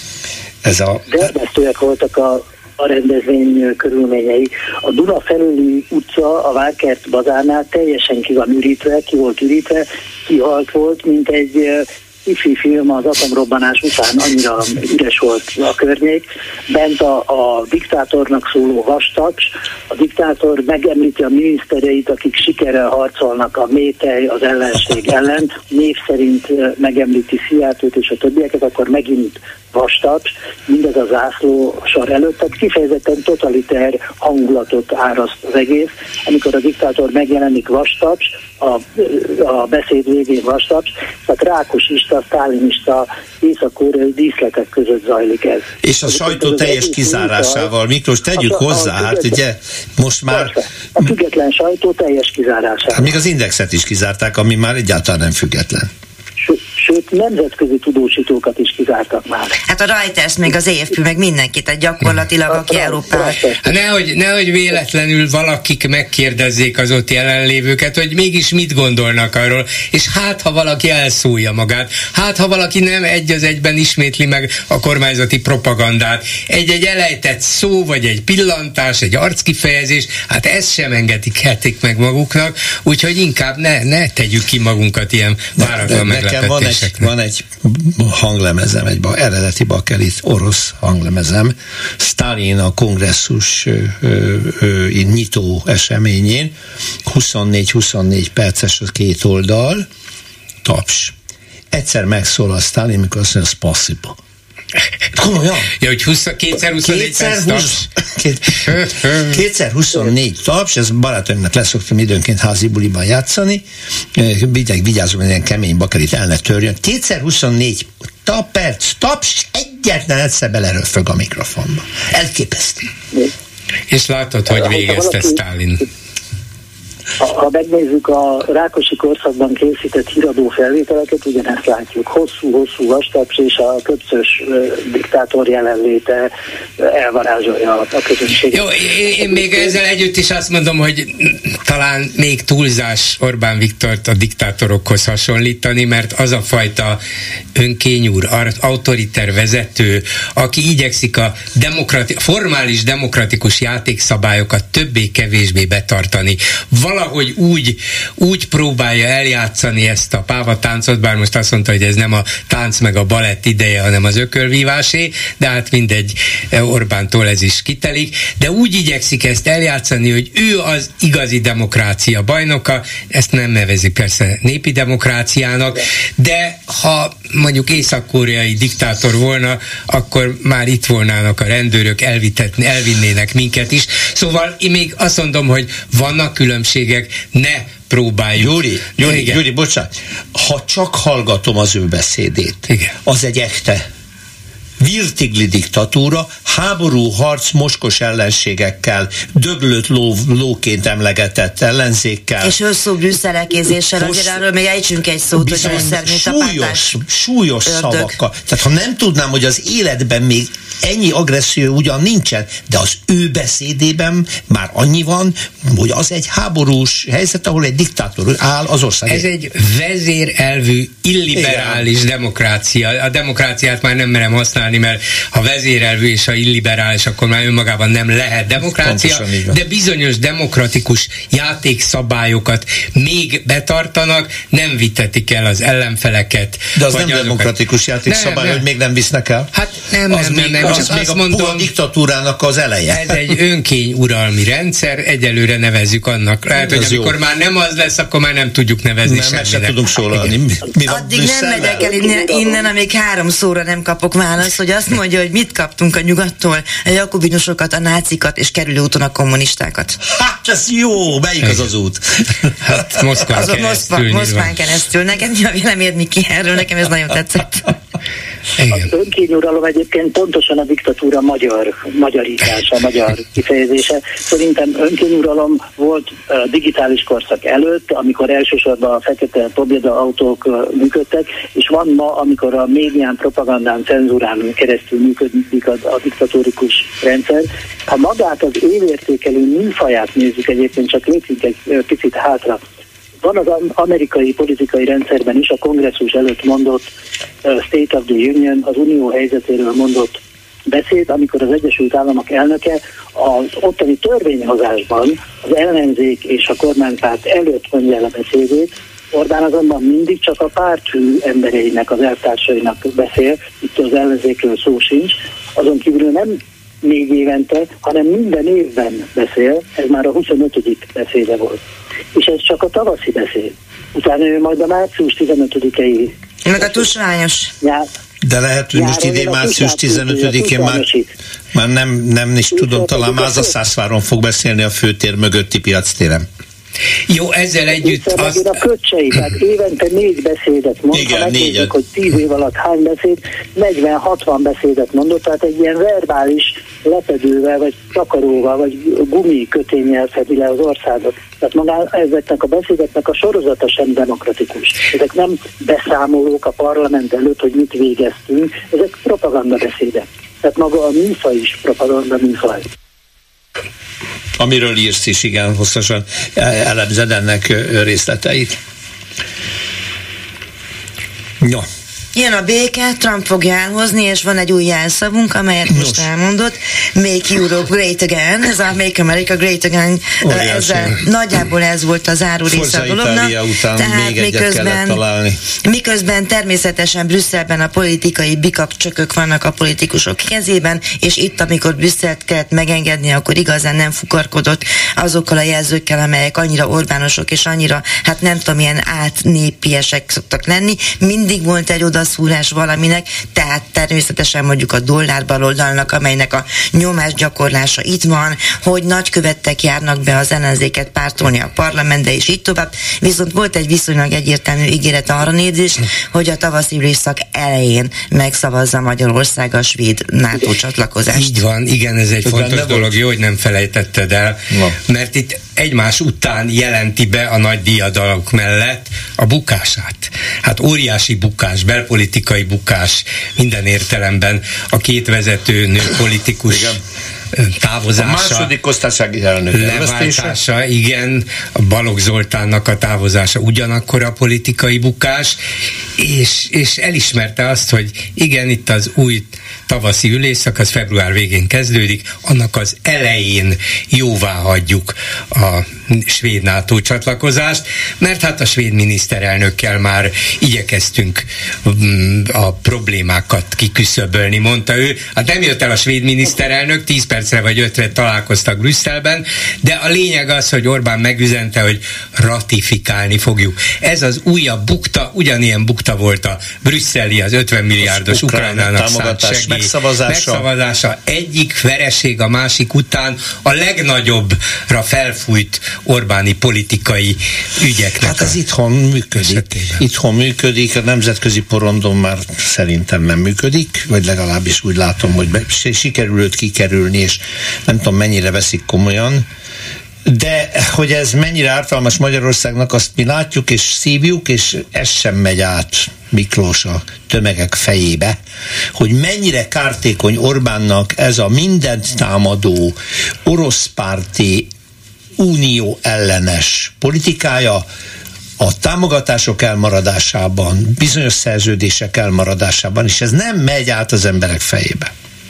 ez a... Dörbesztőek voltak a a rendezvény körülményei. A Duna felüli utca a Várkert bazárnál teljesen ki van ürítve, ki volt ürítve, kihalt volt, mint egy ifi film az atomrobbanás után, annyira üres volt a környék. Bent a, a diktátornak szóló vastaps, a diktátor megemlíti a minisztereit, akik sikerrel harcolnak a métej az ellenség ellen, név szerint megemlíti Szijjártót és a többieket, akkor megint vastaps, mindez a zászló sor előtt, tehát kifejezetten totaliter hangulatot áraszt az egész. Amikor a diktátor megjelenik, vastaps, a, a beszéd végén vastaps, tehát rákosista, sztálinista, észak-koreai díszletek között zajlik ez. És a sajtó teljes kizárásával, Miklós, tegyük a, hozzá, a, a hát ugye most már... A független sajtó teljes kizárásával. Hát még az Indexet is kizárták, ami már egyáltalán nem független. Sőt, nemzetközi tudósítókat is kizártak már. Hát a Reuters, meg az á ef pé, meg mindenkit, tehát gyakorlatilag, aki Európában... Nehogy, nehogy véletlenül valakik megkérdezzék az ott jelenlévőket, hogy mégis mit gondolnak arról, és hát, ha valaki elszólja magát, hát, ha valaki nem egy az egyben ismétli meg a kormányzati propagandát, egy-egy elejtett szó, vagy egy pillantás, egy arckifejezés, hát ezt sem engedhetik meg maguknak, úgyhogy inkább ne, ne tegyük ki magunkat ilyen váratlan meglepetéseknek. Van egy hanglemezem, egy ba, eredeti bakelit orosz hanglemezem, Sztálin a kongresszus ö, ö, ö, nyitó eseményén, huszonnégy huszonnégy perces a két oldal, taps. Egyszer megszólal Sztálin, mikor azt mondja, spasibo. Komolyan? Ja, hogy kétszer huszonnégy perc kétszer huszonnégy taps, ez barátaimnak leszoktam időnként házi buliban játszani, vigyázom, hogy ilyen kemény bakelit el ne törjön. kétszer huszonnégy perc taps, egyetlen egyszer beleröfög a mikrofonba. Elképesztő. És látod, hogy végezte Sztálin. Ha, ha megnézzük a Rákosi korszakban készített híradó felvételeket, ugyanezt látjuk. Hosszú-hosszú vastaps és a köpcös uh, diktátor jelenléte uh, elvarázsolja a közönséget. Jó, én, én még ezzel együtt is azt mondom, hogy talán még túlzás Orbán Viktort a diktátorokhoz hasonlítani, mert az a fajta önkényúr, autoriter vezető, aki igyekszik a demokrati- formális demokratikus játékszabályokat többé-kevésbé betartani, valahogy úgy, úgy próbálja eljátszani ezt a pávatáncot, bár most azt mondta, hogy ez nem a tánc meg a balett ideje, hanem az ökölvívásé, de hát mindegy, Orbántól ez is kitelik, de úgy igyekszik ezt eljátszani, hogy ő az igazi demokrácia bajnoka, ezt nem nevezi persze népi demokráciának, de ha mondjuk észak-koreai diktátor volna, akkor már itt volnának a rendőrök, elvitetni, elvinnének minket is. Szóval én még azt mondom, hogy vannak különbségek, ne próbáljuk. Gyuri, Gyuri, Gyuri, bocsánat, ha csak hallgatom az ő beszédét, igen, az egy echte virtigli diktatúra, háború, harc, moskos ellenségekkel, döglött ló, lóként emlegetett ellenzékkel. És hosszú brüsszelekézéssel, azért arról még ejtsünk egy szót, hogy brüsszel, mint súlyos, a súlyos ördög. Szavakkal. Tehát ha nem tudnám, hogy az életben még ennyi agresszió ugyan nincsen, de az ő beszédében már annyi van, hogy az egy háborús helyzet, ahol egy diktátor áll az ország. Ez egy vezérelvű, illiberális igen. demokrácia. A demokráciát már nem merem használni, mert ha vezérelvű és ha illiberális, akkor már önmagában nem lehet demokrácia, de bizonyos demokratikus játékszabályokat még betartanak, nem vitetik el az ellenfeleket. De az nem azokat. Demokratikus játékszabály, nem, nem. hogy még nem visznek el? Hát nem, az nem, nem, nem, csak az azt még a mondom, puha diktatúrának az eleje. Ez egy önkényuralmi rendszer, egyelőre nevezzük annak. Lehet, hogy amikor jó. már nem az lesz, akkor már nem tudjuk nevezni nem, semminek. Nem, sem tudunk szólalni. Mi, mi Addig nem megyek el innen, innen, amíg három szóra nem kapok választ, hogy azt mondja, hogy mit kaptunk a nyugattól, a jakobinusokat, a nácikat, és kerülő úton a kommunistákat. Hát ez jó, melyik az az út? Hát Moszkván az keresztül. Moszkván, Moszkván keresztül. Neked mi a véleményed, Miki, erről? Nekem ez nagyon tetszett. Az önkényuralom egyébként pontosan a diktatúra magyar, magyarítása, magyar kifejezése. Szerintem önkényuralom volt a digitális korszak előtt, amikor elsősorban a fekete Pobjeda autók működtek, és van ma, amikor a médián, propagandán, cenzúrán keresztül működik a, a diktatórikus rendszer. Ha magát az évértékelő műfaját nézzük, egyébként csak lépjünk egy picit hátra. Van az amerikai politikai rendszerben is a kongresszus előtt mondott uh, State of the Union, az unió helyzetéről mondott beszéd, amikor az Egyesült Államok elnöke az ottani törvényhozásban az ellenzék és a kormánypárt előtt mondja el a beszédét. Orbán azonban mindig csak a párthű embereinek, az elvtársainak beszél, itt az ellenzékről szó sincs, azon kívül nem négy évente, hanem minden évben beszél, ez már a huszonötödik beszéde volt. És ez csak a tavaszi beszéd. Utána ő majd a március tizenötödikei... Meg a tusványos. De lehet, hogy most idén március tizenötödikén már, már nem, nem is tudom, talán Mázaszászváron fog beszélni a főtér mögötti piactéren. Jó, ezzel együtt... Az... A köcsei, tehát évente négy beszédet mond, igen, ha megnézzük, hogy tíz év alatt hány beszéd, negyven-hatvan beszédet mondott, tehát egy ilyen verbális lepedővel, vagy takaróval, vagy gumiköténnyel fedi le az országot. Tehát magán ezeknek a beszédeknek a sorozata sem demokratikus. Ezek nem beszámolók a parlament előtt, hogy mit végeztünk, ezek propaganda beszédek. Tehát maga a műfaj is propaganda műfaj. Amiről írsz is, igen, hosszasan elemzed ennek részleteit. No. Jön a béke, Trump fogja elhozni, és van egy új jelszavunk, amelyet Nos. most elmondott. Make Europe Great Again, ez a Make America Great Again. Ezzel, nagyjából ez volt az záró része a dolognak. Tehát miközben, miközben természetesen Brüsszelben a politikai bikapcsökök vannak a politikusok kezében, és itt, amikor Brüsszelt kellett megengedni, akkor igazán nem fukarkodott azokkal a jelzőkkel, amelyek annyira Orbánosok, és annyira, hát nem tudom, ilyen átnépiesek szoktak lenni. Mindig volt egy oda szúrás valaminek, tehát természetesen mondjuk a dollár baloldalnak, amelynek a nyomásgyakorlása itt van, hogy nagykövettek járnak be az ellenzéket pártolni a parlamentbe, és így tovább. Viszont volt egy viszonylag egyértelmű ígéret arra nézést, hogy a tavaszi ülésszak elején megszavazza Magyarország a svéd NATO csatlakozást. Így van, igen, ez egy ez fontos dolog, volt. Jó, hogy nem felejtetted el, no. mert itt egymás után jelenti be a nagy diadalok mellett a bukását. Hát óriási bukás, belpolitikai bukás minden értelemben a két vezető nő politikus igen. távozása. A második osztálysági elnök leváltása, igen, a Balogh Zoltánnak a távozása ugyanakkor a politikai bukás, és, és elismerte azt, hogy igen, itt az új tavaszi ülésszak, az február végén kezdődik, annak az elején jóvá hagyjuk a svéd NATO csatlakozást, mert hát a svéd miniszterelnökkel már igyekeztünk a problémákat kiküszöbölni, mondta ő. Hát nem jött el a svéd miniszterelnök, tíz percre vagy ötre találkoztak Brüsszelben, de a lényeg az, hogy Orbán megüzente, hogy ratifikálni fogjuk. Ez az újabb bukta, ugyanilyen bukta volt a brüsszeli, az ötven milliárdos Ukrajnának szánt segély megszavazása. megszavazása. Egyik vereség a másik után a legnagyobbra felfújt Orbáni politikai ügyeknek. Hát ez itthon működik. Esetében. Itthon működik, a nemzetközi porondon már szerintem nem működik, vagy legalábbis úgy látom, hogy be, sikerül őt kikerülni, és nem tudom mennyire veszik komolyan. De hogy ez mennyire ártalmas Magyarországnak, azt mi látjuk és szívjuk, és ez sem megy át Miklós a tömegek fejébe, hogy mennyire kártékony Orbánnak ez a mindent támadó oroszpárti unió ellenes politikája, a támogatások elmaradásában, bizonyos szerződések elmaradásában, és ez nem megy át az emberek fejébe.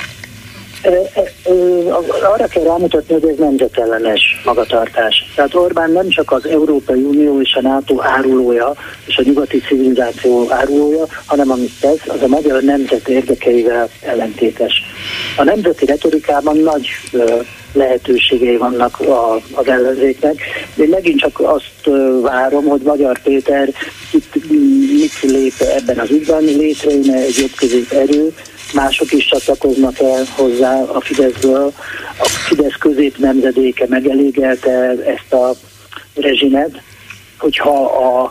Arra kell rámutatni, hogy ez nemzetellenes magatartás. Tehát Orbán nem csak az Európai Unió és a NATO árulója, és a nyugati civilizáció árulója, hanem amit tesz, az a magyar nemzet érdekeivel ellentétes. A nemzeti retorikában nagy lehetőségei vannak a, az ellenzéknek. Én megint csak azt várom, hogy Magyar Péter itt mit lép ebben az ügyben, létrejön egy jobb-közép erő, mások is csatlakoznak el hozzá a Fideszből. A Fidesz közép nemzedéke megelégelte ezt a rezsimet, hogyha a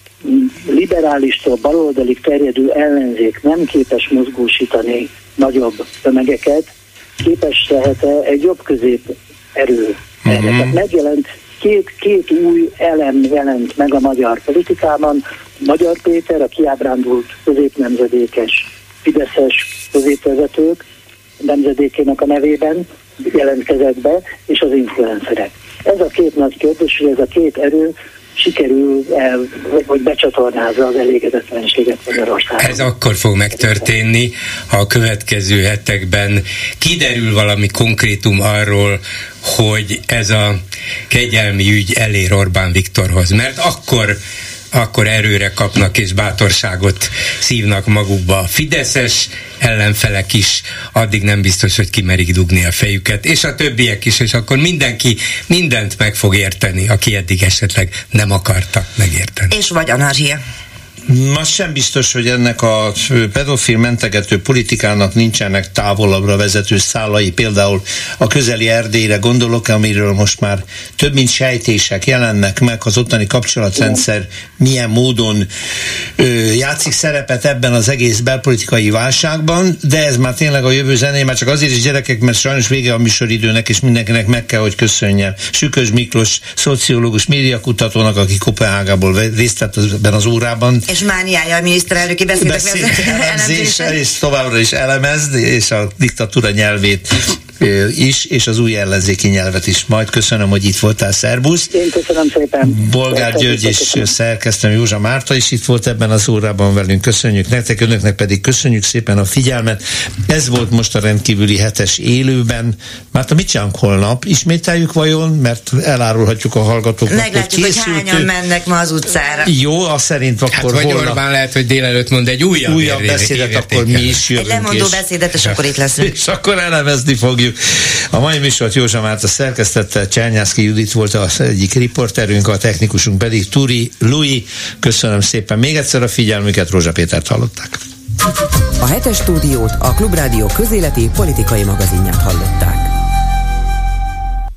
liberálistól baloldalik terjedő ellenzék nem képes mozgósítani nagyobb tömegeket, képes lehet-e egy jobb-közép erő. Uh-huh. Tehát megjelent két, két új elem jelent meg a magyar politikában. Magyar Péter, a kiábrándult középnemzedékes fideszes középvezetők nemzedékének a nevében jelentkezett be, és az influencerek. Ez a két nagy kérdés, hogy ez a két erő sikerül el, hogy becsatornázza az elégedetlenséget Magyarországon. Ez akkor fog megtörténni, ha a következő hetekben kiderül valami konkrétum arról, hogy ez a kegyelmi ügy elér Orbán Viktorhoz. Mert akkor akkor erőre kapnak és bátorságot szívnak magukba a fideszes ellenfelek is, addig nem biztos, hogy kimerik dugni a fejüket, és a többiek is, és akkor mindenki mindent meg fog érteni, aki eddig esetleg nem akarta megérteni. És vagy anarchia. Az sem biztos, hogy ennek a pedofil mentegető politikának nincsenek távolabbra vezető szálai, például a közeli Erdélyre gondolok, amiről most már több mint sejtések jelennek meg, az ottani kapcsolatrendszer milyen módon ö, játszik szerepet ebben az egész belpolitikai válságban, de ez már tényleg a jövő zené, már csak azért is gyerekek, mert sajnos vége a műsoridőnek, és mindenkinek meg kell, hogy köszönjem. Sükös Miklós, szociológus, médiakutatónak, aki Kopenhágából részt vett ebben az órában. És mániája a miniszterelnöki beszédek Beszéd, elemzése, és továbbra is elemezd, és a diktatúra nyelvét is, és az új ellenzéki nyelvet is. Majd köszönöm, hogy itt voltál, szerbusz. Én köszönöm szépen. Bolgár György és szerkesztőm Józsa Márta is itt volt ebben az órában velünk. Köszönjük nektek, önöknek pedig köszönjük szépen a figyelmet. Ez volt most a rendkívüli hetes élőben. Márta, mit csinálunk holnap? Ismételjük vajon? Mert elárulhatjuk a hallgatóknak, meglátjuk, hogy, hogy hányan mennek ma az utcára. Jó, azt szerint akkor hát, vagy holnap... Orbán lehet, hogy délelőtt mond egy újabb, újabb érvé, beszédet, értékel. Akkor mi is jövünk. Egy lemondó beszédet, és akkor itt leszünk. És akkor elemezni fogjuk. A mai műsort Józsa Márta szerkesztette, Csernyászki Judit volt az egyik riporterünk, a technikusunk pedig Turi Louis. Köszönöm szépen még egyszer a figyelmüket, Rózsa Pétert hallották. A hetes stúdiót a Klubrádió közéleti politikai magazinját hallották.